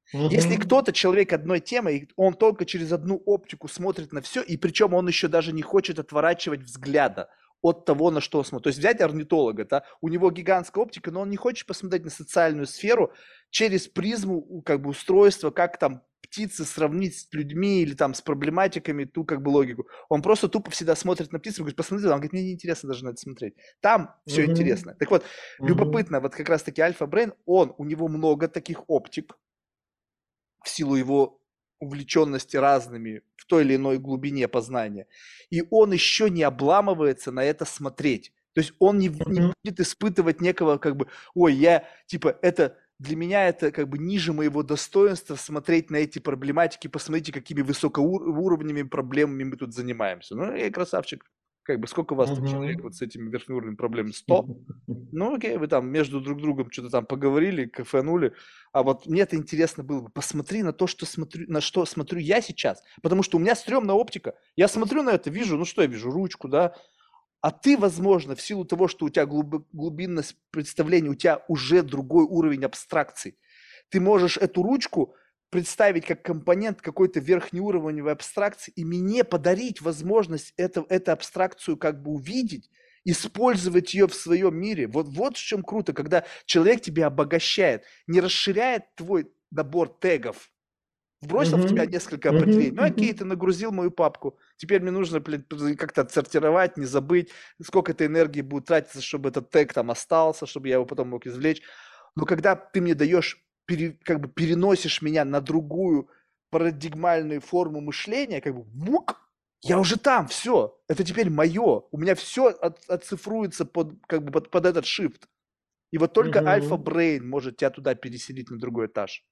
Если Мгм. кто-то человек одной темы, и он только через одну оптику смотрит на все, и причем он еще даже не хочет отворачивать взгляда от того, на что он смотрит. То есть взять орнитолога, да, у него гигантская оптика, но он не хочет посмотреть на социальную сферу через призму у- как бы устройства, как там птицы сравнить с людьми или там с проблематиками, ту как бы логику. Он просто тупо всегда смотрит на птицу и говорит, посмотри, он говорит, мне неинтересно даже на это смотреть. Там все Мгм. интересно. Так вот, Мгм. любопытно, вот как раз-таки Альфа-Брейн, он, у него много таких оптик, в силу его увлеченности разными в той или иной глубине познания. И он еще не обламывается на это смотреть. То есть он не, не Мгм. будет испытывать некого как бы, ой, я, типа, это для меня это как бы ниже моего достоинства смотреть на эти проблематики, посмотрите, какими высокоуровневыми проблемами мы тут занимаемся. Ну, я красавчик. Как бы, сколько у вас тут человек Мгм. вот с этими верхнеуровневыми проблемами? Сто? Ну, окей, вы там между друг другом что-то там поговорили, кафенули. А вот мне это интересно было бы. Посмотри на то, что смотрю, на что смотрю я сейчас. Потому что у меня стрёмная оптика. Я смотрю на это, вижу, ну что я вижу, ручку, да. А ты, возможно, в силу того, что у тебя глуб- глубинность представления, у тебя уже другой уровень абстракции. Ты можешь эту ручку представить как компонент какой-то верхнеуровневой абстракции и мне подарить возможность это, эту абстракцию как бы увидеть, использовать ее в своем мире. Вот, вот в чем круто, когда человек тебя обогащает, не расширяет твой набор тегов, вбросил в тебя Мгм. несколько Мгм. определений. Ну, окей, ты Мгм. нагрузил мою папку. Теперь мне нужно блин, как-то отсортировать, не забыть, сколько это энергии будет тратиться, чтобы этот тег там остался, чтобы я его потом мог извлечь. Но когда ты мне даешь, пере, как бы переносишь меня на другую парадигмальную форму мышления, как бы вук, я уже там, все, это теперь мое. У меня все от, отцифруется под, как бы под, под этот shift. И вот только Мгм. альфа-брейн может тебя туда переселить на другой этаж.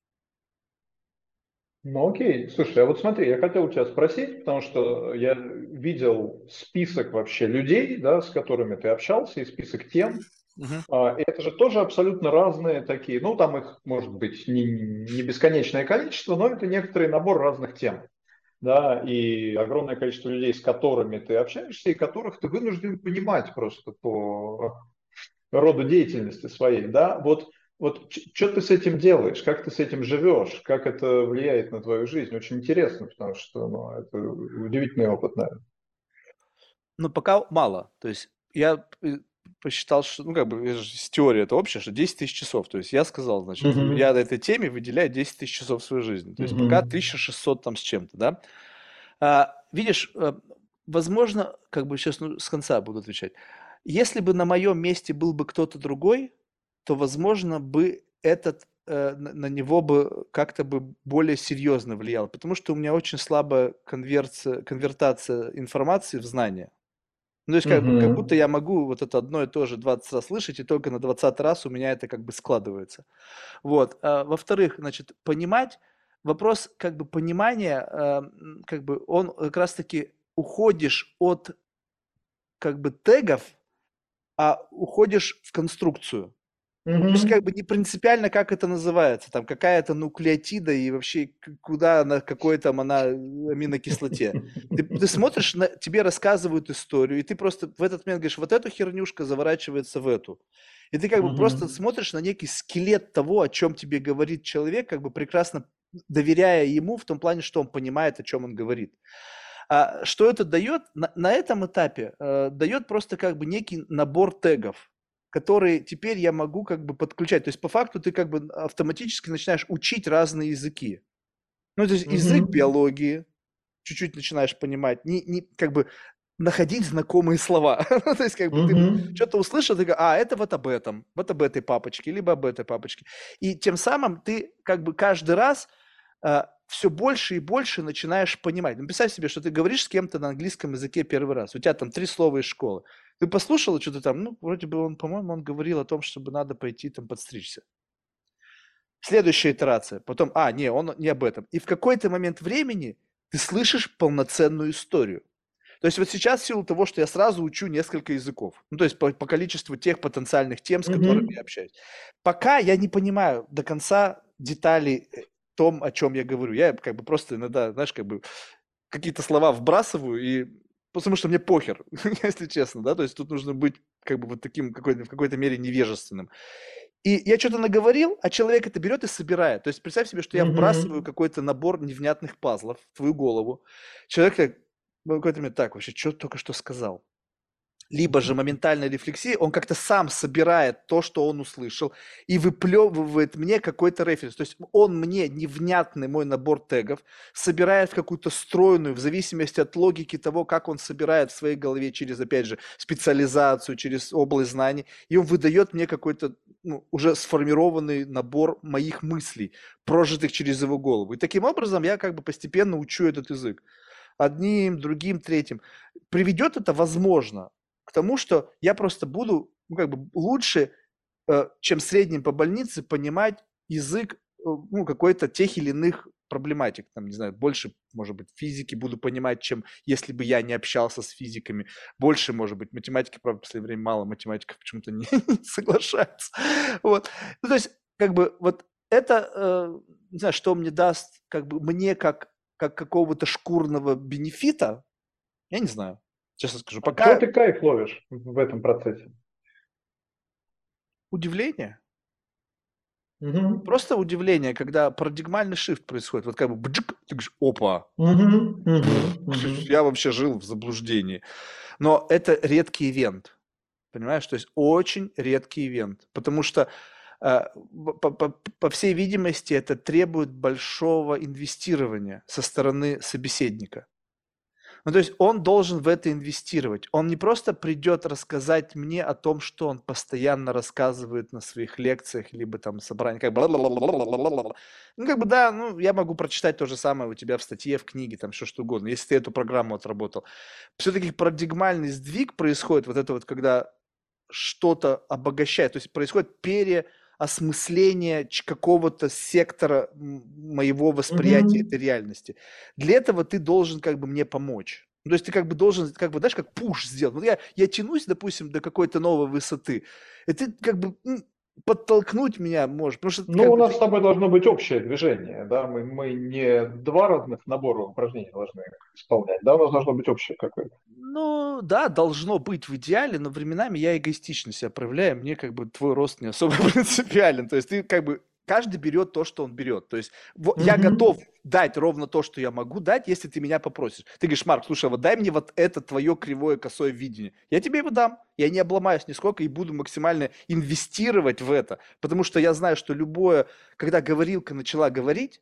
Ну окей, слушай, а вот смотри, я хотел у тебя спросить, потому что я видел список вообще людей, да, с которыми ты общался, и список тем. Мгм. А, и это же тоже абсолютно разные такие, ну там их может быть не, не бесконечное количество, но это некоторый набор разных тем, да, и огромное количество людей, с которыми ты общаешься, и которых ты вынужден понимать просто по роду деятельности своей, да, вот, вот что ты с этим делаешь, как ты с этим живешь, как это влияет на твою жизнь, очень интересно, потому что, ну, это удивительный опыт, наверное. Ну, пока мало. То есть я э, посчитал, что, ну, как бы, это же теория это общая, что десять тысяч часов. То есть я сказал, значит, я Мгм. на этой теме выделяю десять тысяч часов своей жизни. То есть пока Мгм. тысяча шестьсот там с чем-то, да. А, видишь, э, возможно, как бы сейчас ну, с конца буду отвечать. Если бы на моем месте был бы кто-то другой, то, возможно, бы этот э, на на него бы как-то бы более серьезно влиял, потому что у меня очень слабая конверция, конвертация информации в знания. Ну, то есть как бы, как будто Мгм. я могу вот это одно и то же двадцать раз слышать, и только на двадцатый раз у меня это как бы складывается. Вот. А, во-вторых, значит, понимать, вопрос как бы понимания, а, м, как бы он как раз-таки уходишь от как бы тегов, а уходишь в конструкцию. То есть как Мгм. бы не принципиально, как это называется, там какая-то нуклеотида и вообще к- куда она, какой там она э, аминокислоте. Ты, ты смотришь, на, тебе рассказывают историю, и ты просто в этот момент говоришь, вот эту хернюшка заворачивается в эту. И ты как бы просто Мгм. смотришь на некий скелет того, о чем тебе говорит человек, как бы прекрасно доверяя ему в том плане, что он понимает, о чем он говорит. А что это дает? На, на этом этапе э, дает просто как бы некий набор тегов, которые теперь я могу как бы подключать. То есть по факту ты как бы автоматически начинаешь учить разные языки. Ну, то есть язык Мгм. биологии, чуть-чуть начинаешь понимать, не, не, как бы находить знакомые слова. Ну, то есть как бы ты Мгм. что-то услышал, ты говоришь, а, это вот об этом, вот об этой папочке, либо об этой папочке. И тем самым ты как бы каждый раз все больше и больше начинаешь понимать. Ну, представь себе, что ты говоришь с кем-то на английском языке первый раз. У тебя там три слова из школы. Ты послушал что-то там, ну, вроде бы он, по-моему, он говорил о том, чтобы надо пойти там подстричься. Следующая итерация. Потом, а, не, он не об этом. И в какой-то момент времени ты слышишь полноценную историю. То есть вот сейчас в силу того, что я сразу учу несколько языков, ну то есть по, по количеству тех потенциальных тем, с которыми я Мгм. общаюсь, пока я не понимаю до конца деталей э, том, о чем я говорю. Я как бы просто иногда, знаешь, как бы какие-то слова вбрасываю, и потому что мне похер, если честно, да, то есть тут нужно быть как бы вот таким какой-то, в какой-то мере невежественным. И я что-то наговорил, а человек это берет и собирает. То есть представь себе, что я вбрасываю Мгм. какой-то набор невнятных пазлов в твою голову. Человек так, в какой-то момент, так, вообще, что только что сказал? Либо же моментальной рефлексии, он как-то сам собирает то, что он услышал, и выплевывает мне какой-то референс. То есть он мне невнятный мой набор тегов собирает в какую-то стройную, в зависимости от логики того, как он собирает в своей голове через, опять же, специализацию, через область знаний, и он выдает мне какой-то ну, уже сформированный набор моих мыслей, прожитых через его голову. И таким образом я как бы постепенно учу этот язык. Одним, другим, третьим. Приведет это, возможно, к тому, что я просто буду ну, как бы лучше, э, чем в среднем по больнице, понимать язык э, ну, какой-то тех или иных проблематик. Там, не знаю, больше, может быть, физики буду понимать, чем если бы я не общался с физиками. Больше, может быть, математики, правда, в последнее время мало математиков почему-то не, не соглашаются. Вот. Ну, то есть, как бы, вот это, э, не знаю, что мне даст, как бы, мне как, как какого-то шкурного бенефита, я не знаю, честно скажу. От чего Пока ты кайф ловишь в этом процессе? удивление. Мгм. Просто удивление, когда парадигмальный shift происходит. Вот как бы бджик, ты говоришь, опа, Мгм. Мгм. Мгм. я вообще жил в заблуждении. Но это редкий ивент, понимаешь? То есть очень редкий ивент, потому что э, по, по- по всей видимости это требует большого инвестирования со стороны собеседника. Ну, то есть он должен в это инвестировать. Он не просто придет рассказать мне о том, что он постоянно рассказывает на своих лекциях, либо там собраниях, как бы бла-бла-бла-бла-бла-бла-бла. Ну, как бы да, ну, я могу прочитать то же самое у тебя в статье, в книге, там, все что угодно, если ты эту программу отработал. Все-таки парадигмальный сдвиг происходит, вот это вот, когда что-то обогащает, то есть происходит переосмысление ч- какого-то сектора м, моего восприятия Мгм. этой реальности. Для этого ты должен как бы мне помочь. Ну, то есть ты как бы должен, как бы, знаешь, как пуш сделать. Вот я, я тянусь, допустим, до какой-то новой высоты, и ты как бы м, подтолкнуть меня можешь, потому что Ну, как у бы нас с ты, тобой должно быть общее движение, да, мы, мы не два разных набора упражнений должны исполнять, да, у нас должно быть общее какое-то. ну, да, должно быть в идеале, но временами я эгоистично себя проявляю, мне как бы твой рост не особо принципиален. То есть ты как бы, каждый берет то, что он берет. То есть во- я готов Мгм. дать ровно то, что я могу дать, если ты меня попросишь. Ты говоришь, Марк, слушай, а вот дай мне вот это твое кривое косое видение. Я тебе его дам. Я не обломаюсь нисколько и буду максимально инвестировать в это. Потому что я знаю, что любое, когда говорилка начала говорить,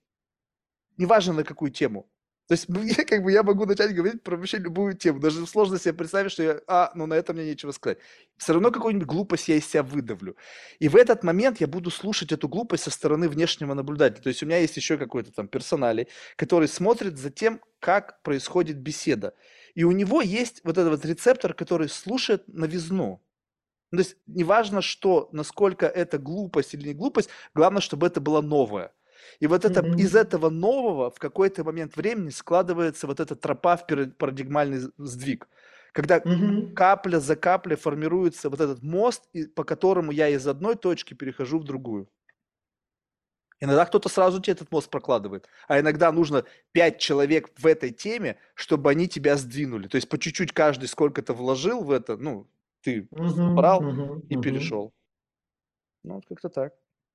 неважно на какую тему. То есть я, как бы, я могу начать говорить про вообще любую тему. Даже сложно себе представить, что я, а, ну на это мне нечего сказать. Все равно какую-нибудь глупость я из себя выдавлю. И в этот момент я буду слушать эту глупость со стороны внешнего наблюдателя. То есть у меня есть еще какой-то там персоналий, который смотрит за тем, как происходит беседа. И у него есть вот этот вот рецептор, который слушает новизну. Ну, то есть неважно, что, насколько это глупость или не глупость, главное, чтобы это было новое. И вот это, из Мгм. этого нового в какой-то момент времени складывается вот эта тропа в парадигмальный сдвиг. Когда Мгм. капля за каплей формируется вот этот мост, по которому я из одной точки перехожу в другую. Иногда кто-то сразу тебе этот мост прокладывает, а иногда нужно пять человек в этой теме, чтобы они тебя сдвинули. То есть по чуть-чуть каждый сколько-то вложил в это, ну, ты Мгм. брал Мгм. и Мгм. перешел. Ну, вот как-то так.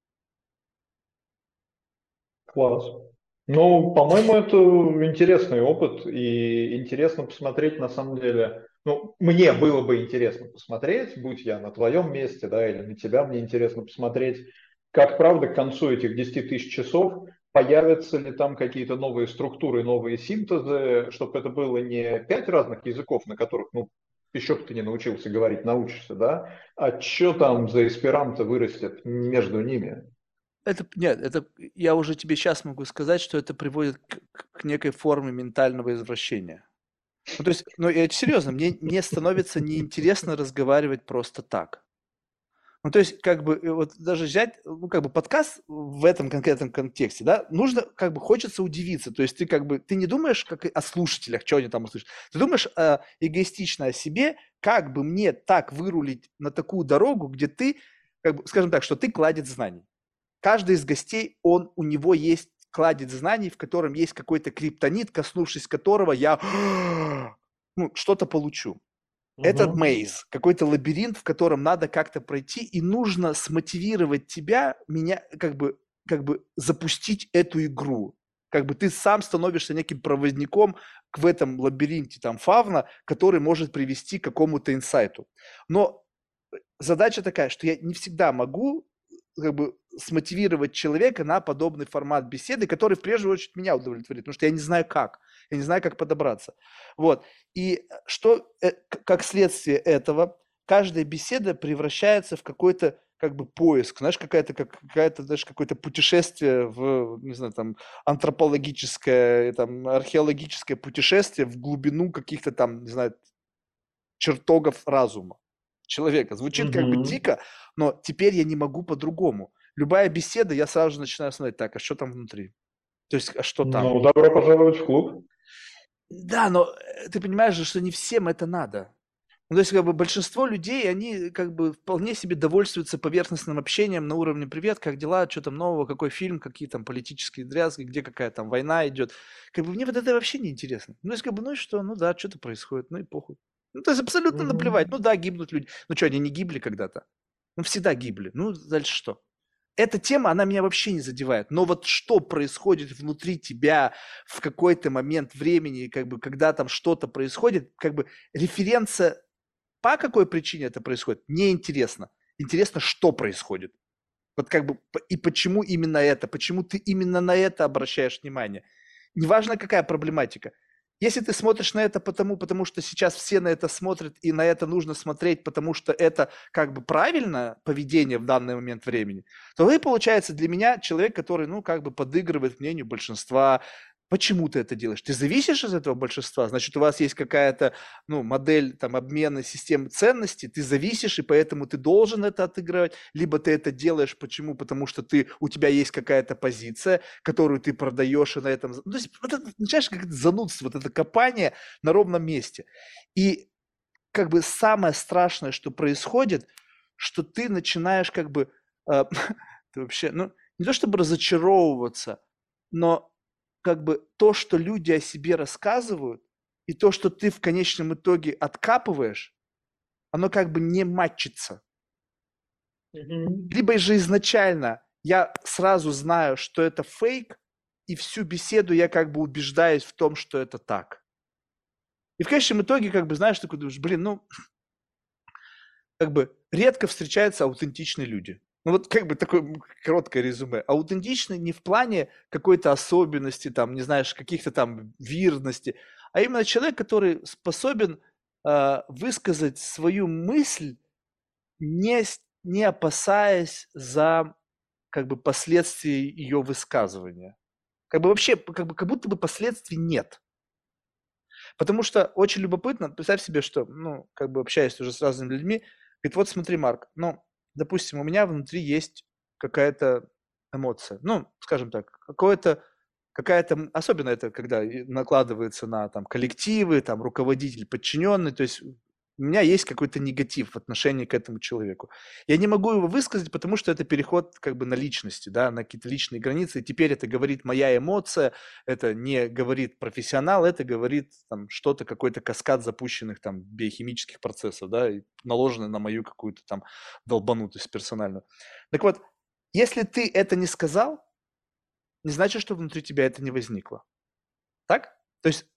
Класс. Ну, по-моему, это интересный опыт, и интересно посмотреть, на самом деле, ну, мне было бы интересно посмотреть, будь я на твоем месте, да, или на тебя, мне интересно посмотреть, как, правда, к концу этих десяти тысяч часов появятся ли там какие-то новые структуры, новые синтезы, чтобы это было не пять разных языков, на которых, ну, еще бы ты не научился говорить, научишься, да, а что там за эсперанто вырастет между ними? Это, нет, это я уже тебе сейчас могу сказать, что это приводит к, к- к некой форме ментального извращения. Ну, то есть, ну, я серьезно, мне не становится неинтересно разговаривать просто так. Ну, то есть, как бы, э, вот даже взять, ну, как бы, подкаст в этом конкретном контексте, да, нужно, как бы, хочется удивиться. То есть, ты, как бы, ты не думаешь как и о слушателях, что они там услышат. Ты думаешь э, эгоистично о себе, как бы мне так вырулить на такую дорогу, где ты, как бы, скажем так, что ты кладезь знаний. Каждый из гостей, он, у него есть кладезь знаний, в котором есть какой-то криптонит, коснувшись которого я ну, что-то получу. Этот Мгм. мейз, какой-то лабиринт, в котором надо как-то пройти, и нужно смотивировать тебя, меня, как бы, как бы запустить эту игру. Как бы ты сам становишься неким проводником в этом лабиринте там фавна, который может привести к какому-то инсайту. Но задача такая, что я не всегда могу как бы смотивировать человека на подобный формат беседы, который в первую очередь меня удовлетворит, потому что я не знаю как, я не знаю, как подобраться. Вот. И что, э, как следствие этого, каждая беседа превращается в какой-то как бы поиск, знаешь, какая-то, как, какая-то, знаешь, какое-то путешествие в, не знаю, там, антропологическое, там, археологическое путешествие в глубину каких-то там, не знаю, чертогов разума человека. Звучит как бы Мгм. дико, но теперь я не могу по-другому. Любая беседа, я сразу же начинаю смотреть, так, а что там внутри? То есть, а что там? Ну, добро пожаловать в клуб. Да, но э, ты понимаешь же, что не всем это надо. Ну, то есть, как бы большинство людей, они как бы вполне себе довольствуются поверхностным общением на уровне «Привет, как дела? Что там нового? Какой фильм? Какие там политические дрязги? Где какая там война идет?» Как бы мне вот это вообще не интересно. Ну, то есть, как бы, ну и что? Ну да, что-то происходит, ну и похуй. Ну, то есть, абсолютно наплевать. Ну Мгм. да, гибнут люди. Ну что, они не гибли когда-то? Ну, всегда гибли. Ну, дальше что? Эта тема, она меня вообще не задевает. Но вот что происходит внутри тебя в какой-то момент времени, как бы, когда там что-то происходит, как бы референция по какой причине это происходит, мне интересно. Интересно, что происходит. Вот как бы и почему именно это, почему ты именно на это обращаешь внимание. Неважно, какая проблематика. Если ты смотришь на это потому, потому что сейчас все на это смотрят, и на это нужно смотреть, потому что это как бы правильно поведение в данный момент времени, то вы, получается, для меня человек, который, ну, как бы подыгрывает мнению большинства. Почему ты это делаешь? Ты зависишь от этого большинства? Значит, у вас есть какая-то, ну, модель там обмена систем ценностей, ты зависишь, и поэтому ты должен это отыгрывать, либо ты это делаешь почему? Потому что ты, у тебя есть какая-то позиция, которую ты продаешь, и на этом... Ну, то есть, вот это, начинаешь как это занудство, вот это копание на ровном месте. И как бы самое страшное, что происходит, что ты начинаешь как бы э, ты вообще, ну, не то чтобы разочаровываться, но как бы то, что люди о себе рассказывают, и то, что ты в конечном итоге откапываешь, оно как бы не матчится. Мгм. Либо же изначально я сразу знаю, что это фейк, и всю беседу я как бы убеждаюсь в том, что это так. И в конечном итоге, как бы, знаешь, такой думаешь, блин, ну, как бы редко встречаются аутентичные люди. Ну вот как бы такое короткое резюме. Аутентичный не в плане какой-то особенности, там, не знаешь, каких-то там вирности, а именно человек, который способен э, высказать свою мысль, не, с- не опасаясь за как бы последствий ее высказывания. Как бы вообще, как бы как будто бы последствий нет. Потому что очень любопытно, представь себе, что, ну, как бы общаясь уже с разными людьми, говорит, вот смотри, Марк, ну, допустим, у меня внутри есть какая-то эмоция, ну, скажем так, какое-то, какая-то, м- особенно это, когда и накладывается на там коллективы, там руководитель, подчиненный, то есть у меня есть какой-то негатив в отношении к этому человеку. Я не могу его высказать, потому что это переход как бы на личности, да, на какие-то личные границы, и теперь это говорит моя эмоция, это не говорит профессионал, это говорит там что-то, какой-то каскад запущенных там биохимических процессов, да, и наложенный на мою какую-то там долбанутость персональную. Так вот, если ты это не сказал, не значит, что внутри тебя это не возникло. Так? То есть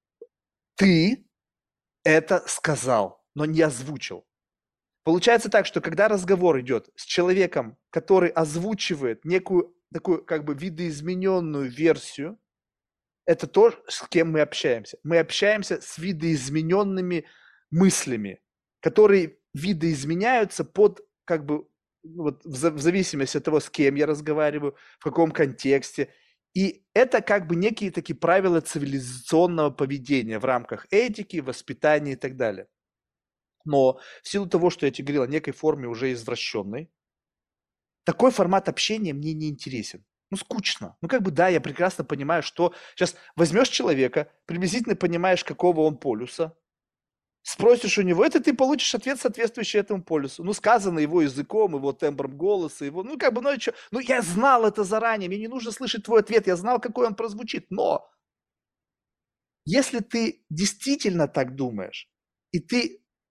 ты это сказал, но не озвучил. Получается так, что когда разговор идет с человеком, который озвучивает некую такую как бы видоизмененную версию, это то, с кем мы общаемся. Мы общаемся с видоизмененными мыслями, которые видоизменяются под как бы вот в, за- в зависимости от того, с кем я разговариваю, в каком контексте. И это как бы некие такие правила цивилизационного поведения в рамках этики, воспитания и так далее. Но в силу того, что я тебе говорил о некой форме уже извращенной, такой формат общения мне не интересен. Ну, скучно. Ну, как бы, да, я прекрасно понимаю, что сейчас возьмешь человека, приблизительно понимаешь, какого он полюса, спросишь у него, это ты получишь ответ, соответствующий этому полюсу. Ну, сказано его языком, его тембром голоса, его, ну, как бы, ну, и чё? Ну, я знал это заранее, мне не нужно слышать твой ответ, я знал, какой он прозвучит. Но если ты действительно так думаешь, и ты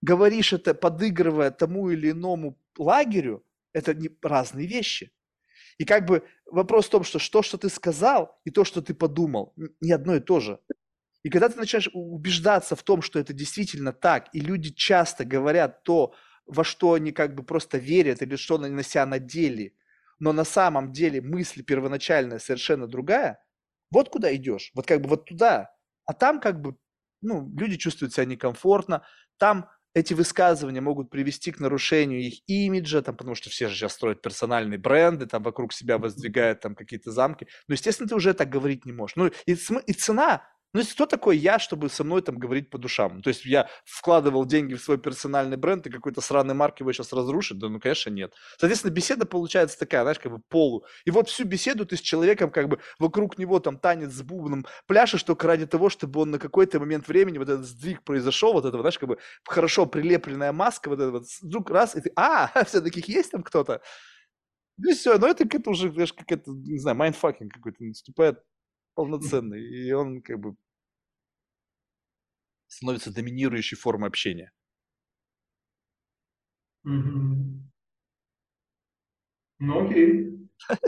говоришь это, подыгрывая тому или иному лагерю, это не разные вещи. И как бы вопрос в том, что то, что ты сказал, и то, что ты подумал, н- не одно и то же. И когда ты начинаешь у- убеждаться в том, что это действительно так, и люди часто говорят то, во что они как бы просто верят или что они на себя надели, но на самом деле мысль первоначальная совершенно другая, вот куда идешь, вот как бы вот туда. А там как бы, ну, люди чувствуют себя некомфортно, там эти высказывания могут привести к нарушению их имиджа, там, потому что все же сейчас строят персональные бренды, там вокруг себя воздвигают там какие-то замки. Но, естественно, ты уже так говорить не можешь. Ну, и, см- и цена, ну, если кто такой я, чтобы со мной там говорить по душам? То есть я вкладывал деньги в свой персональный бренд, и какой-то сраный марк его сейчас разрушит? Да, ну, конечно, нет. Соответственно, беседа получается такая, знаешь, как бы полу. И вот всю беседу ты с человеком как бы вокруг него там танец с бубном пляшешь только ради того, чтобы он на какой-то момент времени, вот этот сдвиг произошел, вот это, знаешь, как бы хорошо прилепленная маска, вот это вот, вдруг раз, и ты, а, все-таки есть там кто-то? Ну и все, ну это, это уже, знаешь, как это, не знаю, майндфакинг какой-то наступает полноценный, и он как бы становится доминирующей формой общения. Мгм. Ну окей.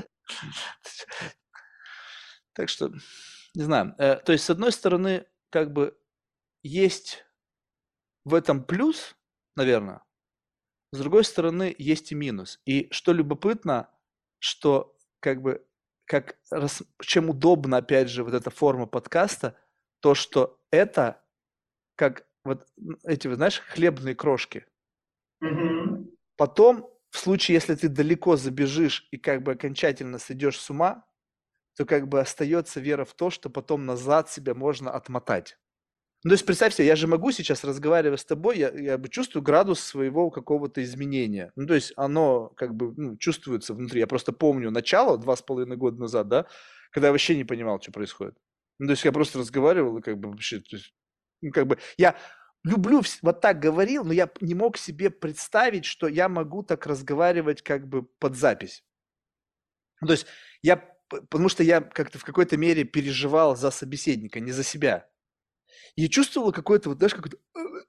Так что, не знаю, э, то есть, с одной стороны, как бы есть в этом плюс, наверное, с другой стороны, есть и минус. И что любопытно, что как бы, как рас- чем удобна, опять же, вот эта форма подкаста, то, что это как вот м, эти, вот, знаешь, хлебные крошки. Мгм. Потом, в случае, если ты далеко забежишь и как бы окончательно сойдешь с ума, то как бы остается вера в то, что потом назад себя можно отмотать. Ну, то есть представь себе, я же могу сейчас, разговаривая с тобой, я, я бы чувствую градус своего какого-то изменения. Ну, то есть оно как бы ну, чувствуется внутри. Я просто помню начало два с половиной года назад, да, когда я вообще не понимал, что происходит. Ну, то есть я просто разговаривал и как бы вообще, то есть, ну, как бы я люблю, вс- вот так говорил, но я не мог себе представить, что я могу так разговаривать как бы под запись. Ну, то есть я, п- потому что я как-то в какой-то мере переживал за собеседника, не за себя. И я чувствовал какой-то, вот знаешь, какой-то,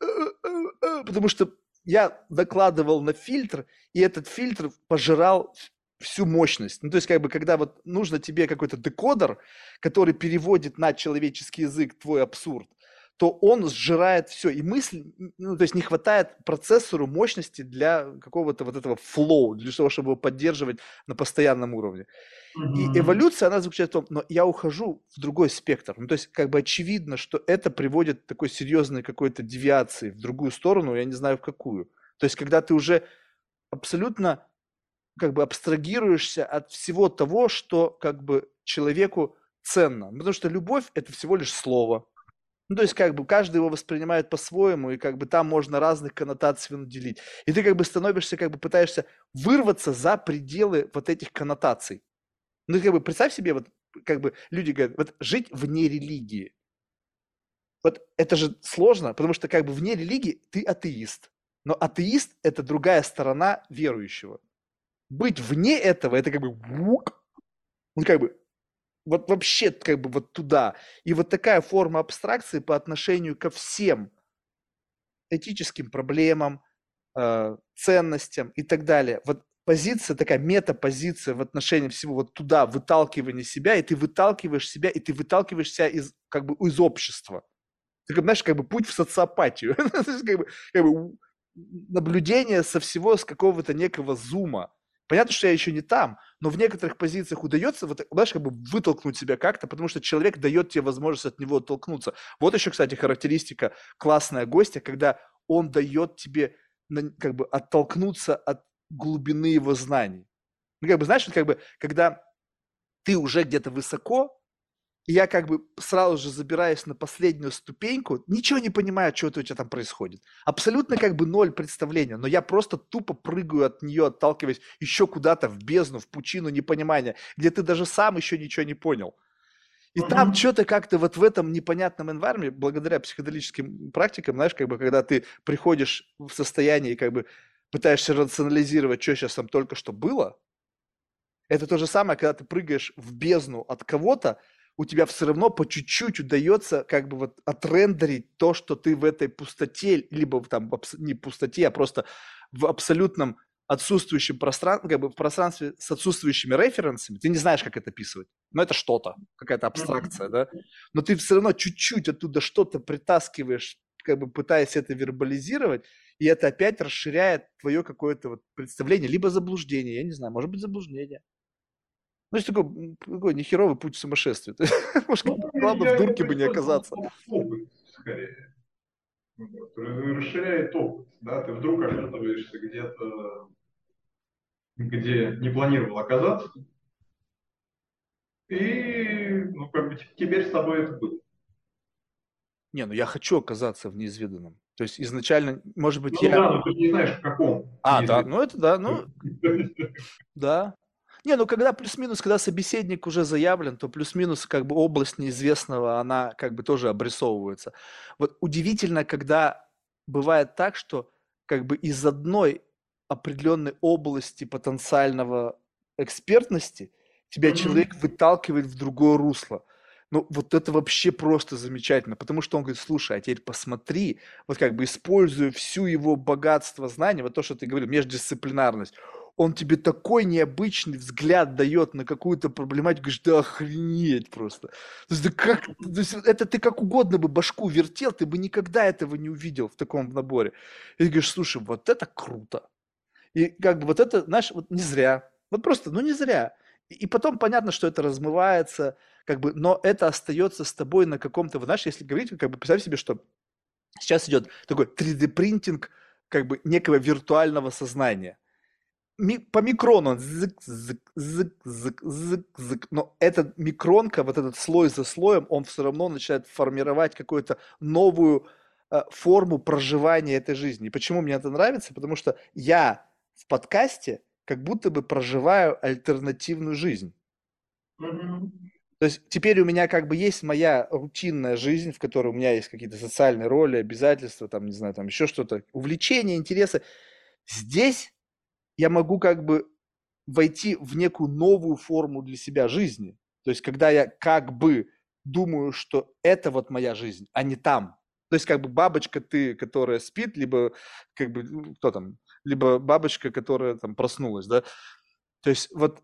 потому что я докладывал на фильтр, и этот фильтр пожирал всю мощность. Ну, то есть, как бы, когда вот нужно тебе какой-то декодер, который переводит на человеческий язык твой абсурд, то он сжирает все. И мысль, ну, то есть не хватает процессору мощности для какого-то вот этого флоу, для того, чтобы его поддерживать на постоянном уровне. И Мгм. эволюция, она заключается в том, но я ухожу в другой спектр. Ну, то есть, как бы очевидно, что это приводит к такой серьезной какой-то девиации в другую сторону, я не знаю в какую. То есть, когда ты уже абсолютно как бы абстрагируешься от всего того, что как бы человеку ценно. Потому что любовь – это всего лишь слово. Ну, то есть, как бы каждый его воспринимает по-своему, и как бы там можно разных коннотаций наделить. И ты как бы становишься, как бы пытаешься вырваться за пределы вот этих коннотаций. Ну, как бы представь себе, вот как бы люди говорят, вот жить вне религии. Вот это же сложно, потому что как бы вне религии ты атеист. Но атеист – это другая сторона верующего. Быть вне этого – это как бы вук, ну, как бы вот вообще как бы вот туда. И вот такая форма абстракции по отношению ко всем этическим проблемам, э, ценностям и так далее. Вот позиция такая, метапозиция в отношении всего вот туда, выталкивание себя, и ты выталкиваешь себя, и ты выталкиваешь себя из, как бы, из общества. Ты, как, знаешь, как бы путь в социопатию. То есть, как бы, как бы наблюдение со всего, с какого-то некого зума. Понятно, что я еще не там, но в некоторых позициях удается, вот, знаешь, как бы вытолкнуть себя как-то, потому что человек дает тебе возможность от него оттолкнуться. Вот еще, кстати, характеристика классная гостя, когда он дает тебе на- как бы оттолкнуться от глубины его знаний. Ну, как бы, знаешь, вот как бы, когда ты уже где-то высоко, и я как бы сразу же забираюсь на последнюю ступеньку, ничего не понимая, что это у тебя там происходит. Абсолютно как бы ноль представления, но я просто тупо прыгаю от нее, отталкиваясь еще куда-то в бездну, в пучину непонимания, где ты даже сам еще ничего не понял. И там Мгм. что-то как-то вот в этом непонятном environment, благодаря психоделическим практикам, знаешь, как бы когда ты приходишь в состояние и как бы пытаешься рационализировать, что сейчас там только что было, это то же самое, когда ты прыгаешь в бездну от кого-то, у тебя все равно по чуть-чуть удается как бы вот отрендерить то, что ты в этой пустоте, либо в там в абс- не пустоте, а просто в абсолютном отсутствующем пространстве, как бы в пространстве с отсутствующими референсами, ты не знаешь, как это описывать. Но это что-то, какая-то абстракция, да? Но ты все равно чуть-чуть оттуда что-то притаскиваешь, как бы пытаясь это вербализировать, и это опять расширяет твое какое-то вот представление, либо заблуждение, я не знаю, может быть заблуждение. Ну, есть такой, м, такой нехеровый путь в сумасшествие. Может, как бы, Ну, главное, в я дурке бы бы не использовал оказаться. слово опыт скорее. Вот. Расширяет опыт. Да? Ты вдруг оказываешься где-то, где не планировал оказаться, и ну, как бы теперь с тобой это было. Не, ну я хочу оказаться в неизведанном. То есть изначально, может быть, Ну я... да, но ты не знаешь, в каком А, да, неизвестном. ну это да, ну да. Не, ну когда плюс-минус, когда собеседник уже заявлен, то плюс-минус как бы область неизвестного, она как бы тоже обрисовывается. Вот удивительно, когда бывает так, что как бы из одной определенной области потенциального экспертности тебя человек Мгм. выталкивает в другое русло. Ну, вот это вообще просто замечательно, потому что он говорит, слушай, а теперь посмотри, вот как бы используя всю его богатство знаний, вот то, что ты говорил, междисциплинарность, он тебе такой необычный взгляд дает на какую-то проблематику, говоришь, да охренеть просто. То есть, да как, то есть это ты как угодно бы башку вертел, ты бы никогда этого не увидел в таком наборе. И ты говоришь, слушай, вот это круто. И как бы вот это, знаешь, вот не зря. Вот просто, ну не зря. И, и потом понятно, что это размывается, как бы, но это остается с тобой на каком-то, вот знаешь, если говорить, как бы представь себе, что сейчас идет такой три дэ-принтинг как бы некого виртуального сознания ми- по микрону, он зык, зык, зык, зык, зык, зык. Но эта микронка, вот этот слой за слоем, он все равно начинает формировать какую-то новую э, форму проживания этой жизни. И почему мне это нравится? Потому что я в подкасте как будто бы проживаю альтернативную жизнь. Мгм. То есть теперь у меня как бы есть моя рутинная жизнь, в которой у меня есть какие-то социальные роли, обязательства, там, не знаю, там еще что-то, увлечения, интересы. Здесь я могу как бы войти в некую новую форму для себя жизни. То есть, когда я как бы думаю, что это вот моя жизнь, а не там. То есть, как бы бабочка ты, которая спит, либо как бы, ну, кто там, либо бабочка, которая там проснулась, да. То есть, вот,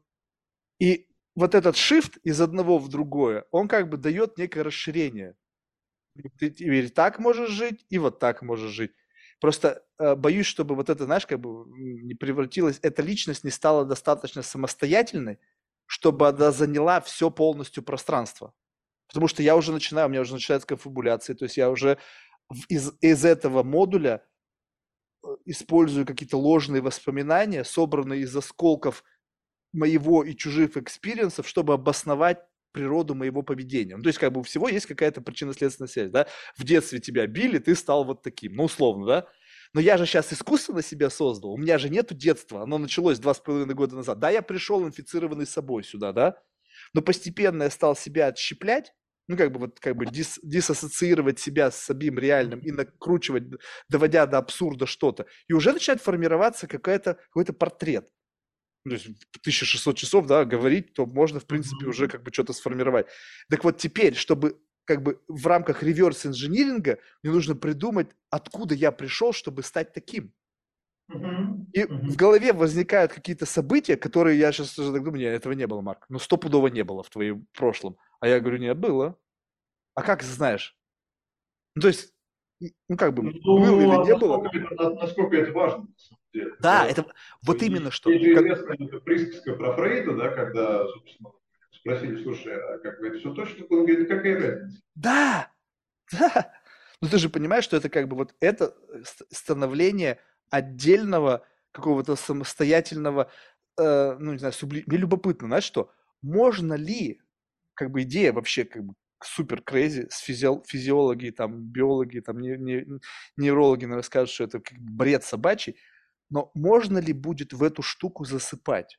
и вот этот shift из одного в другое, он как бы дает некое расширение. Ты теперь так можешь жить, и вот так можешь жить. Просто э, боюсь, чтобы вот это, знаешь, как бы м, не превратилась, эта личность не стала достаточно самостоятельной, чтобы она заняла все полностью пространство. Потому что я уже начинаю, у меня уже начинается конфабуляция, то есть я уже в- из, из этого модуля э, использую какие-то ложные воспоминания, собранные из осколков моего и чужих экспириенсов, чтобы обосновать природу моего поведения. Ну, то есть, как бы у всего есть какая-то причинно-следственная связь, да? В детстве тебя били, ты стал вот таким, ну, условно, да? Но я же сейчас искусственно себя создал, у меня же нету детства, оно началось два с половиной года назад. Да, я пришел инфицированный собой сюда, да? Но постепенно я стал себя отщеплять, ну, как бы вот, как бы дис, диссоциировать себя с самим реальным и накручивать, доводя до абсурда что-то. И уже начинает формироваться какая-то, какой-то портрет. Ну, то есть в тысяча шестьсот часов, да, говорить, то можно, в принципе, уже Мгм. как бы что-то сформировать. Так вот теперь, чтобы как бы в рамках реверс-инжиниринга мне нужно придумать, откуда я пришел, чтобы стать таким. Мгм. И в Мгм. голове возникают какие-то события, которые я сейчас уже так думаю, нет, этого не было, Марк. Ну, стопудово не было в твоем прошлом. А я говорю, нет, было. А как знаешь? Ну, то есть, ну, как бы, было Ну, или а не было? насколько это, на- насколько это важно, на самом деле, Да, да? это вот именно Есть что. есть же Как, известная эта присказка про Фрейда, да, когда, собственно, спросили, слушай, а как бы это все точно? Он говорит, да какая разница? да, да. Ну ты же понимаешь, что это как бы вот это э, ст- становление отдельного какого-то самостоятельного, э, ну не знаю, субли... Мне любопытно, знаешь что, можно ли, как бы идея вообще как бы супер крейзи, с физиол- физиологи, там, биологи, там, не, не- нейрологи наверное, скажут, что это как бы бред собачий, но можно ли будет в эту штуку засыпать?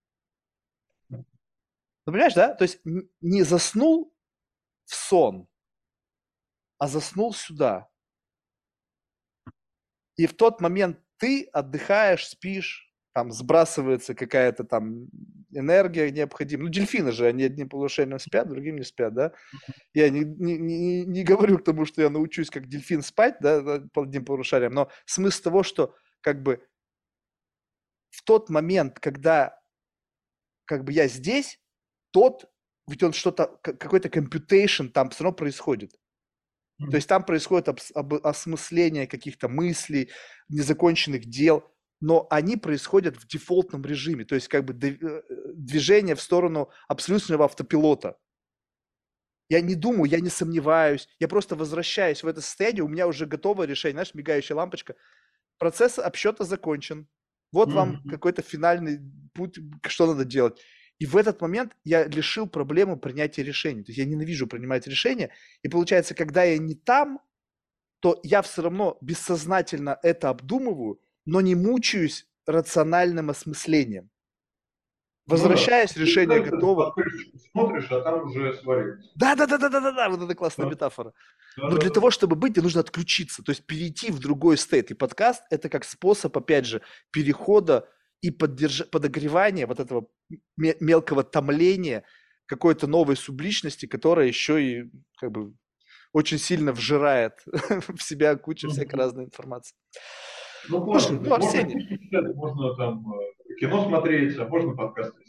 Ну, понимаешь, да? То есть н- не заснул в сон, а заснул сюда. И в тот момент ты отдыхаешь, спишь, там сбрасывается какая-то там энергия необходимая. Ну, дельфины же, они одним полушарием спят, другим не спят, да? Я не, не, не, не говорю к тому, что я научусь как дельфин спать, да, да, по одним полушариям, но смысл того, что как бы в тот момент, когда как бы я здесь, тот, ведь он что-то, какой-то computation там все равно происходит. То есть там происходит обс- об- осмысление каких-то мыслей, незаконченных дел, но они происходят в дефолтном режиме, то есть как бы дв- э, движение в сторону абсолютного автопилота. Я не думаю, я не сомневаюсь, я просто возвращаюсь в это состояние, у меня уже готовое решение, знаешь, мигающая лампочка. Процесс обсчета закончен. Вот вам Мгм. какой-то финальный путь, что надо делать. И в этот момент я решил проблему принятия решений. То есть я ненавижу принимать решения. И получается, когда я не там, то я все равно бессознательно это обдумываю, но не мучаюсь рациональным осмыслением. Ну да. Возвращаясь, решение Представь, ты готово. под крышечку смотришь, а там уже сварилось. Да, да, да, да, да, да, да, вот это классная Да, метафора. да, Но да, для да. того, чтобы быть, тебе нужно отключиться, то есть перейти в другой стейт. И подкаст – это как способ, опять же, перехода и поддерж... подогревания вот этого ме- мелкого томления какой-то новой субличности, которая еще и как бы очень сильно вжирает в себя кучу всякой Мгм. разной информации. Ну Слушай, классно, то ну, есть можно Арсений, книжки читать, можно там э, кино смотреть, а можно подкасты.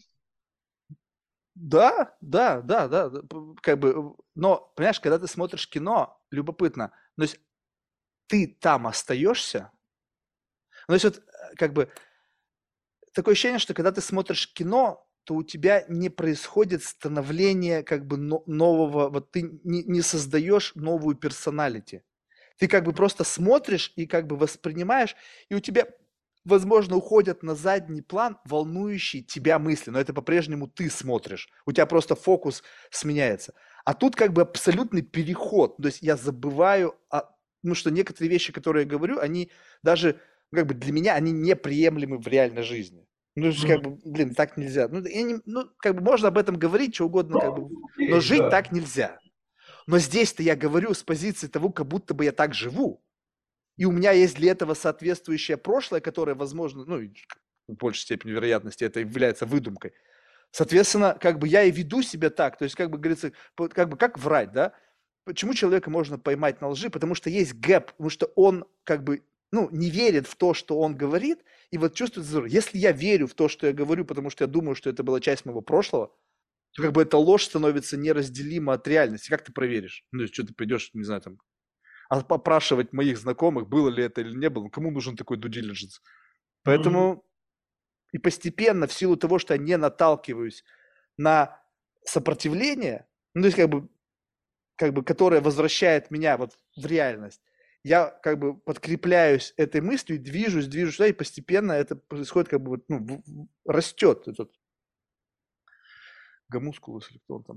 да, да, да, да, да, п- как бы, но, понимаешь, когда ты смотришь кино, любопытно, то есть ты там остаешься, ну, то есть вот э, как бы такое ощущение, что когда ты смотришь кино, то у тебя не происходит становление как бы но- нового, вот ты не, не создаешь новую персоналити. Ты как бы просто смотришь и как бы воспринимаешь, и у тебя, возможно, уходят на задний план волнующие тебя мысли, но это по-прежнему ты смотришь. У тебя просто фокус сменяется. А тут как бы абсолютный переход. То есть я забываю, о, ну что некоторые вещи, которые я говорю, они даже ну, как бы для меня, они неприемлемы в реальной жизни. Ну, то есть, как Мгм. бы, блин, так нельзя. Ну, я не- ну, как бы можно об этом говорить, что угодно, как бы, Ну, но есть, жить да. так нельзя. Но здесь-то я говорю с позиции того, как будто бы я так живу. И у меня есть для этого соответствующее прошлое, которое, возможно, ну, в большей степени вероятности это является выдумкой. Соответственно, как бы я и веду себя так. То есть, как бы говорится, как бы как врать, да? Почему человека можно поймать на лжи? Потому что есть гэп, потому что он как бы ну, не верит в то, что он говорит, и вот чувствует зазор. Если я верю в то, что я говорю, потому что я думаю, что это была часть моего прошлого, то как бы эта ложь становится неразделима от реальности. Как ты проверишь? Ну, если что ты придешь, не знаю, там, а попрашивать моих знакомых, было ли это или не было, кому нужен такой due diligence? Мгм. Поэтому и постепенно, в силу того, что я не наталкиваюсь на сопротивление, ну, то есть как бы, как бы, которое возвращает меня вот в реальность, я как бы подкрепляюсь этой мыслью, и движусь, движусь сюда, и постепенно это происходит, как бы, вот, ну, в- в- растет этот гомускулус или кто он там.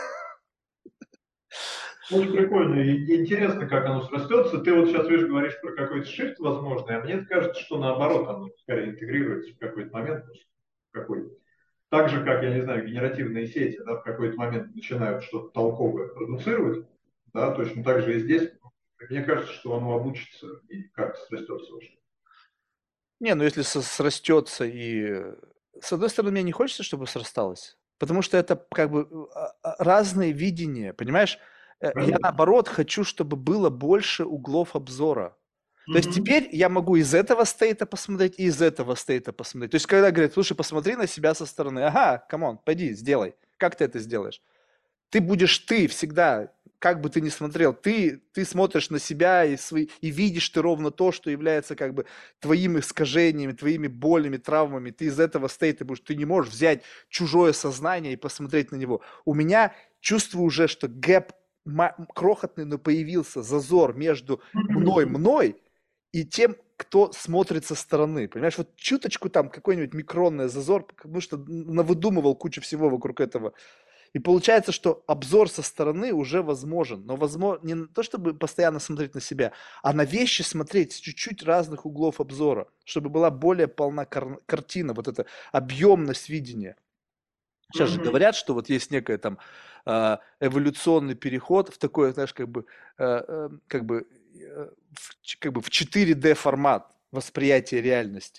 Очень прикольно и интересно, как оно срастется. Ты вот сейчас, видишь, говоришь про какой-то шифт возможный, а мне кажется, что наоборот, оно скорее интегрируется в какой-то момент. В какой Так же, как, я не знаю, генеративные сети, да, в какой-то момент начинают что-то толковое продуцировать, да, точно так же и здесь. Мне кажется, что оно обучится и как-то срастется во что-то. Не, ну если со- срастется и... э, С одной стороны, мне не хочется, чтобы срасталось, потому что это как бы э, а, а, разные видения, понимаешь? Э, Я Понятно. наоборот хочу, чтобы было больше углов обзора. То есть Мгм. теперь я могу из этого стейта посмотреть и из этого стейта посмотреть. То есть когда говорят, слушай, посмотри на себя со стороны. Ага, камон, пойди, сделай. Как ты это сделаешь? Ты будешь ты всегда, как бы ты ни смотрел, ты, ты смотришь на себя и, свои, и видишь ты ровно то, что является как бы твоими искажениями, твоими болями, травмами. Ты из этого стейта будешь, ты не можешь взять чужое сознание и посмотреть на него. У меня чувствую уже, что гэп крохотный, но появился зазор между мной-мной и тем, кто смотрит со стороны. Понимаешь, вот чуточку там какой-нибудь микронный зазор, потому что навыдумывал кучу всего вокруг этого. И получается, что обзор со стороны уже возможен, но возможно не то, чтобы постоянно смотреть на себя, а на вещи смотреть с чуть-чуть разных углов обзора, чтобы была более полна кар- картина, вот эта объемность видения. Сейчас же Мгм. говорят, что вот есть некая там а, эволюционный переход в такой, знаешь, как бы, э, э, как бы, э, в, ч- как бы в четыре дэ формат восприятия реальности.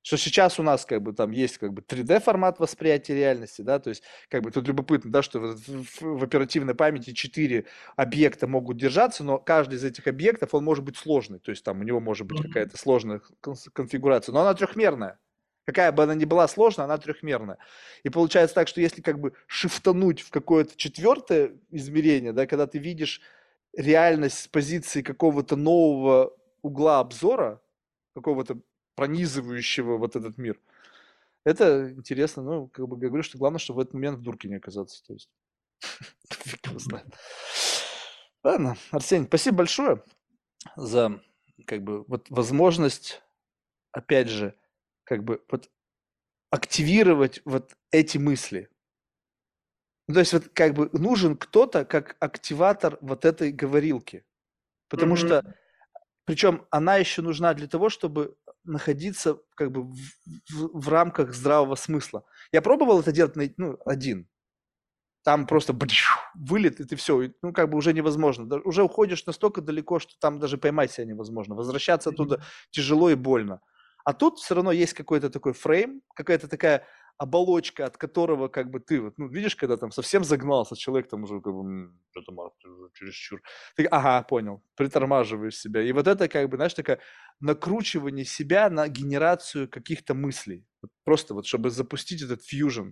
Что сейчас у нас как бы там есть как бы три дэ формат восприятия реальности, да, то есть как бы тут любопытно, да, что в, в- в оперативной памяти четыре объекта могут держаться, но каждый из этих объектов, он может быть сложный, то есть там у него может быть Мгм. какая-то сложная кон- конфигурация, но она трехмерная. Какая бы она ни была сложная, она трехмерная. И получается так, что если как бы шифтануть в какое-то четвертое измерение, да, когда ты видишь реальность с позиции какого-то нового угла обзора, какого-то пронизывающего вот этот мир, это интересно. Ну, как бы я говорю, что главное, чтобы в этот момент в дурке не оказаться. То есть, фиг его знает. Ладно, Арсений, спасибо большое за как бы вот возможность, опять же, как бы вот активировать вот эти мысли. Ну, то есть вот как бы нужен кто-то как активатор вот этой говорилки. Потому Мгм. что, причем она еще нужна для того, чтобы находиться как бы в, в- в рамках здравого смысла. Я пробовал это делать на- ну, один. Там просто бдыщ, вылет, и ты все, ну, как бы уже невозможно. Да, уже уходишь настолько далеко, что там даже поймать себя невозможно. Возвращаться оттуда тяжело и больно. А тут все равно есть какой-то такой фрейм, какая-то такая оболочка, от которого как бы ты, вот, ну, видишь, когда там совсем загнался человек, там уже как бы, «М, что-то, Марк, ты уже чересчур». Ты, ага, понял, притормаживаешь себя. И вот это как бы, знаешь, такое накручивание себя на генерацию каких-то мыслей. Вот просто вот, чтобы запустить этот фьюжн.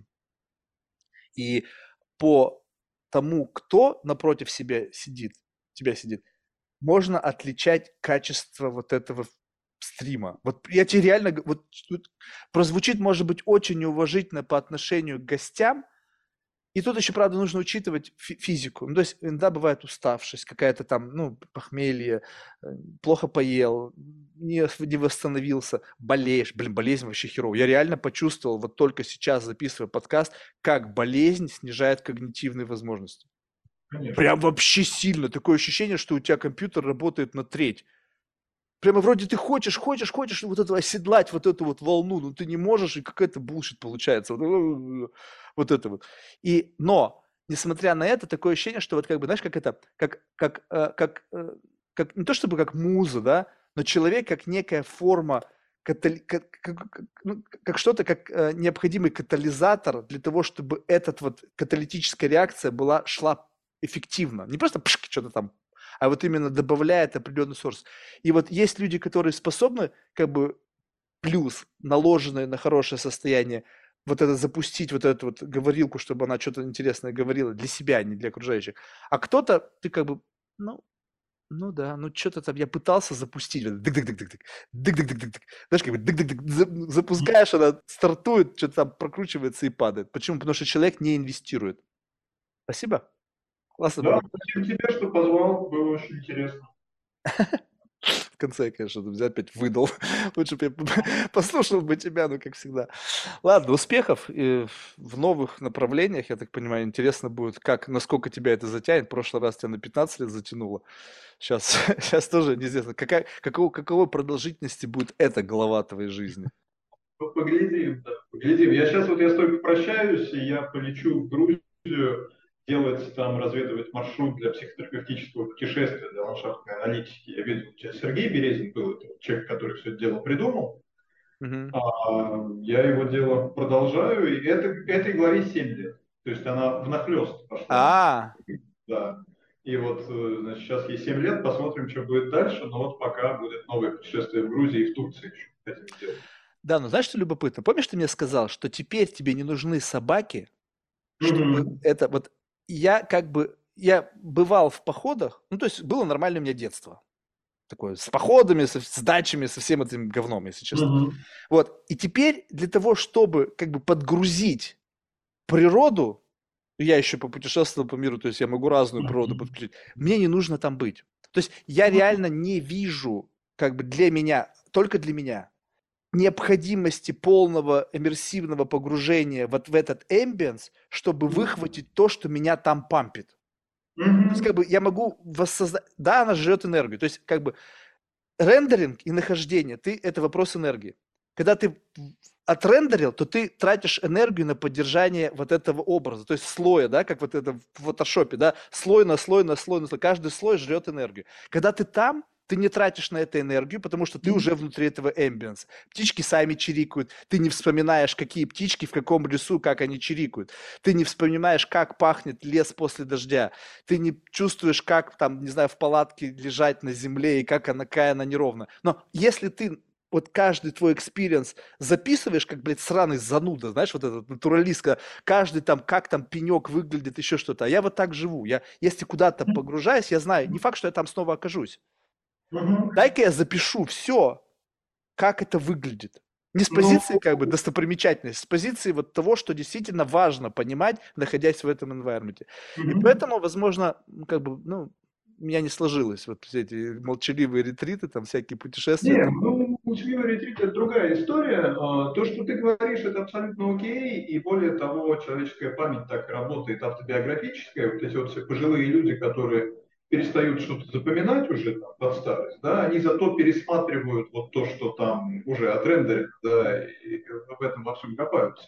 И по тому, кто напротив себя сидит, тебя сидит, можно отличать качество вот этого стрима. Вот я тебе реально, г- вот тут прозвучит, может быть, очень неуважительно по отношению к гостям, и тут еще, правда, нужно учитывать фи- физику. Ну, то есть иногда бывает уставшесть, какая-то там, ну, похмелье, э, плохо поел, не, не восстановился, болеешь. Блин, болезнь вообще херово. Я реально почувствовал, вот только сейчас записывая подкаст, как болезнь снижает когнитивные возможности. Конечно. Прям вообще сильно. Такое ощущение, что у тебя компьютер работает на треть. Прямо вроде ты хочешь, хочешь, хочешь вот это оседлать, вот эту вот волну, но ты не можешь, и какая-то булшит получается. Вот, вот это вот. И, но, несмотря на это, такое ощущение, что вот как бы, знаешь, как это, как, как, э, как, э, как, не то чтобы как муза, да, но человек как некая форма, катали- как, как- как- ну, как что-то, как э, необходимый катализатор для того, чтобы эта вот каталитическая реакция была, шла эффективно. Не просто пшк, что-то там, а вот именно добавляет определенный сорс. И вот есть люди, которые способны как бы плюс, наложенный на хорошее состояние, вот это запустить, вот эту вот говорилку, чтобы она что-то интересное говорила для себя, а не для окружающих. А кто-то, ты как бы, ну, ну да, ну что-то там я пытался запустить. Вот дык-дык-дык-дык-дык, дык-дык-дык-дык-дык. Знаешь, как бы дык-дык-дык, за- запускаешь, она стартует, что-то там прокручивается и падает. Почему? Потому что человек не инвестирует. Спасибо. Классно Да, было. спасибо тебе, что позвал, было очень интересно. В конце, конечно, взять опять выдал. Лучше бы я послушал бы тебя, ну, как всегда. Ладно, успехов и в новых направлениях, я так понимаю. Интересно будет, как, насколько тебя это затянет. В прошлый раз тебя на пятнадцать лет затянуло. Сейчас, сейчас тоже неизвестно, какая, какого, каковой продолжительности будет эта глава твоей жизни. Ну, поглядим, да, поглядим. Я сейчас вот я столько прощаюсь, и я полечу в Грузию делать там, разведывать маршрут для психотерапевтического путешествия, для ландшафтной аналитики. Я видел, у тебя Сергей Березин был, это человек, который все это дело придумал. Мгм. А я его дело продолжаю, и это, этой главе семь лет. То есть она внахлёст пошла. А, Да. И вот, э, значит, сейчас ей семь лет, посмотрим, что будет дальше, но вот пока будет новое путешествие в Грузии и в Турции еще хотим сделать. да, ну знаешь, что любопытно? Помнишь, ты мне сказал, что теперь тебе не нужны собаки, чтобы Мгм. это вот... Я как бы... Я бывал в походах, ну, то есть было нормальное у меня детство. Такое, с походами, со, с дачами, со всем этим говном, если честно. Мгм. Вот. И теперь для того, чтобы как бы подгрузить природу, я еще попутешествовал по миру, то есть я могу разную природу Мгм. подключить, мне не нужно там быть. То есть я реально не вижу, как бы для меня, только для меня, необходимости полного иммерсивного погружения вот в этот эмбиенс, чтобы выхватить то, что меня там пампит. То есть как Мгм. бы я могу воссоздать... Да, она жрет энергию. То есть как бы рендеринг и нахождение, ты, это вопрос энергии. Когда ты отрендерил, то ты тратишь энергию на поддержание вот этого образа, то есть слоя, да, как вот это в фотошопе, да, слой на слой на слой на слой. Каждый слой жрет энергию. Когда ты там, ты не тратишь на это энергию, потому что ты уже внутри этого ambience. Птички сами чирикают, ты не вспоминаешь, какие птички, в каком лесу, как они чирикают. Ты не вспоминаешь, как пахнет лес после дождя. Ты не чувствуешь, как там, не знаю, в палатке лежать на земле и как она, какая она неровная. Но если ты вот каждый твой экспириенс записываешь, как, блядь, сраный зануда, знаешь, вот этот натуралист, когда каждый там, как там пенек выглядит, еще что-то. А я вот так живу. Я, если куда-то погружаюсь, я знаю, не факт, что я там снова окажусь. Мгм. Дай-ка я запишу все, как это выглядит. Не с Ну, позиции как бы достопримечательности, с позиции вот того, что действительно важно понимать, находясь в этом environment. И мгм. поэтому, возможно, ну, как бы, ну, у меня не сложилось вот все эти молчаливые ретриты, там всякие путешествия. Не, Там. ну, учебный ретрит– это другая история. А, То, что ты говоришь, это абсолютно окей, и более того, человеческая память так и работает автобиографическая. Вот эти вот все пожилые люди, которые перестают что-то запоминать уже там, под старость, да, они зато пересматривают вот то, что там уже отрендерено, да, и в этом во всем копаются.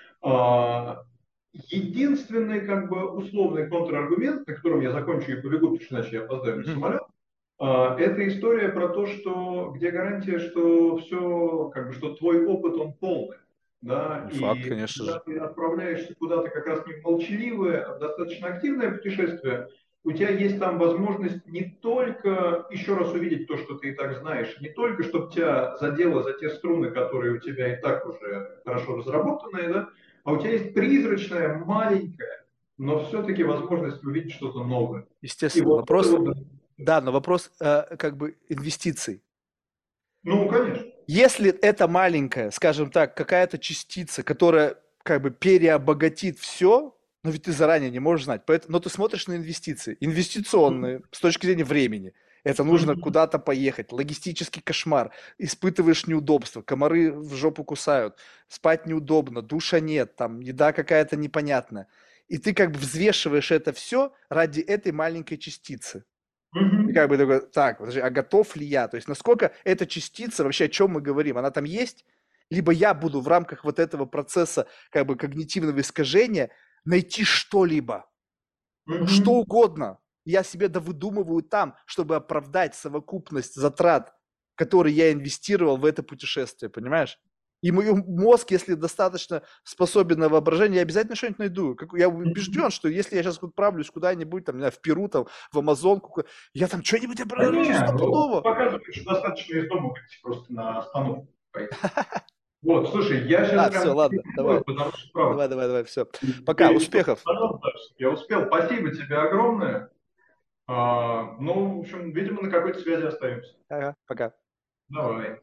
А, Единственный, как бы, условный контраргумент, на котором я закончу и побегу, потому что иначе я опоздаю на Мгм. самолет, а, это история про то, что где гарантия, что все, как бы, что твой опыт, он полный, да, Не факт, и конечно когда же. ты отправляешься куда-то как раз не в молчаливое, а в достаточно активное путешествие, у тебя есть там возможность не только еще раз увидеть то, что ты и так знаешь, не только, чтобы тебя задело за те струны, которые у тебя и так уже хорошо разработанные, да, а у тебя есть призрачная, маленькая, но все-таки возможность увидеть что-то новое. И Естественно. вот это Вопрос, вот, да, но вопрос э, как бы инвестиций. ну, конечно. Если это маленькая, скажем так, какая-то частица, которая как бы переобогатит все, но ведь ты заранее не можешь знать. Поэтому, но ты смотришь на инвестиции. Инвестиционные с точки зрения времени. Это нужно Мгм. куда-то поехать. Логистический кошмар. Испытываешь неудобства. Комары в жопу кусают. Спать неудобно. Душа нет. Там еда какая-то непонятная. И ты как бы взвешиваешь это все ради этой маленькой частицы. И Мгм. как бы такой, так, подожди, а готов ли я? То есть насколько эта частица, вообще о чем мы говорим, она там есть? Либо я буду в рамках вот этого процесса как бы когнитивного искажения найти что-либо, что Мгм. угодно. Я себе довыдумываю там, чтобы оправдать совокупность затрат, которые я инвестировал в это путешествие, понимаешь? И мой мозг, если достаточно способен на воображение, я обязательно что-нибудь найду. Как, я убежден, что если я сейчас отправлюсь куда-нибудь, там, не знаю, в Перу, там, в Амазонку, я там что-нибудь Да обнаружу не, ну, стопудово. показывает, что достаточно из дома выйти просто на остановку пойти. Вот, слушай, я сейчас А, прям все, ладно, делаю, давай. потому что, Давай, правда, давай, давай, все. Пока, теперь еще успехов. позвонил, так что я успел. Спасибо тебе огромное. А, ну, в общем, видимо, на какой-то связи остаемся. Ага, пока. Давай.